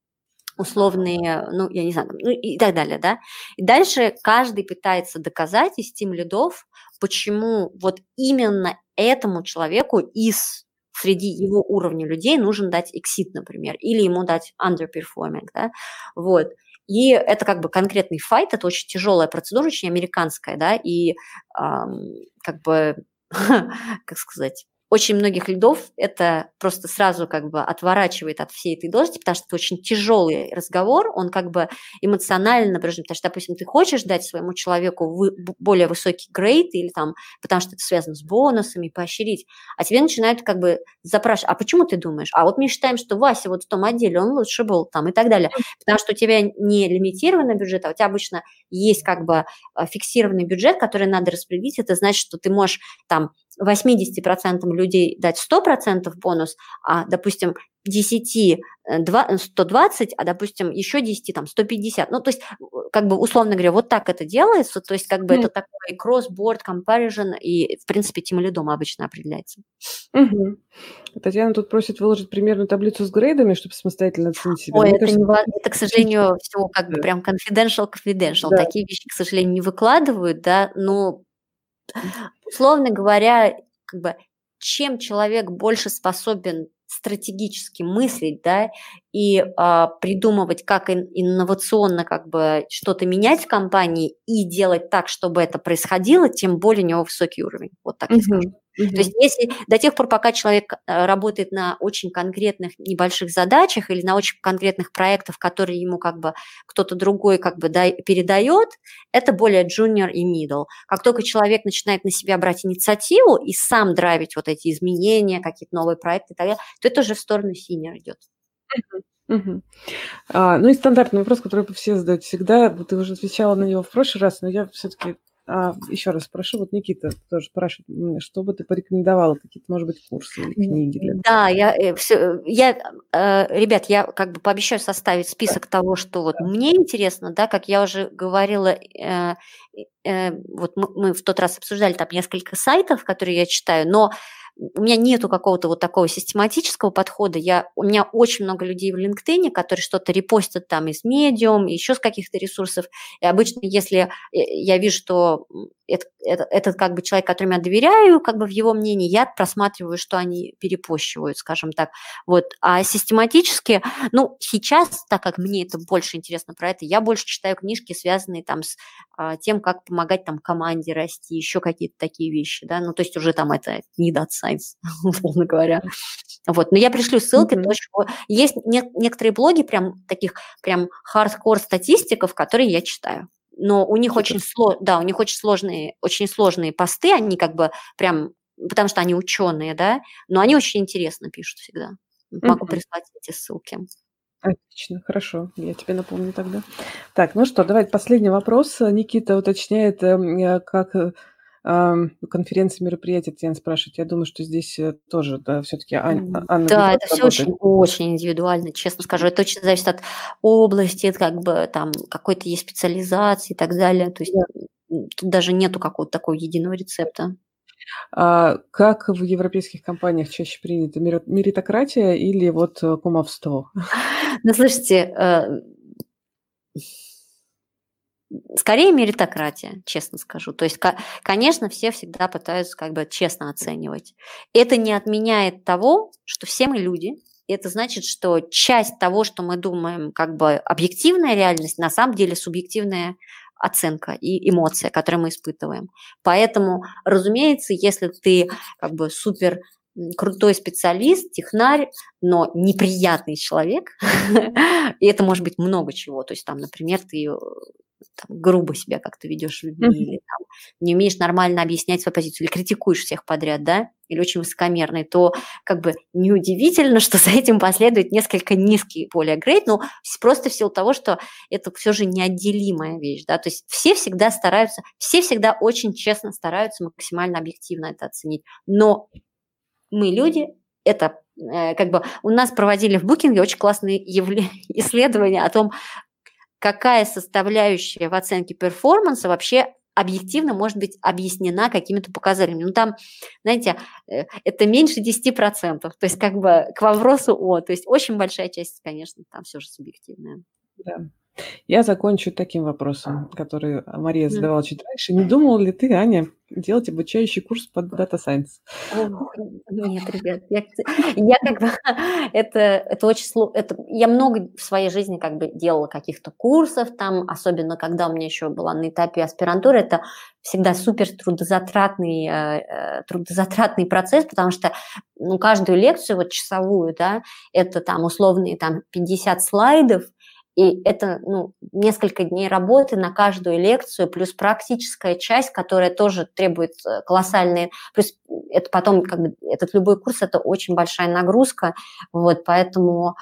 условные, ну, я не знаю, ну, и так далее, да. И дальше каждый пытается доказать из тим-лидов, почему вот именно этому человеку из среди его уровня людей нужно дать exceed, например, или ему дать underperforming, да, вот. И это как бы конкретный файт, это очень тяжелая процедура, очень американская, да, и эм, как бы, как сказать, очень многих лидов это просто сразу как бы отворачивает от всей этой должности, потому что это очень тяжелый разговор, он как бы эмоционально напряжен, потому что, допустим, ты хочешь дать своему человеку вы, более высокий грейд или там, потому что это связано с бонусами, поощрить, а тебе начинают как бы запрашивать, а почему ты думаешь? А вот мы считаем, что Вася вот в том отделе, он лучше был там и так далее, потому что у тебя не лимитированный бюджет, а у тебя обычно есть как бы фиксированный бюджет, который надо распределить, это значит, что ты можешь там восемьдесят процентов людей дать сто процентов бонус, а, допустим, десять, сто двадцать, а, допустим, еще десять, там, сто пятьдесят. Ну, то есть, как бы, условно говоря, вот так это делается, то есть, как бы, mm. это такой cross-board comparison, и, в принципе, тим-лидом обычно определяется. Mm-hmm. Татьяна тут просит выложить примерную таблицу с грейдами, чтобы самостоятельно оценить себя. Ой, это, кажется, не, это, к сожалению, все как бы прям confidential, confidential. Да. Такие вещи, к сожалению, не выкладывают, да, но, условно говоря, как бы, чем человек больше способен стратегически мыслить, да, и а, придумывать, как ин- инновационно как бы что-то менять в компании и делать так, чтобы это происходило, тем более у него высокий уровень. Вот так uh-huh. я скажу. Uh-huh. То есть если до тех пор, пока человек работает на очень конкретных небольших задачах или на очень конкретных проектах, которые ему как бы кто-то другой как бы да, передает, это более junior и middle. Как только человек начинает на себя брать инициативу и сам драйвить вот эти изменения, какие-то новые проекты и так далее, то это уже в сторону senior идет. Uh-huh. Uh-huh. А, ну и стандартный вопрос, который все задают всегда, ты уже отвечала на него в прошлый раз, но я все-таки А, еще раз спрошу, вот Никита тоже спрашивает, что бы ты порекомендовала, какие-то, может быть, курсы или книги? Для... Да, я, все, я, ребят, я как бы пообещаю составить список да. того, что вот да. мне интересно, да, как я уже говорила, э, э, вот мы, мы в тот раз обсуждали там несколько сайтов, которые я читаю, но у меня нету какого-то вот такого систематического подхода. Я, у меня очень много людей в LinkedIn, которые что-то репостят там из Medium, еще с каких-то ресурсов. И обычно, если я вижу, что это, это, этот как бы человек, которому я доверяю, как бы в его мнении, я просматриваю, что они перепощивают, скажем так. Вот. А систематически, ну, сейчас, так как мне это больше интересно про это, я больше читаю книжки, связанные там с а, тем, как помогать там команде расти, еще какие-то такие вещи, да, ну, то есть уже там это не data science, условно говоря. Вот. Но я пришлю ссылки, mm-hmm. потому что есть не- некоторые блоги прям таких прям хардкор статистиков, которые я читаю. Но у них Супер. очень сло... да, у них очень сложные, очень сложные посты, они как бы прям, потому что они ученые, да, но они очень интересно пишут всегда. Могу mm-hmm. прислать эти ссылки. Отлично, хорошо, я тебе напомню тогда. Так, ну что, давайте последний вопрос. Никита уточняет, как конференции, мероприятия, Татьяна спрашивает. Я думаю, что здесь тоже да, все-таки Анна. Анна да, это все очень, очень индивидуально, честно скажу. Это очень зависит от области, как бы там какой-то есть специализации и так далее. То есть да. тут даже нету какого-то такого единого рецепта. А как в европейских компаниях чаще принято? Меритократия или вот кумовство? Ну, слушайте, скорее меритократия, честно скажу. То есть, конечно, все всегда пытаются как бы честно оценивать. Это не отменяет того, что все мы люди, это значит, что часть того, что мы думаем, как бы объективная реальность, на самом деле субъективная оценка и эмоция, которые мы испытываем. Поэтому, разумеется, если ты как бы супер крутой специалист, технарь, но неприятный человек, и это может быть много чего, то есть там, например, ты там, грубо себя как-то ведешь с людьми, mm-hmm. или там, не умеешь нормально объяснять свою позицию, или критикуешь всех подряд, да, или очень высокомерный, то как бы неудивительно, что за этим последует несколько низкий полиагрейд, но просто в силу того, что это все же неотделимая вещь, да, то есть все всегда стараются, все всегда очень честно стараются максимально объективно это оценить, но мы люди, это э, как бы у нас проводили в букинге очень классные явля- исследования о том, какая составляющая в оценке перформанса вообще объективно может быть объяснена какими-то показателями. Ну, там, знаете, э, это меньше десять процентов, то есть как бы к вопросу о, то есть очень большая часть, конечно, там все же субъективная. Да. Я закончу таким вопросом, который Мария задавала mm. чуть раньше. Не думала ли ты, Аня, делать обучающий курс по Data Science? О, нет, ребят, я, я как бы, это, это очень сложно, это, я много в своей жизни как бы делала каких-то курсов там, особенно когда у меня еще была на этапе аспирантуры, это всегда супер трудозатратный, э, трудозатратный процесс, потому что ну, каждую лекцию, вот часовую, да, это там условные там пятьдесят слайдов, и это ну, несколько дней работы на каждую лекцию, плюс практическая часть, которая тоже требует колоссальные... Плюс это потом, как бы, этот любой курс, это очень большая нагрузка, вот, поэтому...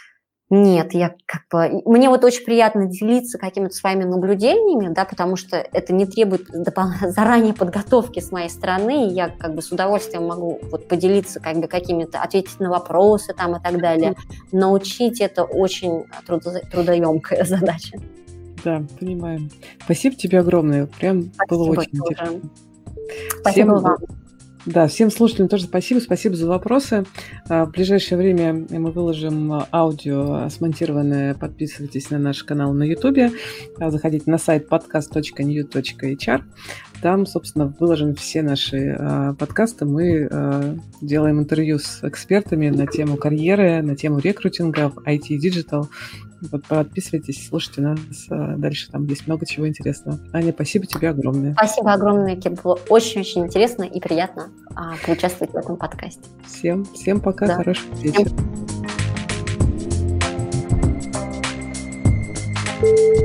Нет, я как бы... Мне вот очень приятно делиться какими-то своими наблюдениями, да, потому что это не требует допол... заранее подготовки с моей стороны, и я как бы с удовольствием могу вот поделиться как бы какими-то, ответить на вопросы там и так далее. Научить это очень трудо... трудоемкая задача. Да, понимаем. Спасибо тебе огромное, прям Спасибо было очень тоже. Интересно. Спасибо Всем... вам. Да, всем слушателям тоже спасибо, спасибо за вопросы. В ближайшее время мы выложим аудио смонтированное. Подписывайтесь на наш канал на YouTube. Заходите на сайт подкаст точка ньют точка эйч ар. Там, собственно, выложены все наши подкасты. Мы делаем интервью с экспертами на тему карьеры, на тему рекрутинга в ай ти и Digital. Вот, подписывайтесь, слушайте нас дальше, там есть много чего интересного. Аня, спасибо тебе огромное. Спасибо огромное, Кир, было очень-очень интересно и приятно а, поучаствовать в этом подкасте. Всем, всем пока, да. Хорошего вечера. Всем...